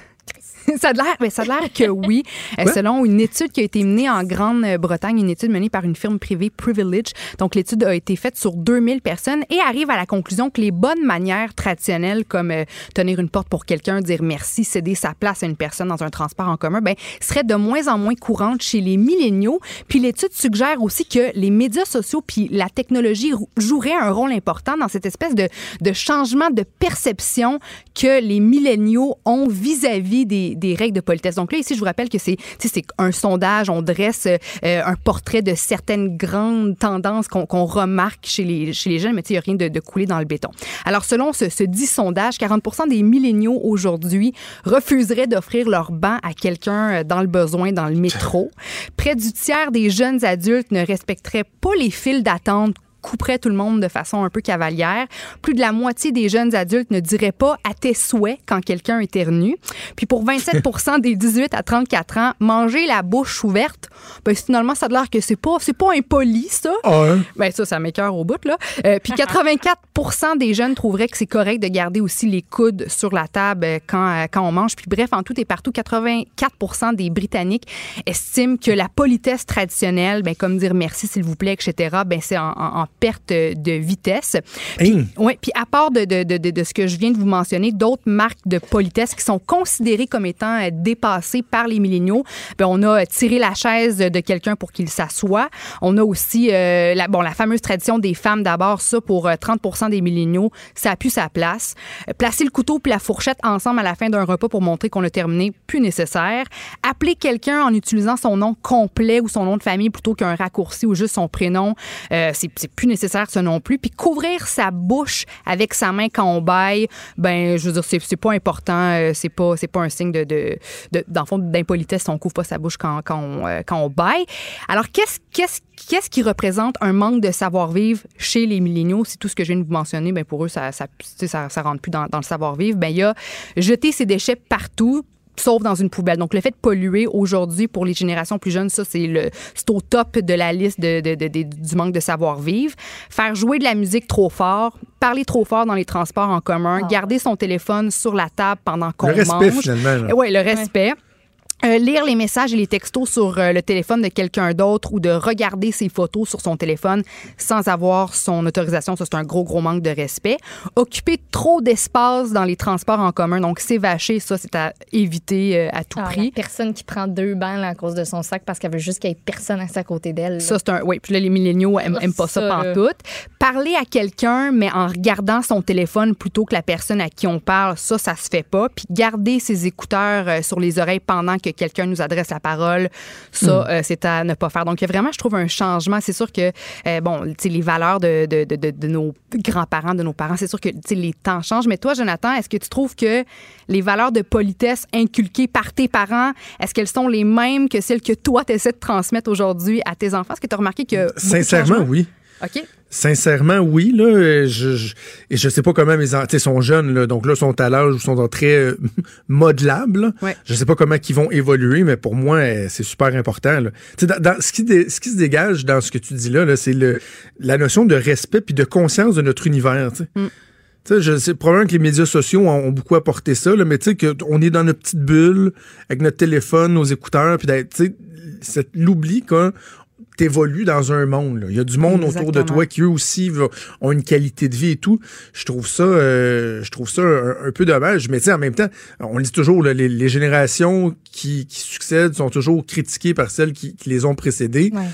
ça a l'air, mais ça a l'air que oui. Euh, selon une étude qui a été menée en Grande-Bretagne, une étude menée par une firme privée Privilege. Donc, l'étude a été faite sur deux mille personnes et arrive à la conclusion que les bonnes manières traditionnelles, comme euh, tenir une porte pour quelqu'un, dire merci, céder sa place à une personne dans un transport en commun, ben, seraient de moins en moins courantes chez les milléniaux. Puis l'étude suggère aussi que les médias sociaux puis la technologie joueraient un rôle important dans cette espèce de, de changement de perception que les milléniaux ont vis-à-vis des des règles de politesse. Donc là, ici, je vous rappelle que c'est, c'est un sondage, on dresse euh, un portrait de certaines grandes tendances qu'on, qu'on remarque chez les, chez les jeunes, mais il n'y a rien de, de coulé dans le béton. Alors, selon ce, ce dit sondage, quarante pour cent des milléniaux aujourd'hui refuseraient d'offrir leur banc à quelqu'un dans le besoin dans le métro. Près du tiers des jeunes adultes ne respecteraient pas les files d'attente couperait tout le monde de façon un peu cavalière. Plus de la moitié des jeunes adultes ne diraient pas « à tes souhaits » quand quelqu'un éternue. Puis pour vingt-sept pour cent des dix-huit à trente-quatre ans, manger la bouche ouverte, ben finalement, ça a l'air que c'est pas, c'est pas impoli, ça. Ah, hein? Ben ça, ça m'écoeure au bout, là. Euh, puis quatre-vingt-quatre pour cent des jeunes trouveraient que c'est correct de garder aussi les coudes sur la table quand, quand on mange. Puis bref, en tout et partout, quatre-vingt-quatre pour cent des Britanniques estiment que la politesse traditionnelle, ben comme dire merci, s'il vous plaît, et cetera, ben c'est en, en, en perte de vitesse. Puis, mmh. ouais, puis à part de, de, de, de ce que je viens de vous mentionner, d'autres marques de politesse qui sont considérées comme étant dépassées par les milléniaux, ben on a tiré la chaise de quelqu'un pour qu'il s'assoie. On a aussi euh, la, bon, la fameuse tradition des femmes d'abord, ça pour trente pour cent des milléniaux, ça a plus sa place. Placer le couteau puis la fourchette ensemble à la fin d'un repas pour montrer qu'on l'a terminé, plus nécessaire. Appeler quelqu'un en utilisant son nom complet ou son nom de famille plutôt qu'un raccourci ou juste son prénom, euh, c'est, c'est plus nécessaire ça non plus. Puis couvrir sa bouche avec sa main quand on baille, ben je veux dire c'est, c'est pas important, euh, c'est pas c'est pas un signe de, de, de dans le fond d'impolitesse si on couvre pas sa bouche quand quand on, euh, quand on baille. Alors qu'est-ce qu'est-ce qu'est-ce qui représente un manque de savoir-vivre chez les milléniaux? C'est tout ce que je viens de vous mentionner. Ben pour eux ça ça ça, ça rentre plus dans, dans le savoir-vivre. Ben il y a jeter ses déchets partout, sauf dans une poubelle. Donc, le fait de polluer aujourd'hui pour les générations plus jeunes, ça, c'est, le, c'est au top de la liste de, de, de, de, du manque de savoir-vivre. Faire jouer de la musique trop fort, parler trop fort dans les transports en commun, ah. garder son téléphone sur la table pendant qu'on mange. Le respect, mange. Finalement. Oui, le respect. Ouais. Euh, lire les messages et les textos sur euh, le téléphone de quelqu'un d'autre ou de regarder ses photos sur son téléphone sans avoir son autorisation, ça c'est un gros gros manque de respect. Occuper trop d'espace dans les transports en commun, donc s'évacher, ça c'est à éviter euh, à tout ah, prix. La personne qui prend deux bancs là, à cause de son sac parce qu'elle veut juste qu'il y ait personne assis à côté d'elle. Là. Ça c'est un, oui, puis là les milléniaux aiment, aiment pas ça, ça pantoute. Parler à quelqu'un mais en regardant son téléphone plutôt que la personne à qui on parle, ça ça se fait pas. Puis garder ses écouteurs euh, sur les oreilles pendant que quelqu'un nous adresse la parole, ça, mm. euh, c'est à ne pas faire. Donc, il y a vraiment, je trouve, un changement. C'est sûr que, euh, bon, tu sais, les valeurs de, de, de, de nos grands-parents, de nos parents, c'est sûr que, tu sais, les temps changent. Mais toi, Jonathan, est-ce que tu trouves que les valeurs de politesse inculquées par tes parents, est-ce qu'elles sont les mêmes que celles que toi, tu essaies de transmettre aujourd'hui à tes enfants? Est-ce que tu as remarqué que... Sincèrement, oui. OK. Sincèrement, oui. Là, je, je, et je sais pas comment mes enfants sont jeunes, là, donc là, sont à l'âge où ils sont très euh, modelables. Ouais. Je sais pas comment ils vont évoluer, mais pour moi, c'est super important. Là. Dans, dans, ce, qui dé, ce qui se dégage dans ce que tu dis là, là c'est le, la notion de respect puis de conscience de notre univers. Tu sais. Mm. Tu sais, je sais probablement que les médias sociaux ont, ont beaucoup apporté ça, là, mais tu sais qu'on est dans notre petite bulle avec notre téléphone, nos écouteurs, puis tu sais, l'oubli qu'on t'évolues dans un monde. Là. Il y a du monde Exactement. Autour de toi qui, eux aussi, va, ont une qualité de vie et tout. Je trouve ça euh, je trouve ça un, un peu dommage. Mais tu sais, en même temps, on le dit toujours, là, les, les générations qui, qui succèdent sont toujours critiquées par celles qui, qui les ont précédées. Ouais.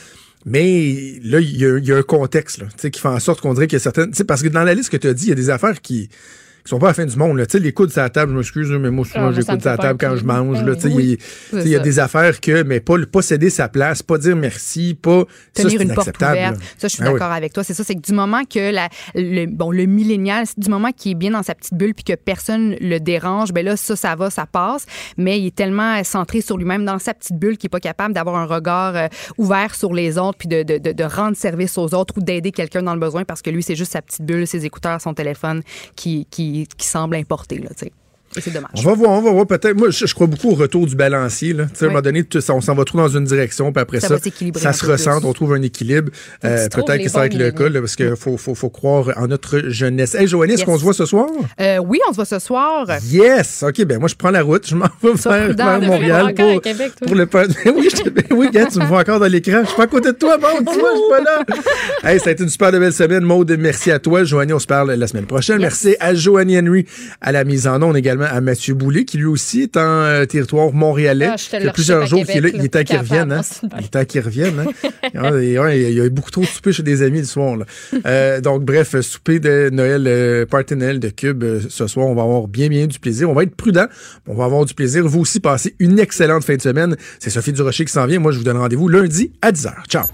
Mais là, il y, y a un contexte là, qui fait en sorte qu'on dirait qu'il y a certaines... Parce que dans la liste que tu as dit, il y a des affaires qui... qui sont pas à la fin du monde. Tu sais, les coudes sur la table, je m'excuse, mais moi, souvent, ah, j'ai les coudes sur la table quand je mange. Il oui, y, y a des affaires que, mais pas, pas céder sa place, pas dire merci, pas... Tenir ça, c'est une porte ouverte. Ça, je suis ah, d'accord oui. avec toi. C'est ça, c'est que du moment que la, le, bon, le millénial, du moment qu'il est bien dans sa petite bulle puis que personne le dérange, ben là, ça, ça va, ça passe. Mais il est tellement centré sur lui-même dans sa petite bulle qu'il n'est pas capable d'avoir un regard euh, ouvert sur les autres puis de, de, de, de rendre service aux autres ou d'aider quelqu'un dans le besoin parce que lui, c'est juste sa petite bulle, ses écouteurs, son téléphone qui, qui qui semble importer, là, tu sais. Et c'est dommage. On va voir, on va voir peut-être. Moi, je, je crois beaucoup au retour du balancier, là. Tu sais, oui. À un moment donné, tout, on s'en va trop dans une direction, puis après ça, ça, ça se ressent, on trouve un équilibre. Euh, peut-être que ça va être le cas, là, parce qu'il faut, faut, faut croire en notre jeunesse. Hey, Joanie, yes. Est-ce qu'on se voit ce soir? Euh, oui, on se voit ce soir. Yes! OK, ben moi, je prends la route. Je m'en vais vers, vers Montréal pour, Québec, pour le... oui, je, oui, gars, tu me vois encore dans l'écran. Je suis pas à côté de toi, bon, tu vois, je suis pas là. Hey, ça a été une super belle semaine. Maud, merci à toi. Joanie, on se parle la semaine prochaine. Yes. Merci à Joanie Henry à la mise en onde, également à Mathieu Boulay, qui lui aussi est en euh, territoire montréalais. Ah, il y a plusieurs jours qu'il est là. Il est temps qu'il revienne. Hein? Il est temps qu'il revienne. Hein? et, ouais, il y a eu beaucoup trop de souper chez des amis le soir. Là. Euh, donc, bref, souper de Noël, euh, party Noël de Cube euh, ce soir. On va avoir bien, bien du plaisir. On va être prudent. On va avoir du plaisir. Vous aussi, passez une excellente fin de semaine. C'est Sophie Durocher qui s'en vient. Moi, je vous donne rendez-vous lundi à dix heures. Ciao!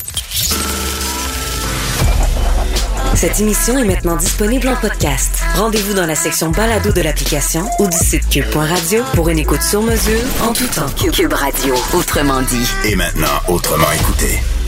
Cette émission est maintenant disponible en podcast. Rendez-vous dans la section balado de l'application ou du site cube point radio pour une écoute sur mesure en tout temps. Cube Radio, autrement dit. Et maintenant, autrement écouté.